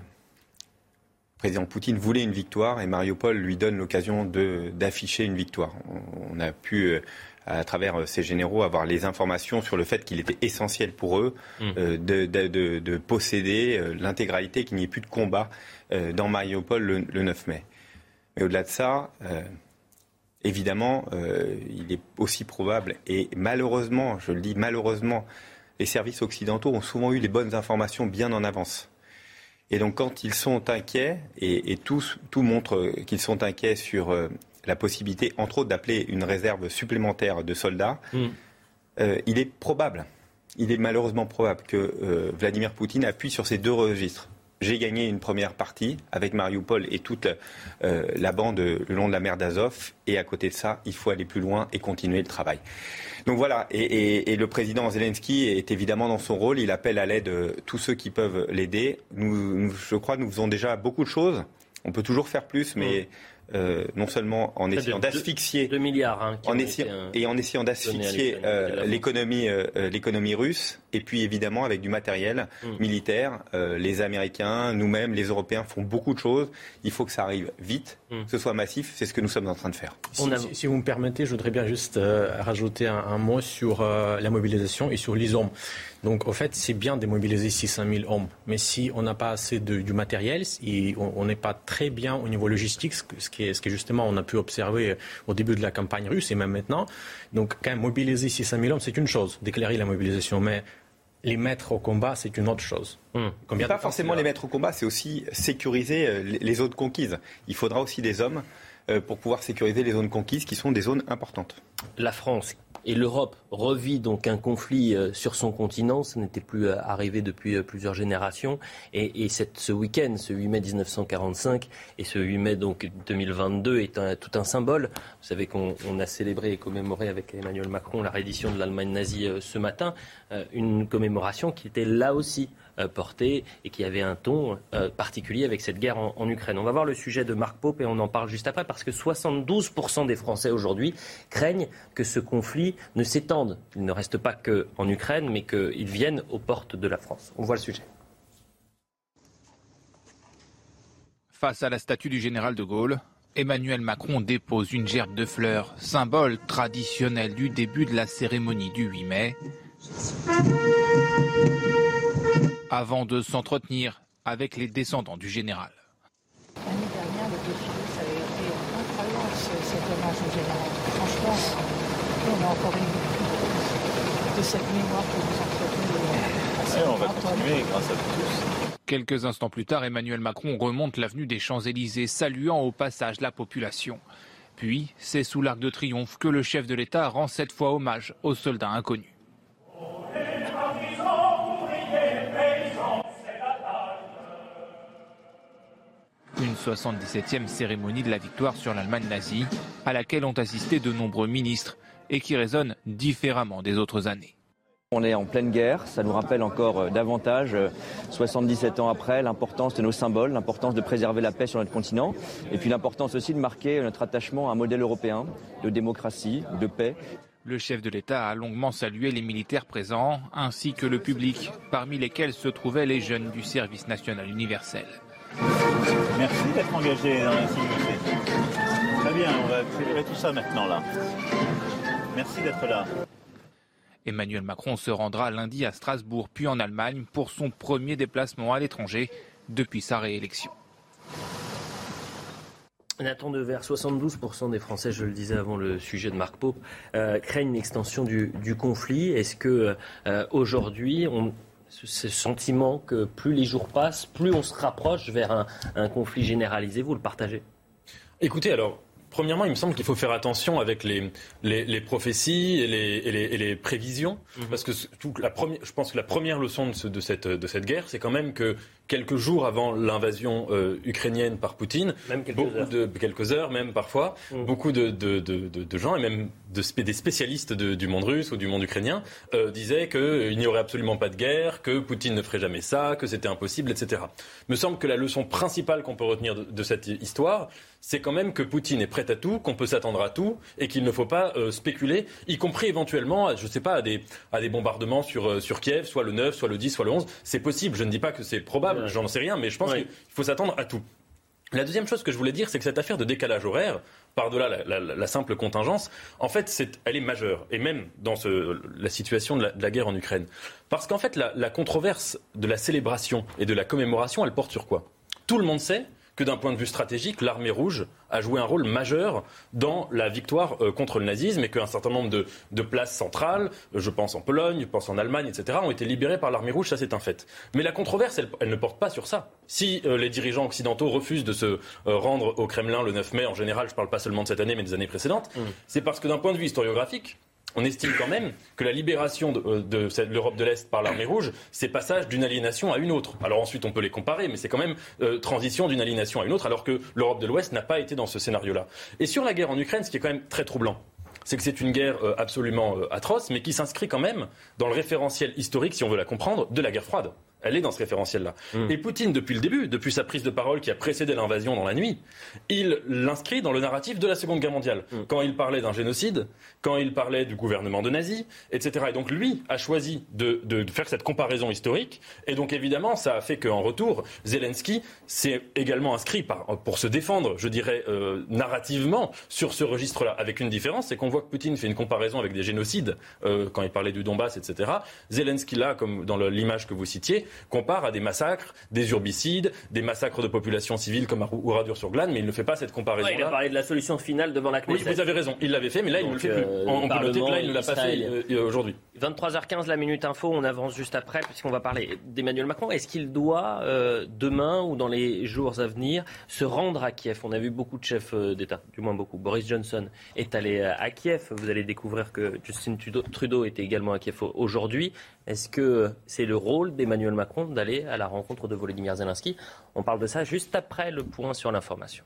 le président Poutine voulait une victoire et Mariupol lui donne l'occasion de, d'afficher une victoire. On, on a pu, à travers ses généraux, avoir les informations sur le fait qu'il était essentiel pour eux mmh. euh, de, de, de, de posséder euh, l'intégralité, qu'il n'y ait plus de combat euh, dans Mariupol le, le neuf mai. Mais au-delà de ça, euh, évidemment, euh, il est aussi probable, et malheureusement, je le dis malheureusement, les services occidentaux ont souvent eu les bonnes informations bien en avance. Et donc quand ils sont inquiets, et, et tout, tout montre qu'ils sont inquiets sur euh, la possibilité, entre autres, d'appeler une réserve supplémentaire de soldats, mmh. euh, il est probable, il est malheureusement probable que euh, Vladimir Poutine appuie sur ces deux registres. J'ai gagné une première partie avec Mariupol et toute euh, la bande le long de la mer d'Azov. Et à côté de ça, il faut aller plus loin et continuer le travail. Donc voilà, et, et, et le président Zelensky est évidemment dans son rôle. Il appelle à l'aide euh, tous ceux qui peuvent l'aider. Nous, nous, je crois que nous faisons déjà beaucoup de choses. On peut toujours faire plus, mais euh, non seulement en essayant de, d'asphyxier... deux milliards. Hein, en essayant, et en essayant d'asphyxier euh, l'économie, euh, l'économie russe, et puis évidemment avec du matériel mmh. militaire. Euh, les Américains, nous-mêmes, les Européens font beaucoup de choses. Il faut que ça arrive vite, mmh. que ce soit massif. C'est ce que nous sommes en train de faire. Si, a... si, si vous me permettez, je voudrais bien juste euh, rajouter un, un mot sur euh, la mobilisation et sur les hommes. Donc, au fait, c'est bien de mobiliser six cent mille hommes. Mais si on n'a pas assez de, du matériel, et on n'est pas très bien au niveau logistique, ce, ce, qui est, ce qui justement on a pu observer au début de la campagne russe et même maintenant. Donc, quand même, mobiliser six cent mille hommes, c'est une chose, déclarer la mobilisation. Mais les mettre au combat, c'est une autre chose. Mmh. Combien pas forcément les mettre au combat, c'est aussi sécuriser les zones conquises. Il faudra aussi des hommes pour pouvoir sécuriser les zones conquises, qui sont des zones importantes. La France et l'Europe revit donc un conflit euh, sur son continent. Ça n'était plus euh, arrivé depuis euh, plusieurs générations. Et, et cette, ce week-end, ce huit mai dix-neuf cent quarante-cinq et ce huit mai donc deux mille vingt-deux est un, tout un symbole. Vous savez qu'on on a célébré et commémoré avec Emmanuel Macron la reddition de l'Allemagne nazie euh, ce matin. Euh, une commémoration qui était là aussi euh, portée et qui avait un ton euh, particulier avec cette guerre en, en Ukraine. On va voir le sujet de Marc Pope et on en parle juste après parce que soixante-douze pour cent des Français aujourd'hui craignent que ce conflit ne s'étende. Il ne reste pas qu'en Ukraine, mais qu'il vienne aux portes de la France. On voit le sujet. Face à la statue du général de Gaulle, Emmanuel Macron dépose une gerbe de fleurs, symbole traditionnel du début de la cérémonie du huit mai, avant de s'entretenir avec les descendants du général. L'année dernière, le défilé, ça avait été incroyable, cet hommage au général. Franchement, on a encore une victoire de cette mémoire que vous entretenez. Et on va continuer grâce à tous. Quelques instants plus tard, Emmanuel Macron remonte l'avenue des Champs-Élysées, saluant au passage la population. Puis, c'est sous l'Arc de Triomphe que le chef de l'État rend cette fois hommage aux soldats inconnus. Une une soixante-dix-septième cérémonie de la victoire sur l'Allemagne nazie, à laquelle ont assisté de nombreux ministres et qui résonne différemment des autres années. On est en pleine guerre, ça nous rappelle encore davantage, soixante-dix-sept ans après, l'importance de nos symboles, l'importance de préserver la paix sur notre continent, et puis l'importance aussi de marquer notre attachement à un modèle européen de démocratie, de paix. Le chef de l'État a longuement salué les militaires présents, ainsi que le public, parmi lesquels se trouvaient les jeunes du service national universel. Merci d'être engagé dans la sécurité. Très bien, on va accélérer tout ça maintenant là. Merci d'être là. Emmanuel Macron se rendra lundi à Strasbourg puis en Allemagne pour son premier déplacement à l'étranger depuis sa réélection. Nathan Devers, soixante-douze pour cent des Français, je le disais avant le sujet de Marc Paup, euh, craignent une extension du, du conflit. Est-ce que euh, aujourd'hui, on, ce sentiment que plus les jours passent, plus on se rapproche vers un, un conflit généralisé, vous le partagez ? Écoutez, alors... Premièrement, il me semble qu'il faut faire attention avec les, les, les prophéties et les, et, les, et les prévisions, mmh. parce que tout, la première, je pense que la première leçon de, ce, de, cette, de cette guerre, c'est quand même que quelques jours avant l'invasion euh, ukrainienne par Poutine, même quelques, beaucoup heures. De, quelques heures même parfois, mmh. beaucoup de, de, de, de, de gens, et même de, des spécialistes de, du monde russe ou du monde ukrainien, euh, disaient qu'il n'y aurait absolument pas de guerre, que Poutine ne ferait jamais ça, que c'était impossible, et cetera. Il me semble que la leçon principale qu'on peut retenir de, de cette histoire, c'est quand même que Poutine est prêt à tout, qu'on peut s'attendre à tout et qu'il ne faut pas euh, spéculer, y compris éventuellement, je ne sais pas, à des, à des bombardements sur, euh, sur Kiev, soit le neuf, soit le dix, soit le onze. C'est possible, je ne dis pas que c'est probable, ouais. J'en sais rien, mais je pense oui. qu'il faut s'attendre à tout. La deuxième chose que je voulais dire, c'est que cette affaire de décalage horaire, par-delà la, la, la, la simple contingence, en fait, c'est, elle est majeure, et même dans ce, la situation de la, de la guerre en Ukraine. Parce qu'en fait, la, la controverse de la célébration et de la commémoration, elle porte sur quoi ? Tout le monde sait que d'un point de vue stratégique, l'armée rouge a joué un rôle majeur dans la victoire euh, contre le nazisme et qu'un certain nombre de, de places centrales, euh, je pense en Pologne, je pense en Allemagne, et cetera, ont été libérées par l'armée rouge, ça c'est un fait. Mais la controverse, elle, elle ne porte pas sur ça. Si euh, les dirigeants occidentaux refusent de se euh, rendre au Kremlin le neuf mai, en général, je ne parle pas seulement de cette année, mais des années précédentes, mmh. c'est parce que d'un point de vue historiographique, on estime quand même que la libération de, de, de l'Europe de l'Est par l'armée rouge, c'est passage d'une aliénation à une autre. Alors ensuite, on peut les comparer, mais c'est quand même euh, transition d'une aliénation à une autre, alors que l'Europe de l'Ouest n'a pas été dans ce scénario-là. Et sur la guerre en Ukraine, ce qui est quand même très troublant, c'est que c'est une guerre euh, absolument euh, atroce, mais qui s'inscrit quand même dans le référentiel historique, si on veut la comprendre, de la guerre froide. Elle est dans ce référentiel-là. Mmh. Et Poutine, depuis le début, depuis sa prise de parole qui a précédé l'invasion dans la nuit, il l'inscrit dans le narratif de la Seconde Guerre mondiale. Mmh. Quand il parlait d'un génocide, quand il parlait du gouvernement de nazis, et cetera. Et donc lui a choisi de, de, de faire cette comparaison historique. Et donc évidemment, ça a fait qu'en retour, Zelensky s'est également inscrit par, pour se défendre, je dirais, euh, narrativement, sur ce registre-là. Avec une différence, c'est qu'on voit que Poutine fait une comparaison avec des génocides, euh, quand il parlait du Donbass, et cetera. Zelensky, là, comme dans le, l'image que vous citiez, compare à des massacres, des urbicides, des massacres de populations civiles comme à Oradour-sur-Glane, mais il ne fait pas cette comparaison-là. Ouais, il a parlé de la solution finale devant la Knesset. Oui, vous avez raison, il l'avait fait, mais là, il ne le fait plus. Euh, on, on peut noter que là, il ne l'a pas fait euh, aujourd'hui. vingt-trois heures quinze, la Minute Info, on avance juste après, puisqu'on va parler d'Emmanuel Macron. Est-ce qu'il doit, euh, demain ou dans les jours à venir, se rendre à Kiev ? On a vu beaucoup de chefs d'État, du moins beaucoup. Boris Johnson est allé à Kiev. Vous allez découvrir que Justin Trudeau était également à Kiev aujourd'hui. Est-ce que c'est le rôle d'Emmanuel Macron d'aller à la rencontre de Volodymyr Zelensky ? On parle de ça juste après le point sur l'information.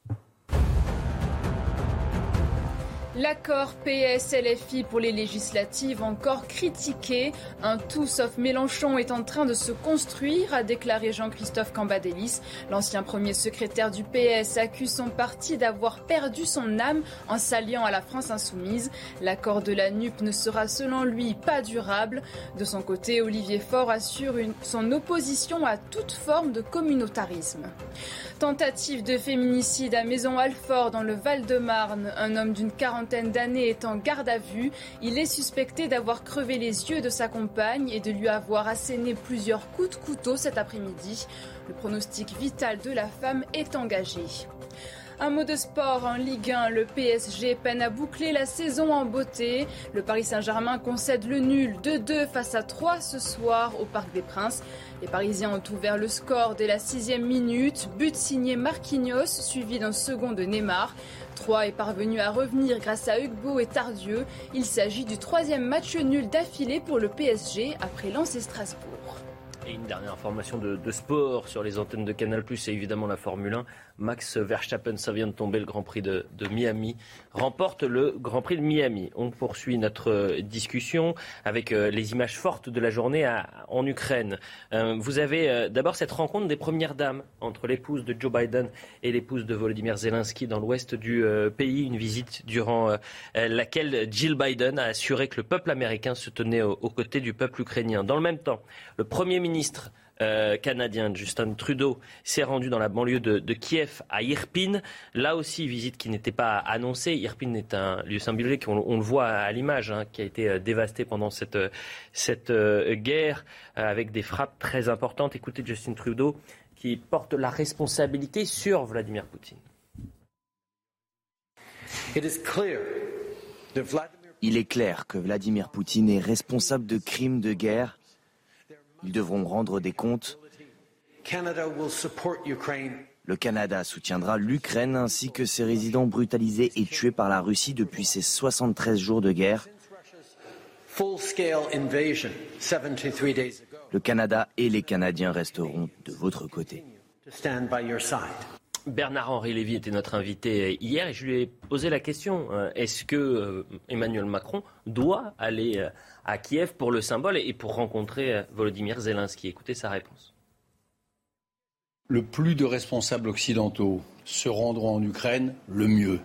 L'accord P S L F I pour les législatives encore critiqué. Un tout sauf Mélenchon est en train de se construire, a déclaré Jean-Christophe Cambadélis. L'ancien premier secrétaire du P S accuse son parti d'avoir perdu son âme en s'alliant à la France insoumise. L'accord de la N U P ne sera selon lui pas durable. De son côté, Olivier Faure assure une, son opposition à toute forme de communautarisme. Tentative de féminicide à Maison-Alfort dans le Val-de-Marne. Un homme d'une quarantaine d'années est en garde à vue. Il est suspecté d'avoir crevé les yeux de sa compagne et de lui avoir asséné plusieurs coups de couteau cet après-midi. Le pronostic vital de la femme est engagé. Un mot de sport en Ligue un, le P S G peine à boucler la saison en beauté. Le Paris Saint-Germain concède le nul deux deux face à trois ce soir au Parc des Princes. Les Parisiens ont ouvert le score dès la sixième minute. But signé Marquinhos, suivi d'un second de Neymar. Troyes est parvenu à revenir grâce à Ugbo et Tardieu. Il s'agit du troisième match nul d'affilée pour le P S G après Lens et Strasbourg. Et une dernière information de, de sport sur les antennes de Canal+, c'est évidemment la Formule un. Max Verstappen, ça vient de tomber, le Grand Prix de, de Miami, remporte le Grand Prix de Miami. On poursuit notre discussion avec euh, les images fortes de la journée à, en Ukraine. Euh, vous avez euh, d'abord cette rencontre des premières dames entre l'épouse de Joe Biden et l'épouse de Volodymyr Zelensky dans l'ouest du euh, pays. Une visite durant euh, laquelle Jill Biden a assuré que le peuple américain se tenait aux, aux côtés du peuple ukrainien. Dans le même temps, le Premier ministre Euh, canadien Justin Trudeau s'est rendu dans la banlieue de, de Kiev à Irpin. Là aussi, visite qui n'était pas annoncée. Irpin est un lieu symbolique, on, on le voit à l'image, hein, qui a été euh, dévasté pendant cette, cette euh, guerre euh, avec des frappes très importantes. Écoutez Justin Trudeau qui porte la responsabilité sur Vladimir Poutine. Il est clair que Vladimir Poutine est responsable de crimes de guerre. Ils devront rendre des comptes. Le Canada soutiendra l'Ukraine ainsi que ses résidents brutalisés et tués par la Russie depuis ses soixante-treize jours de guerre. Le Canada et les Canadiens resteront de votre côté. Bernard-Henri Lévy était notre invité hier et je lui ai posé la question, est-ce que Emmanuel Macron doit aller à Kiev pour le symbole et pour rencontrer Volodymyr Zelensky? Écoutez sa réponse. Le plus de responsables occidentaux se rendront en Ukraine, le mieux.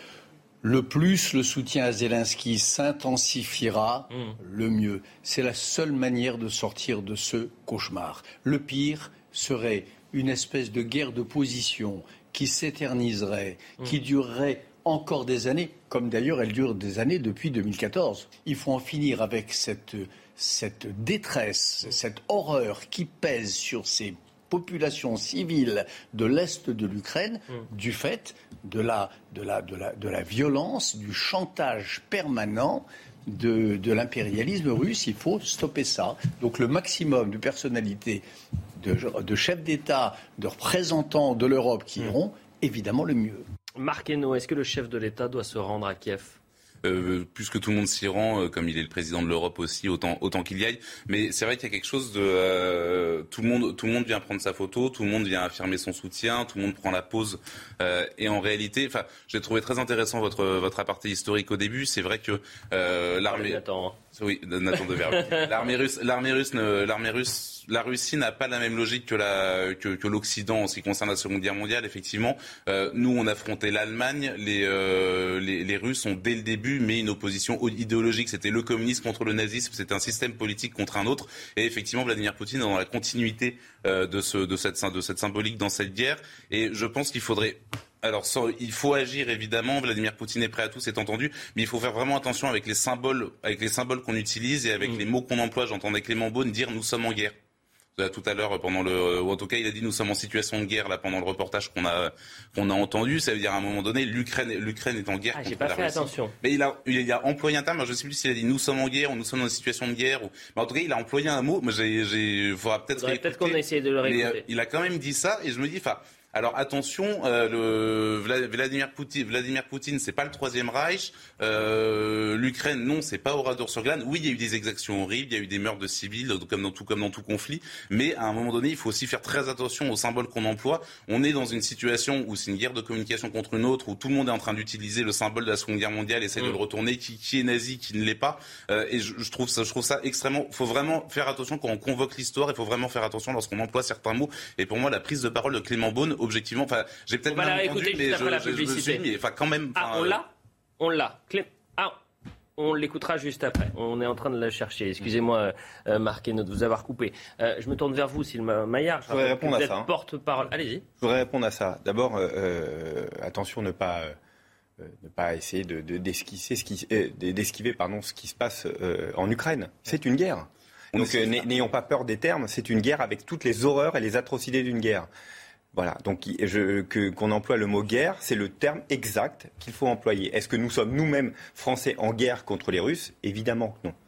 Le plus le soutien à Zelensky s'intensifiera, mmh. le mieux. C'est la seule manière de sortir de ce cauchemar. Le pire serait une espèce de guerre de position qui s'éterniserait, mmh. qui durerait encore des années, comme d'ailleurs elle dure des années depuis deux mille quatorze. Il faut en finir avec cette, cette détresse, mmh. cette horreur qui pèse sur ces populations civiles de l'Est de l'Ukraine, mmh. du fait de la, de, la, de, la, de la violence, du chantage permanent de, de l'impérialisme russe. Il faut stopper ça. Donc le maximum de personnalités, de, de chefs d'État, de représentants de l'Europe qui iront, évidemment le mieux. Marc Hainaut, est-ce que le chef de l'État doit se rendre à Kiev ? Euh, puisque tout le monde s'y rend, euh, comme il est le président de l'Europe aussi, autant, autant qu'il y aille. Mais c'est vrai qu'il y a quelque chose de... Euh, tout le monde, tout le monde vient prendre sa photo, tout le monde vient affirmer son soutien, tout le monde prend la pause. Euh, et en réalité, enfin, j'ai trouvé très intéressant votre, votre aparté historique au début. C'est vrai que euh, l'armée... Nathan, hein. Oui, Nathan Devers. l'armée russe, l'armée russe, ne, l'armée russe, la Russie n'a pas la même logique que la que, que l'Occident en ce qui concerne la Seconde Guerre mondiale. Effectivement, euh, nous on affrontait l'Allemagne, les, euh, les les Russes ont dès le début mis une opposition idéologique. C'était le communisme contre le nazisme, c'était un système politique contre un autre. Et effectivement, Vladimir Poutine est dans la continuité euh, de ce de cette de cette symbolique dans cette guerre. Et je pense qu'il faudrait Alors, il faut agir évidemment. Vladimir Poutine est prêt à tout, c'est entendu. Mais il faut faire vraiment attention avec les symboles, avec les symboles qu'on utilise et avec mmh. les mots qu'on emploie. J'entendais Clément Beaune dire nous sommes en guerre. Tout à l'heure, pendant le, ou en tout cas, il a dit nous sommes en situation de guerre là pendant le reportage qu'on a qu'on a entendu. Ça veut dire à un moment donné, l'Ukraine, l'Ukraine est en guerre. Ah, contre j'ai pas la fait Russie. attention. Mais il a, il a employé un terme. Je ne sais plus s'il a dit nous sommes en guerre ou nous sommes dans une situation de guerre. Ou, mais en tout cas, il a employé un mot. Moi, j'ai, j'ai, faudra peut-être. Peut-être qu'on a essayé de le réécouter. Mais, euh, il a quand même dit ça, et je me dis, enfin. Alors attention, euh, le Vladimir Poutine, Vladimir Poutine, c'est pas le Troisième Reich. Euh, L'Ukraine, non, c'est pas Oradour-sur-Glane. Oui, il y a eu des exactions horribles, il y a eu des meurtres de civils, comme dans tout, comme dans tout conflit. Mais à un moment donné, il faut aussi faire très attention aux symboles qu'on emploie. On est dans une situation où c'est une guerre de communication contre une autre, où tout le monde est en train d'utiliser le symbole de la Seconde Guerre mondiale, essaie mmh. de le retourner, qui, qui est nazi, qui ne l'est pas. Euh, et je, je trouve ça, je trouve ça extrêmement. Il faut vraiment faire attention quand on convoque l'histoire. Il faut vraiment faire attention lorsqu'on emploie certains mots. Et pour moi, la prise de parole de Clément Beaune, objectivement, enfin, j'ai peut-être mal entendu, mais je, la je, je me suis mis, enfin, quand même. Ah, on l'a, on l'a. Clé... Ah, on l'écoutera juste après. On est en train de la chercher. Excusez-moi, euh, Marc Hainaut, de vous avoir coupé. Euh, je me tourne vers vous, Sylvain Maillard. Je voudrais répondre à ça. Hein. Porte-parole. Allez-y. Je voudrais répondre à ça. D'abord, euh, attention, ne pas. Euh, ne pas essayer de, de, d'esquisser ce qui, euh, d'esquiver pardon, ce qui se passe euh, en Ukraine. C'est une guerre. Donc euh, n'ayons pas peur des termes. C'est une guerre avec toutes les horreurs et les atrocités d'une guerre. Voilà, donc je, que, qu'on emploie le mot guerre, c'est le terme exact qu'il faut employer. Est-ce que nous sommes nous-mêmes Français en guerre contre les Russes ? Évidemment que non.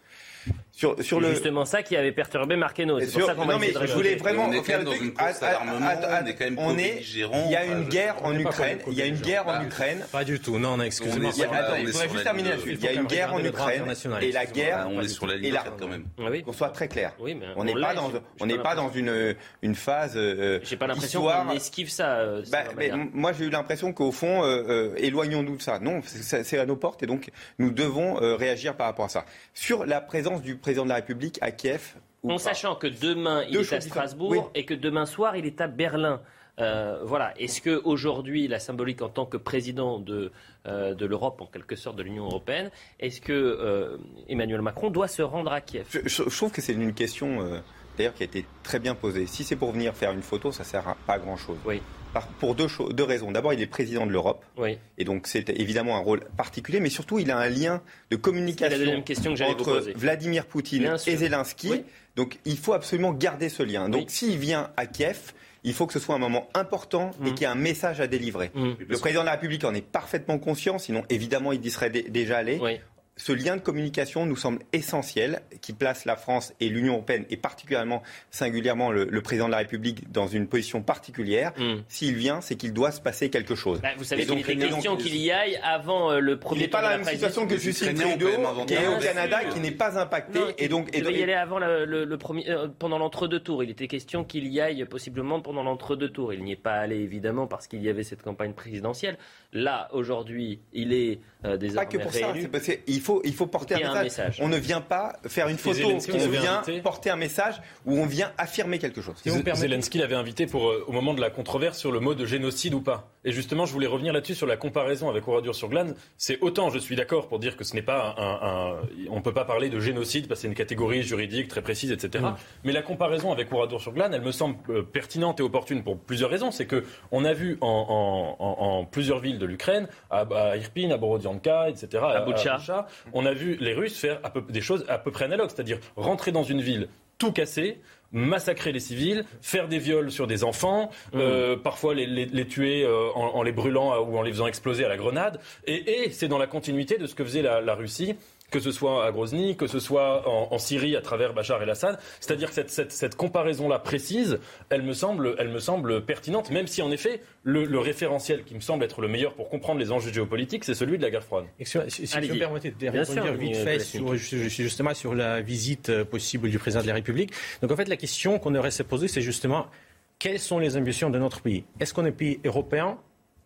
Sur, sur c'est le... justement ça qui avait perturbé Marc Hainaut. C'est sur... pour ça qu'on non, va mais je voulais vraiment on est faire quand même dans une course à l'armement, on est quand même on est, il y a une guerre en Ukraine, il y a une guerre en Ukraine. Pas du tout, non, non, excusez-moi. Il faudrait juste terminer là-dessus. Il y a une guerre en Ukraine et la guerre, on est sur la ligne quand même. Qu'on soit très clair. On n'est pas dans, on n'est pas dans une une phase. J'ai pas l'impression qu'on esquive ça. Moi, j'ai eu l'impression qu'au fond, éloignons-nous de ça. Non, c'est à nos portes et donc nous devons réagir par rapport à ça. Sur la présence du président de la République à Kiev. En sachant que demain il est à Strasbourg oui. et que demain soir il est à Berlin. Euh, voilà. Est-ce que aujourd'hui la symbolique en tant que président de euh, de l'Europe, en quelque sorte de l'Union européenne, est-ce que euh, Emmanuel Macron doit se rendre à Kiev? je, je, je trouve que c'est une question euh, d'ailleurs qui a été très bien posée. Si c'est pour venir faire une photo, ça sert à pas à grand chose. Oui. Pour deux, choses, deux raisons. D'abord, il est président de l'Europe. Oui. Et donc, c'est évidemment un rôle particulier. Mais surtout, il a un lien de communication entre Vladimir Poutine et Zelensky. Oui. Donc, il faut absolument garder ce lien. Donc, oui. s'il vient à Kiev, il faut que ce soit un moment important mmh. et qu'il y ait un message à délivrer. Mmh. Le président de la République en est parfaitement conscient. Sinon, évidemment, il y serait d- déjà allé. Oui. Ce lien de communication nous semble essentiel, qui place la France et l'Union européenne, et particulièrement, singulièrement, le, le président de la République dans une position particulière. Mm. S'il vient, c'est qu'il doit se passer quelque chose. Bah, vous savez et qu'il donc, était question donc, qu'il y aille avant euh, le premier tour de la Il n'est pas la même situation que Justin Trudeau, qui est au Canada, qui n'est pas impacté. Non, et donc, il devait y aller avant le, le, le premier, euh, pendant l'entre-deux tours. Il était question qu'il y aille possiblement pendant l'entre-deux tours. Il n'y est pas allé, évidemment, parce qu'il y avait cette campagne présidentielle. Là, aujourd'hui, il est euh, désormais Pas que pour réélu. ça, c'est parce qu'il faut, il faut porter un message. un message. On ne vient pas faire une photo, on vient invité. porter un message où on vient affirmer quelque chose. Si Zelensky l'avait invité pour, euh, au moment de la controverse sur le mot de génocide ou pas. Et justement, je voulais revenir là-dessus sur la comparaison avec Oradour-sur-Glane. C'est autant, je suis d'accord pour dire que ce n'est pas un, un on ne peut pas parler de génocide parce que c'est une catégorie juridique très précise, et cetera. Mmh. Mais la comparaison avec Oradour-sur-Glane, elle me semble euh, pertinente et opportune pour plusieurs raisons. C'est que on a vu en, en, en, en plusieurs villes de l'Ukraine, à, à Irpin, à Borodianka, et cetera, à, à Boutcha, on a vu les Russes faire à peu, des choses à peu près analogues, c'est-à-dire rentrer dans une ville, tout casser, massacrer les civils, faire des viols sur des enfants, mmh. euh, parfois les, les, les tuer euh, en, en les brûlant euh, ou en les faisant exploser à la grenade. Et, et c'est dans la continuité de ce que faisait la, la Russie, que ce soit à Grozny, que ce soit en, en Syrie à travers Bachar el-Assad. C'est-à-dire que cette, cette, cette comparaison-là précise, elle me semble, elle me semble pertinente, même si en effet, le, le référentiel qui me semble être le meilleur pour comprendre les enjeux géopolitiques, c'est celui de la guerre froide. Et si si, si vous me permettez de répondre vite fait sur, justement sur la visite possible du président de la République. Donc en fait, la question qu'on aurait à se poser, c'est justement quelles sont les ambitions de notre pays? Est-ce qu'on est pays européen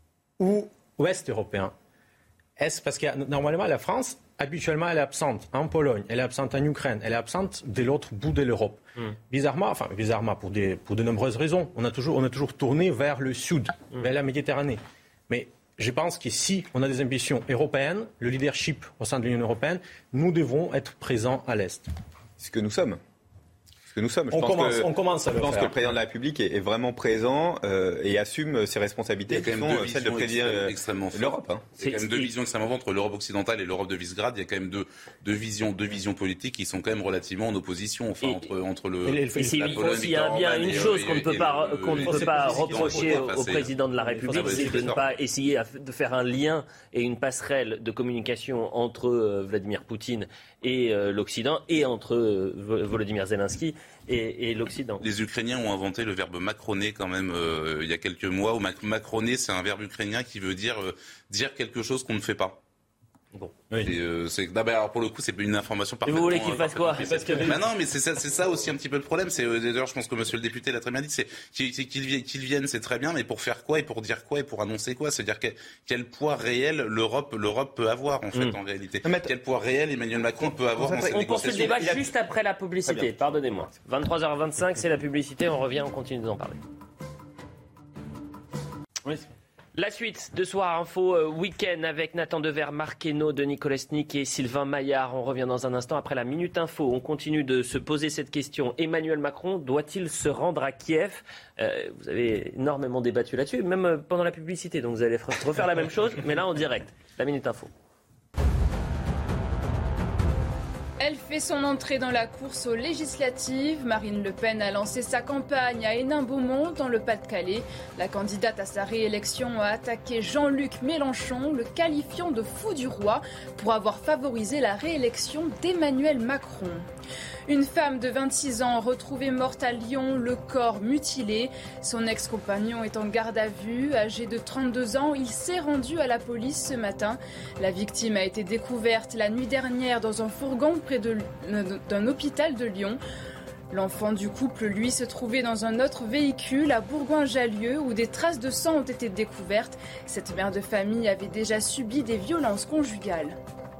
ou ouest européen? Est-ce parce que normalement la France, habituellement, elle est absente en Pologne, elle est absente en Ukraine, elle est absente de l'autre bout de l'Europe. Mm. Bizarrement, enfin bizarrement pour, des, pour de nombreuses raisons, on a toujours, on a toujours tourné vers le sud, mm. vers la Méditerranée. Mais je pense que si on a des ambitions européennes, le leadership au sein de l'Union européenne, nous devons être présents à l'Est. Ce que nous sommes. Ce que nous sommes. Je on, pense commence, que, on commence à je le pense faire. que le président de la République est, est vraiment présent euh, et assume ses responsabilités qui sont celles de présider extrêmement l'Europe. Hein. Il y a quand même deux visions extrêmement fortes entre l'Europe occidentale et l'Europe de Visegrad. Il y a quand même deux, deux visions, deux visions politiques qui sont quand même relativement en opposition. Enfin, et, entre entre le. Et, et s'il y a bien une chose qu'on ne peut pas qu'on ne peut pas reprocher au président de la République, c'est de ne pas essayer de faire un lien et une passerelle de communication entre Vladimir Poutine et l'Occident et entre Volodymyr Zelensky et, et l'Occident. Les Ukrainiens ont inventé le verbe macroner quand même euh, il y a quelques mois. Où mac- macroner, c'est un verbe ukrainien qui veut dire euh, dire quelque chose qu'on ne fait pas. Bon. Oui. Et, euh, c'est, d'abord, alors pour le coup, c'est une information parfaitement. Et vous voulez qu'il fasse quoi? Bah non, mais c'est ça, c'est ça aussi un petit peu le problème. C'est euh, d'ailleurs, je pense que Monsieur le député l'a très bien dit. C'est qu'il, c'est qu'il, vienne, qu'il vienne, c'est très bien, mais pour faire quoi et pour dire quoi et pour annoncer quoi? C'est-à-dire quel, quel poids réel l'Europe, l'Europe peut avoir en fait mm. en réalité. Mais quel poids réel Emmanuel Macron peut avoir dans cette négociation? On poursuit le débat a... juste après la publicité. Pardonnez-moi. vingt-trois heures vingt-cinq, c'est la publicité. On revient, on continue d'en parler. Oui. La suite de Soir Info euh, Week-end avec Nathan Dever, Marc Hainaut, Denis Kolesnik et Sylvain Maillard. On revient dans un instant après la Minute Info. On continue de se poser cette question. Emmanuel Macron doit-il se rendre à Kiev? euh, Vous avez énormément débattu là-dessus, même euh, pendant la publicité. Donc vous allez refaire la même chose, mais là en direct. La Minute Info. Elle fait son entrée dans la course aux législatives. Marine Le Pen a lancé sa campagne à Hénin-Beaumont, dans le Pas-de-Calais. La candidate à sa réélection a attaqué Jean-Luc Mélenchon, le qualifiant de fou du roi, pour avoir favorisé la réélection d'Emmanuel Macron. Une femme de vingt-six ans retrouvée morte à Lyon, le corps mutilé. Son ex-compagnon est en garde à vue. Âgé de trente-deux ans, il s'est rendu à la police ce matin. La victime a été découverte la nuit dernière dans un fourgon près de, d'un hôpital de Lyon. L'enfant du couple, lui, se trouvait dans un autre véhicule à Bourgoin-Jallieu où des traces de sang ont été découvertes. Cette mère de famille avait déjà subi des violences conjugales.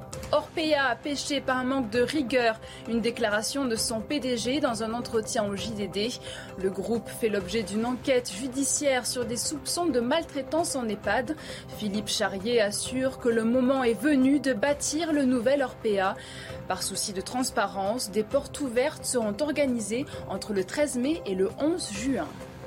Orpea a péché par un manque de rigueur, une déclaration de son P D G dans un entretien au J D D. Le groupe fait l'objet d'une enquête judiciaire sur des soupçons de maltraitance en EHPAD. Philippe Charrier assure que le moment est venu de bâtir le nouvel Orpea. Par souci de transparence, des portes ouvertes seront organisées entre le treize mai et le onze juin.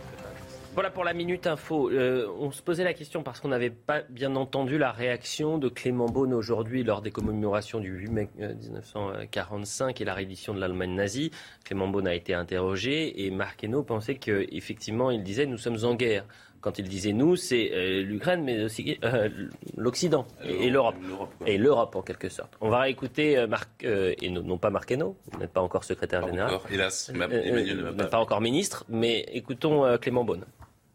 Voilà pour la Minute Info. Euh, on se posait la question parce qu'on n'avait pas bien entendu la réaction de Clément Beaune aujourd'hui lors des commémorations du huit mai dix-neuf cent quarante-cinq et la reddition de l'Allemagne nazie. Clément Beaune a été interrogé et Marc Hainaut pensait qu'effectivement il disait « nous sommes en guerre ». Quand il disait « nous », c'est euh, l'Ukraine mais aussi euh, l'Occident et, et l'Europe. l'Europe et l'Europe en quelque sorte. On va réécouter euh, Marc, euh, et non, non pas Marc Hainaut, vous n'êtes pas encore secrétaire pas général. Encore, hélas, euh, Emmanuel euh, n'est pas. pas encore ministre, mais écoutons euh, Clément Beaune.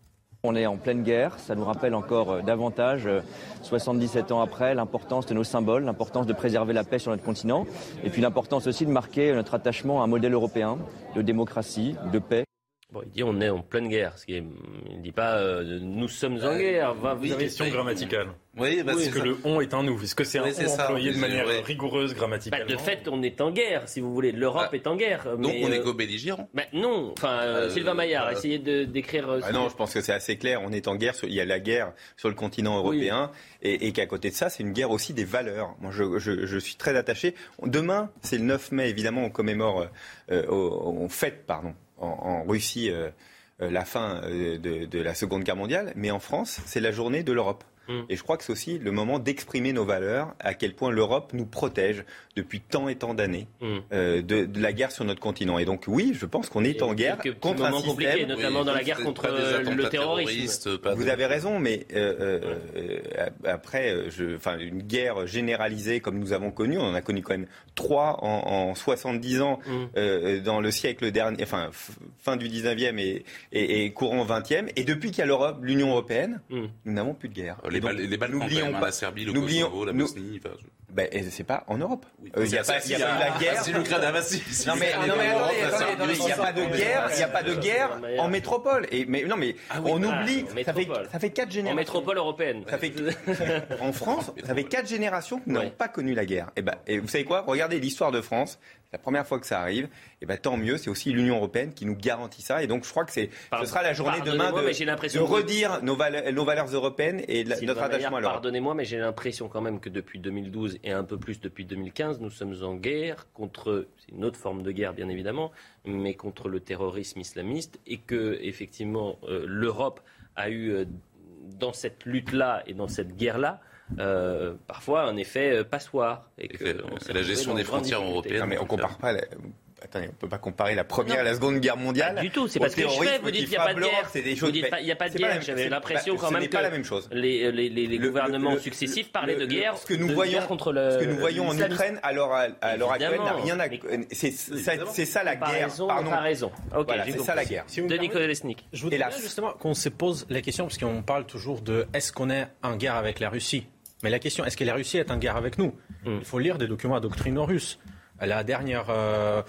On est en pleine guerre, ça nous rappelle encore davantage, soixante-dix-sept ans après, l'importance de nos symboles, l'importance de préserver la paix sur notre continent, et puis l'importance aussi de marquer notre attachement à un modèle européen de démocratie, de paix. Bon, il dit on est en pleine guerre, ce qui est, il ne dit pas euh, nous sommes en guerre. Enfin, vous oui, avez question grammaticale. Oui, bah, est-ce que ça. Le on est un nous? Est-ce que c'est oui, un on employé de manière vrai. rigoureuse grammaticalement? Bah, de fait, on est en guerre, si vous voulez. L'Europe ah, est en guerre. Donc mais, on est euh, co-belligérant bah, non. Enfin, euh, Sylvain Maillard, euh, essayez de d'écrire. Euh, ah non, je pense que c'est assez clair. On est en guerre. Il y a la guerre sur le continent européen oui. et, et qu'à côté de ça, c'est une guerre aussi des valeurs. Moi, je, je, je suis très attaché. Demain, c'est le neuf mai. Évidemment, on commémore, euh, on fête, pardon, en, en Russie. Euh, la fin de, de la Seconde Guerre mondiale, mais en France, c'est la journée de l'Europe. Mmh. Et je crois que c'est aussi le moment d'exprimer nos valeurs, à quel point l'Europe nous protège depuis tant et tant d'années mmh. euh, de, de la guerre sur notre continent. Et donc oui, je pense qu'on est et en guerre contre un système... compliqué, notamment oui, dans la guerre contre le terrorisme. Vous avez raison, mais euh, euh, euh, après, je, enfin, une guerre généralisée comme nous avons connu, on en a connu quand même trois en, en soixante-dix ans mmh. euh, dans le siècle dernier, enfin fin du dix-neuvième et, et, et courant vingtième. Et depuis qu'il y a l'Europe, l'Union européenne, mmh. nous n'avons plus de guerre. Les, donc, les Balkans, quand même, pas, la Serbie, le Kosovo, la Bosnie. Enfin, je... ben, c'est pas en Europe. Il oui, n'y a, a, pas eu la guerre. C'est l'Ukraine, ah, si, non mais non mais attendez, il n'y a pas de guerre, il n'y a pas de guerre en métropole. Et mais non mais ah oui, on ah, oublie. Ça fait ça fait quatre générations. En métropole européenne. Ça fait en France, ça fait quatre générations qui n'ont ouais. pas connu la guerre. Et ben et vous savez quoi? Regardez l'histoire de France. C'est la première fois que ça arrive, et ben tant mieux. C'est aussi l'Union européenne qui nous garantit ça, et donc je crois que c'est, ce sera la journée demain de, de redire que... nos, valeurs, nos valeurs européennes et la, notre attachement à l'Europe. Pardonnez-moi, mais j'ai l'impression quand même que depuis deux mille douze et un peu plus depuis deux mille quinze, nous sommes en guerre contre, c'est une autre forme de guerre bien évidemment, mais contre le terrorisme islamiste, et que effectivement euh, l'Europe a eu euh, dans cette lutte-là et dans cette guerre-là. Euh, parfois un effet euh, passoire. Et que c'est la gestion des frontières européennes. Non, mais on compare pas. La... Attendez, on ne peut pas comparer la première non. à la seconde guerre mondiale. Pas du tout, c'est parce que je fais, vous dites qu'il n'y a pas de guerre. C'est des choses, il n'y a pas de guerre. J'avais l'impression quand même que les, les, les, les gouvernements le, le, successifs parlaient le, de guerre. Ce que nous voyons, contre le, ce que nous voyons en Ukraine à l'heure actuelle n'a rien à. C'est ça la guerre. Pardon. Pas raison. Voilà, c'est ça la guerre. Denis Kolesnik. Je voudrais justement qu'on se pose la question, parce qu'on parle toujours de est-ce qu'on est en guerre avec la Russie? Mais la question, est-ce que la Russie est en guerre avec nous? mm. Il faut lire des documents doctrinaux russes. La dernière euh,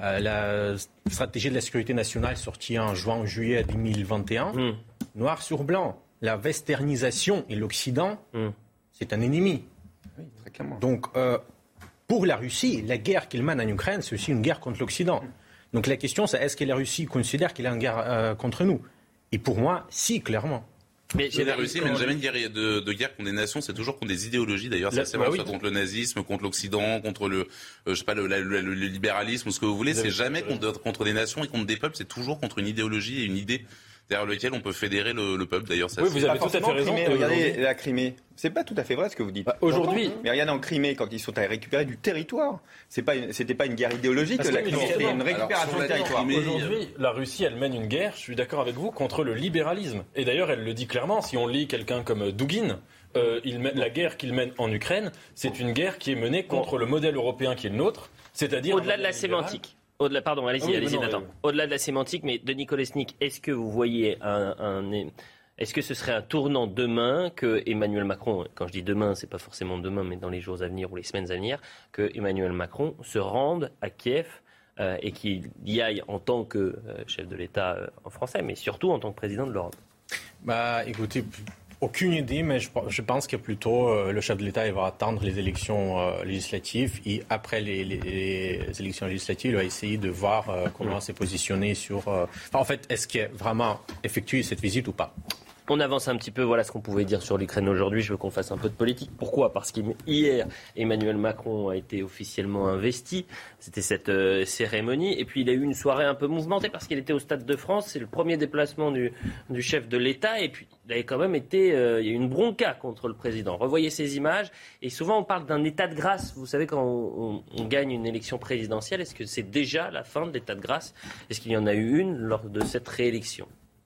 la stratégie de la sécurité nationale sortie en juin, juillet deux mille vingt et un, mm. noir sur blanc, la westernisation et l'Occident, mm. c'est un ennemi. Oui, très clairement. Donc, euh, pour la Russie, la guerre qu'il mène en Ukraine, c'est aussi une guerre contre l'Occident. Mm. Donc la question, c'est est-ce que la Russie considère qu'elle est en guerre euh, contre nous? Et pour moi, si, clairement. Mais la Russie mène jamais une guerre de, de guerre contre des nations, c'est toujours contre des idéologies d'ailleurs, c'est bah oui. contre le nazisme, contre l'Occident, contre le, euh, je sais pas, le, le, le, le libéralisme, ce que vous voulez, c'est jamais contre, contre des nations et contre des peuples, c'est toujours contre une idéologie et une idée. derrière lequel on peut fédérer le, le peuple. D'ailleurs, ça, oui, vous avez tout à fait raison. Crimée, regardez la Crimée. C'est pas tout à fait vrai ce que vous dites. Bah, aujourd'hui, mais regardez en Crimée quand ils sont allés récupérer du territoire. C'est pas, une, c'était pas une guerre idéologique. Parce la que Crimée, c'était une récupération Alors, de territoire. Crimée, aujourd'hui, la Russie, elle mène une guerre. Je suis d'accord avec vous contre le libéralisme. Et d'ailleurs, elle le dit clairement. Si on lit quelqu'un comme Dugin. Euh, il mène, la guerre qu'il mène en Ukraine, c'est une guerre qui est menée contre le modèle européen qui est le nôtre, c'est-à-dire au-delà de la sémantique. Au-delà, pardon, allez-y, ah oui, allez-y, non, Nathan. euh... Au-delà de la sémantique, mais Denis Kolesnik, est-ce que vous voyez un, un, est-ce que ce serait un tournant demain que Emmanuel Macron, quand je dis demain, c'est pas forcément demain, mais dans les jours à venir ou les semaines à venir, que Emmanuel Macron se rende à Kiev euh, et qu'il y aille en tant que euh, chef de l'État euh, en français, mais surtout en tant que président de l'Europe? Bah, écoutez. Aucune idée, mais je, je pense que plutôt euh, le chef de l'État il va attendre les élections euh, législatives et après les, les, les élections législatives, il va essayer de voir euh, comment s'est positionné sur... Euh, enfin, en fait, est-ce qu'il a vraiment effectué cette visite ou pas? On avance un petit peu, voilà ce qu'on pouvait dire sur l'Ukraine aujourd'hui. Je veux qu'on fasse un peu de politique. Pourquoi ? Parce qu'hier, Emmanuel Macron a été officiellement investi. C'était cette euh, cérémonie. Et puis il a eu une soirée un peu mouvementée parce qu'il était au Stade de France. C'est le premier déplacement du, du chef de l'État. Et puis il avait quand même été... Euh, il y a eu une bronca contre le président. Revoyez ces images. Et souvent on parle d'un état de grâce. Vous savez, quand on, on, on gagne une élection présidentielle, est-ce que c'est déjà la fin de l'état de grâce ? Est-ce qu'il y en a eu une lors de cette réélection ?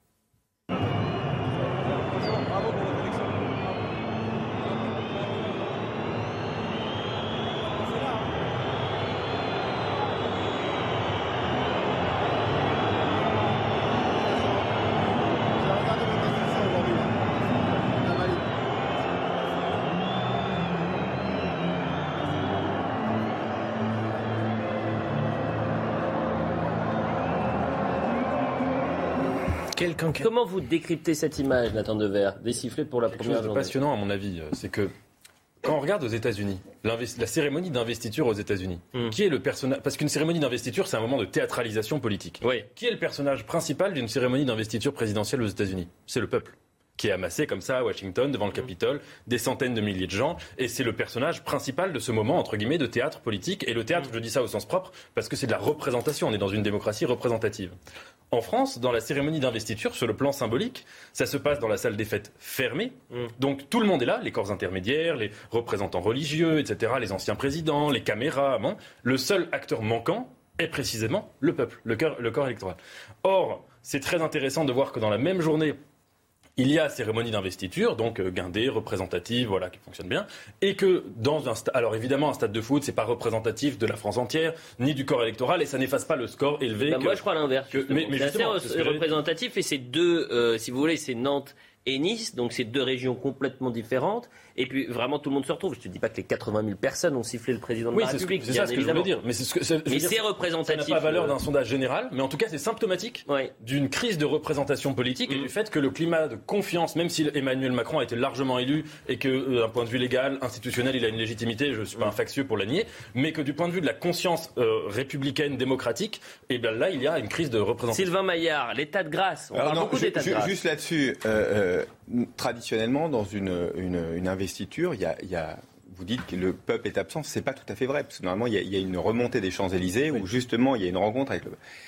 Comment vous décryptez cette image, Nathan Dever, des sifflets pour la Quelque première chose de journée? passionnant, à mon avis, c'est que quand on regarde aux États-Unis, la cérémonie d'investiture aux États-Unis, mm. qui est le personnage? Parce qu'une cérémonie d'investiture, c'est un moment de théâtralisation politique. Oui. Qui est le personnage principal d'une cérémonie d'investiture présidentielle aux États-Unis? C'est le peuple, qui est amassé comme ça à Washington, devant le Capitole, des centaines de milliers de gens. Et c'est le personnage principal de ce moment, entre guillemets, de théâtre politique. Et le théâtre, je dis ça au sens propre, parce que c'est de la représentation. On est dans une démocratie représentative. En France, dans la cérémonie d'investiture, sur le plan symbolique, ça se passe dans la salle des fêtes fermée. Mmh. Donc tout le monde est là, les corps intermédiaires, les représentants religieux, et cetera, les anciens présidents, les caméras. Bon. Le seul acteur manquant est précisément le peuple, le, cœur, le corps électoral. Or, c'est très intéressant de voir que dans la même journée, il y a cérémonie d'investiture, donc euh, guindée, représentative, voilà, qui fonctionne bien, et que dans un stade, alors évidemment un stade de foot, c'est pas représentatif de la France entière, ni du corps électoral, et ça n'efface pas le score élevé. Bah que, moi je crois l'inverse. Que, mais, mais c'est assez c'est représentatif, et c'est deux, euh, si vous voulez, c'est Nantes et Nice, donc c'est deux régions complètement différentes. Et puis vraiment tout le monde se retrouve. Je te dis pas que les quatre-vingt mille personnes ont sifflé le président de oui, la République. C'est, c'est ça ce que je voulais dire. Mais c'est, ce que, c'est, mais dire, c'est représentatif. Ça n'a pas valeur d'un sondage général, mais en tout cas c'est symptomatique oui. d'une crise de représentation politique mmh. et du fait que le climat de confiance, même si Emmanuel Macron a été largement élu et que euh, d'un point de vue légal, institutionnel, il a une légitimité, je ne suis pas mmh. un factieux pour la nier, mais que du point de vue de la conscience euh, républicaine, démocratique, et bien là il y a une crise de représentation. Sylvain Maillard, l'état de grâce. On Alors parle non, beaucoup je, d'état de je, grâce. Juste là-dessus, euh, euh, traditionnellement dans une, une, une investiture, il y a Il y a, vous dites que le peuple est absent, c'est pas tout à fait vrai, parce que normalement il y a, il y a une remontée des Champs-Élysées oui. où justement il y a une rencontre avec le.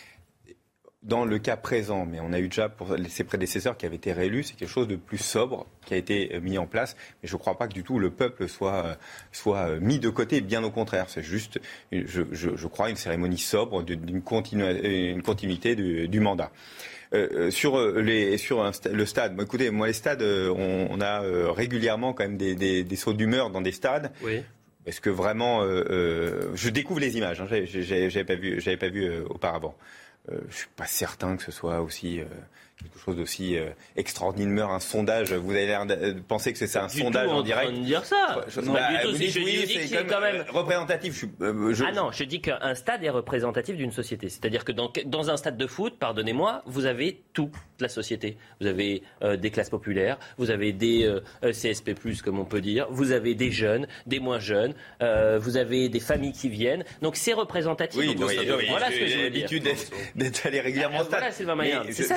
Dans le cas présent, mais on a eu déjà pour ses prédécesseurs qui avaient été réélus, c'est quelque chose de plus sobre qui a été mis en place. Mais je ne crois pas que du tout le peuple soit, soit mis de côté, bien au contraire. C'est juste, je, je, je crois, une cérémonie sobre d'une continu, une continuité du, du mandat. Euh, sur, les, sur un, le stade, bon, écoutez, moi les stades, on, on a euh, régulièrement quand même des, des, des sauts d'humeur dans des stades. Oui. Est-ce que vraiment, euh, euh, je découvre les images, hein, j'avais, j'avais pas vu, j'avais pas vu euh, auparavant. Euh, je suis pas certain que ce soit aussi euh, quelque chose d'aussi euh, extraordinaire, un sondage. Vous avez l'air de penser que c'est, c'est un du sondage tout en direct. De dire ça. Je, non, bah, pas du tout. Vous Si dites, je oui, dis c'est, c'est quand quand même représentatif. Je, euh, je... Ah non, je dis qu'un stade est représentatif d'une société. C'est-à-dire que dans, dans un stade de foot, pardonnez-moi, vous avez toute la société. Vous avez euh, des classes populaires, vous avez des euh, C S P plus, comme on peut dire, vous avez des jeunes, des moins jeunes, euh, vous avez des familles qui viennent. Donc c'est représentatif. Oui, donc, oui, euh, oui, voilà oui, ce que je veux dire. J'ai l'habitude d'être, d'être allé régulièrement au stade. Voilà, Sylvain Maillard, c'est ça que je veux dire.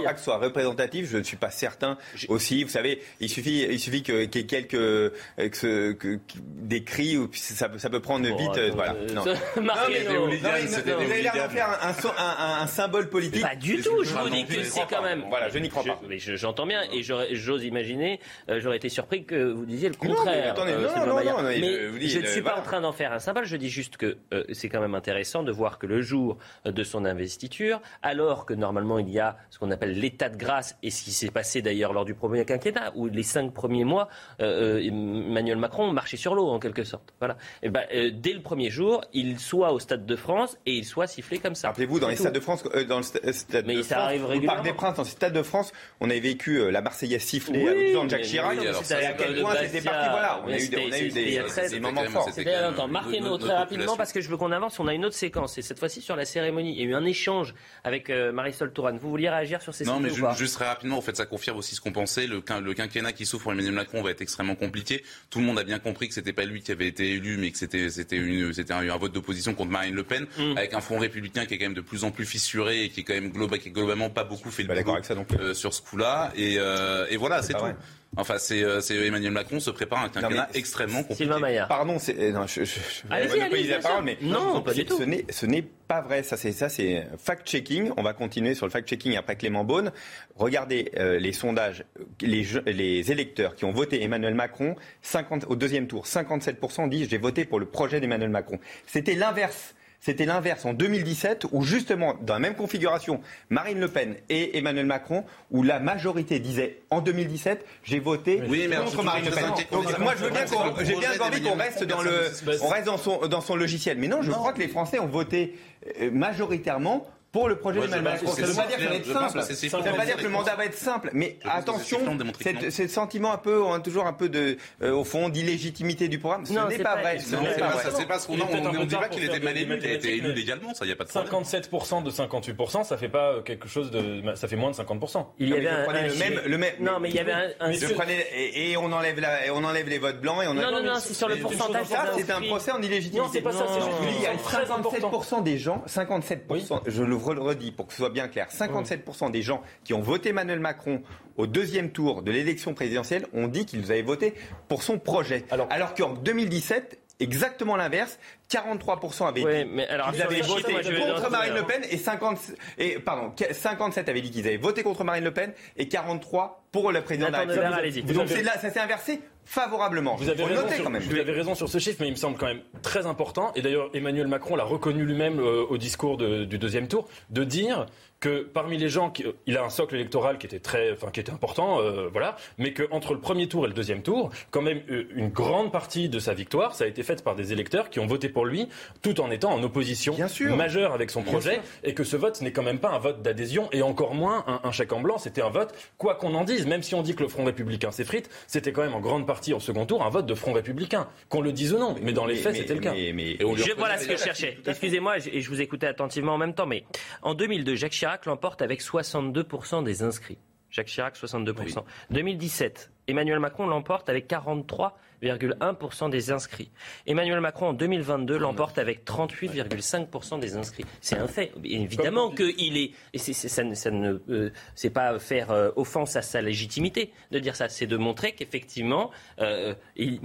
pas que ce soit représentatif. Je ne suis pas certain aussi. Vous savez, il suffit, il suffit que, qu'il y ait quelques que, que, que, des cris, ou ça, ça peut prendre bon, vite. Euh, voilà. Non. non, mais, non, mais, non, mais vous avez l'air d'en faire un, un, un, un symbole politique. Pas du tout. Je vous dis que c'est quand même. Voilà, je n'y crois pas. Mais j'entends bien et j'ose imaginer. Euh, j'aurais été surpris que vous disiez le contraire. Non, mais, attendez, euh, non, non, non, mais, mais je, dis, je ne suis euh, pas voilà. en train d'en faire un symbole. Je dis juste que euh, c'est quand même intéressant de voir que le jour de son investiture, alors que normalement il y a ce qu'on appelle l'état de grâce, et ce qui s'est passé d'ailleurs lors du premier quinquennat, où les cinq premiers mois, euh, Emmanuel Macron marchait sur l'eau en quelque sorte. Voilà. Et ben, euh, dès le premier jour, il soit au Stade de France et il soit sifflé comme ça. Rappelez-vous, dans les stades de France, euh, dans le stade mais de ça France, arrive au Parc des Princes, dans les stades de France, on avait vécu euh, la Marseillaise sifflée oui, avec Jean Jacques Chirac. Oui, alors, et à quel point c'était parti. Voilà, on a eu des, on a eu des, des moments forts. C'était il y a longtemps. Marquez-nous très rapidement parce que je veux qu'on avance. On a une autre séquence et cette fois-ci sur la cérémonie. Il y a eu un échange avec euh, Marisol Touraine. Vous vouliez réagir sur ces sujets? Non, mais ju- juste très rapidement, en fait, ça confirme aussi ce qu'on pensait. Le, le quinquennat qui s'ouvre pour Emmanuel Macron va être extrêmement compliqué. Tout le monde a bien compris que c'était pas lui qui avait été élu, mais que c'était c'était une c'était un, un vote d'opposition contre Marine Le Pen, mmh. avec un front républicain qui est quand même de plus en plus fissuré et qui est quand même globa, qui est globalement pas beaucoup fait le boulot avec ça donc euh, sur ce coup-là. Et, euh, et voilà, c'est, c'est tout. Vrai. Enfin, c'est, c'est Emmanuel Macron se prépare à un quinquennat mais, extrêmement compliqué. Sylvain Maillard. Pardon, c'est, non, je, je, je allez-y, allez-y, la parole, mais non, non pas du tout. Ce n'est, ce n'est pas vrai. Ça, c'est ça, c'est fact-checking. On va continuer sur le fact-checking après Clément Beaune. Regardez euh, les sondages, les, les électeurs qui ont voté Emmanuel Macron, cinquante au deuxième tour, cinquante-sept pour cent disent j'ai voté pour le projet d'Emmanuel Macron. C'était l'inverse. C'était l'inverse en deux mille dix-sept, où justement, dans la même configuration, Marine Le Pen et Emmanuel Macron, où la majorité disait en deux mille dix-sept, j'ai voté oui, contre Marine Le Pen. Donc moi, je veux bien qu'on, j'ai bien envie qu'on reste dans le, on reste dans son, dans son logiciel. Mais non, je non. crois que les Français ont voté majoritairement pour le projet d'Emmanuel Macron. Ça ne veut pas dire que ça va être simple. Ça ne veut pas dire que le mandat va être simple. Mais attention, c'est le sentiment un peu, on a toujours un peu de, euh, au fond, d'illégitimité du programme. Ce n'est pas vrai. Ce n'est pas vrai. C'est pas ce qu'on a. On ne dit pas qu'il était mal élu. Il a été élu légalement. Ça, il n'y a pas de problème. cinquante-sept pour cent de cinquante-huit pour cent, ça fait pas quelque chose de, ça fait moins de cinquante pour cent. Il y avait un, le même, le même. Non, mais il y avait un. Je prenais et on enlève la, et on enlève les votes blancs et on. Non, non, non, c'est sur le pourcentage. Ça, c'est un procès en illégitimité. Non, c'est pas ça. Il y a cinquante-sept pour cent des gens, cinquante-sept pour cent. Je le redis pour que soit bien clair, cinquante-sept pour cent des gens qui ont voté Emmanuel Macron au deuxième tour de l'élection présidentielle ont dit qu'ils avaient voté pour son projet. Alors, alors qu'en deux mille dix-sept, exactement l'inverse, quarante-trois pour cent avaient oui, dit mais alors, qu'ils avaient voté contre Marine Le Pen et, cinquante, et pardon, cinquante-sept avaient dit qu'ils avaient voté contre Marine Le Pen et quarante-trois pour le président de la République. Donc c'est là, ça s'est inversé favorablement. Vous avez, raison sur, quand même. Vous avez raison sur ce chiffre, mais il me semble quand même très important. Et d'ailleurs, Emmanuel Macron l'a reconnu lui-même euh, au discours de, du deuxième tour, de dire que parmi les gens, qui, il a un socle électoral qui était très, enfin qui était important, euh, voilà, mais que entre le premier tour et le deuxième tour, quand même euh, une grande partie de sa victoire, ça a été faite par des électeurs qui ont voté pour lui, tout en étant en opposition majeure avec son projet, et que ce vote n'est quand même pas un vote d'adhésion et encore moins un, un chèque en blanc. C'était un vote, quoi qu'on en dise, même si on dit que le Front républicain s'effrite, c'était quand même en grande partie au second tour un vote de Front républicain, qu'on le dise ou non, mais, mais dans les mais, faits mais, c'était le cas. Mais, mais, je, voilà ce que je cherchais. Excusez-moi, et je vous écoutais attentivement en même temps, mais en deux mille deux, Jacques Chirac l'emporte avec soixante-deux pour cent des inscrits. Jacques Chirac, soixante-deux pour cent. Oui. deux mille dix-sept, Emmanuel Macron l'emporte avec quarante-trois virgule un pour cent des inscrits. Emmanuel Macron, en deux mille vingt-deux, l'emporte avec trente-huit virgule cinq pour cent des inscrits. C'est un fait. Évidemment qu'il est... Et c'est, c'est, ça, ça ne, euh, c'est pas faire euh, offense à sa légitimité de dire ça. C'est de montrer qu'effectivement, euh, il,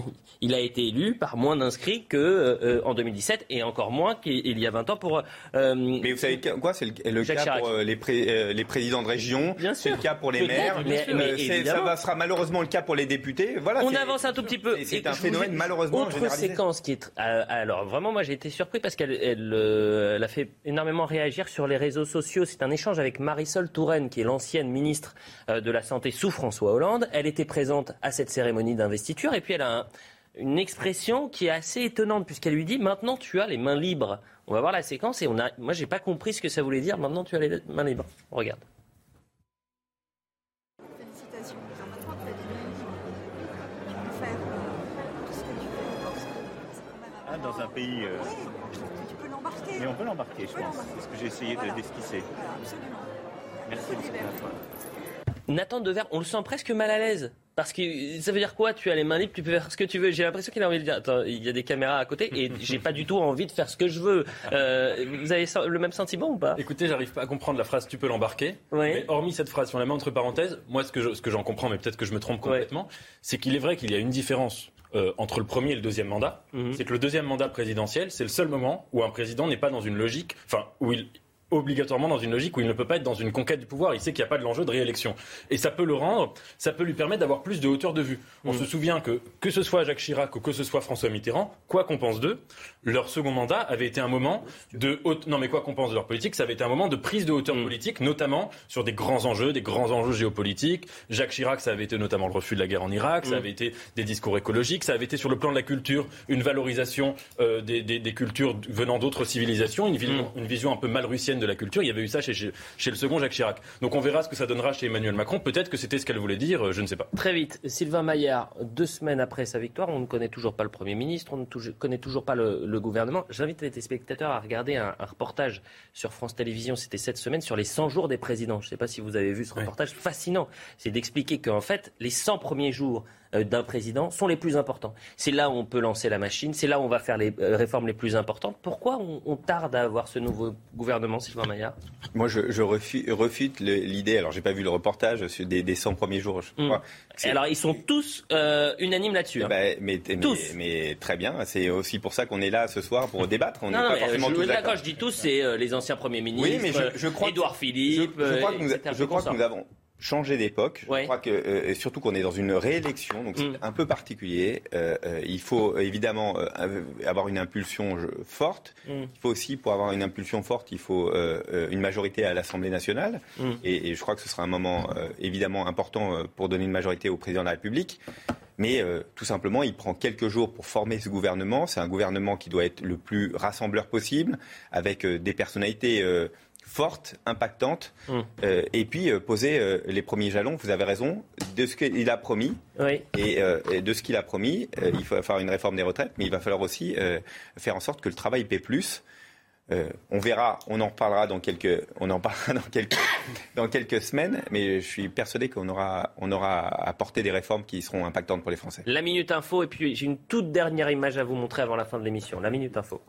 il a été élu par moins d'inscrits qu'en euh, deux mille dix-sept et encore moins qu'il y a vingt ans pour... Euh, Mais vous savez quoi? C'est le, le cas Chirac. Pour euh, les, pré, euh, les présidents de région. Bien sûr. C'est le cas pour les maires. Mais, mais c'est, ça va, sera malheureusement le cas pour les députés. Voilà, on avance un tout petit peu. C'est, c'est un phénomène malheureusement autre généralisé. Séquence qui est euh, alors vraiment moi j'ai été surpris parce qu'elle elle, euh, elle a fait énormément réagir sur les réseaux sociaux. C'est un échange avec Marisol Touraine qui est l'ancienne ministre euh, de la Santé sous François Hollande. Elle était présente à cette cérémonie d'investiture et puis elle a un, une expression qui est assez étonnante puisqu'elle lui dit maintenant tu as les mains libres. On va voir la séquence et on a moi j'ai pas compris ce que ça voulait dire. Maintenant tu as les mains libres. On regarde. Dans un pays... Euh... Oui, tu peux l'embarquer. Mais on peut l'embarquer, je pense. C'est ce que j'ai essayé voilà. de d'esquisser. Voilà, absolument. Merci beaucoup. Nathan Devers, on le sent presque mal à l'aise. Parce que ça veut dire quoi? Tu as les mains libres, tu peux faire ce que tu veux. J'ai l'impression qu'il a envie de dire, attends, il y a des caméras à côté et j'ai pas du tout envie de faire ce que je veux. Euh, vous avez le même sentiment ou pas? Écoutez, j'arrive pas à comprendre la phrase tu peux l'embarquer. Oui. Mais hormis cette phrase, si on la met entre parenthèses, moi ce que, je, ce que j'en comprends, mais peut-être que je me trompe complètement, ouais. c'est qu'il est vrai qu'il y a une différence euh, entre le premier et le deuxième mandat. Mm-hmm. C'est que le deuxième mandat présidentiel, c'est le seul moment où un président n'est pas dans une logique, enfin, où il obligatoirement dans une logique où il ne peut pas être dans une conquête du pouvoir. Il sait qu'il n'y a pas de l'enjeu de réélection. Et ça peut le rendre, ça peut lui permettre d'avoir plus de hauteur de vue. On mmh. se souvient que, que ce soit Jacques Chirac ou que ce soit François Mitterrand, quoi qu'on pense d'eux, leur second mandat avait été un moment de haute... Non, mais quoi qu'on pense de leur politique, ça avait été un moment de prise de hauteur mmh. politique, notamment sur des grands enjeux, des grands enjeux géopolitiques. Jacques Chirac, ça avait été notamment le refus de la guerre en Irak, mmh. ça avait été des discours écologiques, ça avait été sur le plan de la culture, une valorisation euh, des, des, des cultures venant d'autres civilisations, une vision, mmh. une vision un peu malrussienne de la culture. Il y avait eu ça chez, chez, chez le second Jacques Chirac. Donc on verra ce que ça donnera chez Emmanuel Macron. Peut-être que c'était ce qu'elle voulait dire, je ne sais pas. Très vite, Sylvain Maillard, deux semaines après sa victoire, on ne connaît toujours pas le Premier ministre, on ne tou- connaît toujours pas le, le gouvernement. J'invite les téléspectateurs à regarder un, un reportage sur France Télévisions, c'était cette semaine, sur les cent jours des présidents. Je ne sais pas si vous avez vu ce reportage, oui. fascinant. C'est d'expliquer qu'en fait, les cent premiers jours d'un président sont les plus importants. C'est là où on peut lancer la machine, c'est là où on va faire les réformes les plus importantes. Pourquoi on, on tarde à avoir ce nouveau gouvernement, Sylvain Maillard? Moi, je, je refute, refute le, l'idée, alors j'ai pas vu le reportage sur des, des cent premiers jours, je crois. Mmh. Alors, ils sont tous euh, unanimes là-dessus. Hein. Bah, mais, mais, tous. Mais, mais très bien, c'est aussi pour ça qu'on est là ce soir, pour débattre. On non, n'est non, pas forcément je, tous là, d'accord. Quand je dis tous, c'est euh, les anciens premiers ministres, oui, mais je, je crois Édouard Philippe, je, je crois que nous, et cetera. Je crois que nous avons changer d'époque. Je ouais. crois que euh, surtout qu'on est dans une réélection, donc c'est mmh. un peu particulier. Euh, euh, il faut évidemment euh, avoir une impulsion je, forte. Mmh. Il faut aussi, pour avoir une impulsion forte, il faut euh, une majorité à l'Assemblée nationale. Mmh. Et, et je crois que ce sera un moment euh, évidemment important euh, pour donner une majorité au président de la République. Mais euh, tout simplement, il prend quelques jours pour former ce gouvernement. C'est un gouvernement qui doit être le plus rassembleur possible, avec euh, des personnalités euh, forte, impactante, mmh. euh, et puis euh, poser euh, les premiers jalons, vous avez raison, de ce qu'il a promis. Oui. Et, euh, et de ce qu'il a promis, euh, il faut faire une réforme des retraites, mais il va falloir aussi euh, faire en sorte que le travail paie plus. Euh, on verra, on en reparlera dans quelques, on en parlera dans quelques, dans quelques semaines, mais je suis persuadé qu'on aura, on aura apporté des réformes qui seront impactantes pour les Français. La Minute Info, et puis j'ai une toute dernière image à vous montrer avant la fin de l'émission. La Minute Info.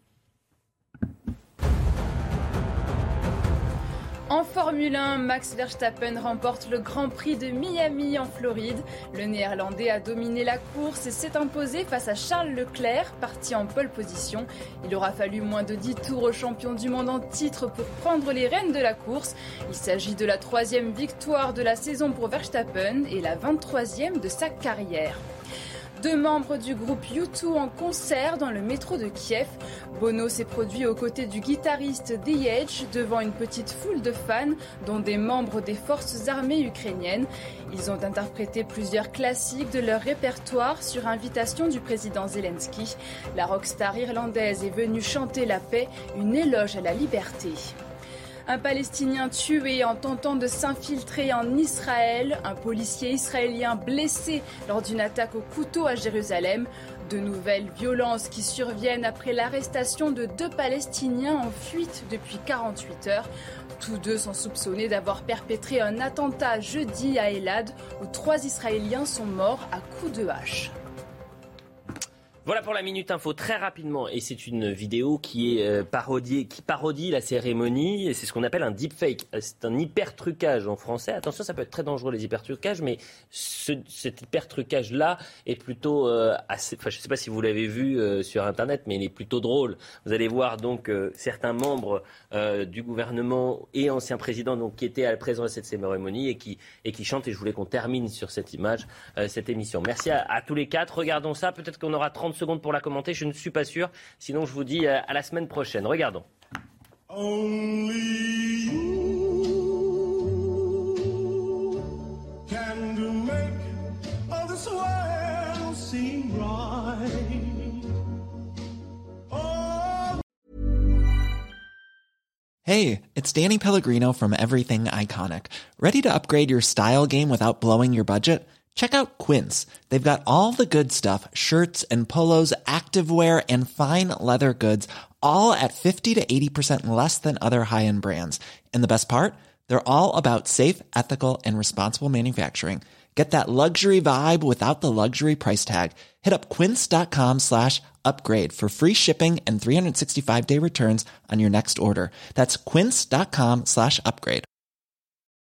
En Formule un, Max Verstappen remporte le Grand Prix de Miami en Floride. Le Néerlandais a dominé la course et s'est imposé face à Charles Leclerc, parti en pole position. Il aura fallu moins de dix tours au champion du monde en titre pour prendre les rênes de la course. Il s'agit de la troisième victoire de la saison pour Verstappen et la vingt-troisième de sa carrière. Deux membres du groupe U deux en concert dans le métro de Kiev. Bono s'est produit aux côtés du guitariste The Edge devant une petite foule de fans, dont des membres des forces armées ukrainiennes. Ils ont interprété plusieurs classiques de leur répertoire sur invitation du président Zelensky. La rockstar irlandaise est venue chanter la paix, une éloge à la liberté. Un Palestinien tué en tentant de s'infiltrer en Israël, un policier israélien blessé lors d'une attaque au couteau à Jérusalem. De nouvelles violences qui surviennent après l'arrestation de deux Palestiniens en fuite depuis quarante-huit heures. Tous deux sont soupçonnés d'avoir perpétré un attentat jeudi à Elad où trois Israéliens sont morts à coups de hache. Voilà pour la Minute Info, très rapidement, et c'est une vidéo qui est euh, parodiée, qui parodie la cérémonie, et c'est ce qu'on appelle un deepfake. C'est un hyper-trucage en français. Attention, ça peut être très dangereux les hyper-trucages, mais ce, cet hyper-trucage-là est plutôt euh, assez... Enfin, je ne sais pas si vous l'avez vu euh, sur Internet, mais il est plutôt drôle. Vous allez voir donc euh, certains membres euh, du gouvernement et anciens présidents donc, qui étaient présents à cette cérémonie et qui, et qui chantent, et je voulais qu'on termine sur cette image, euh, cette émission. Merci à, à tous les quatre. Regardons ça, peut-être qu'on aura trente secondes pour la commenter, je ne suis pas sûr. Sinon, je vous dis à la semaine prochaine. Regardons. Only you can make all this world seem right. Oh. Hey, it's Danny Pellegrino from Everything Iconic. Ready to upgrade your style game without blowing your budget? Check out Quince. They've got all the good stuff, shirts and polos, activewear, and fine leather goods, all at fifty to eighty percent less than other high-end brands. And the best part? They're all about safe, ethical, and responsible manufacturing. Get that luxury vibe without the luxury price tag. Hit up quince.com slash upgrade for free shipping and three sixty-five day returns on your next order. That's quince.com slash upgrade.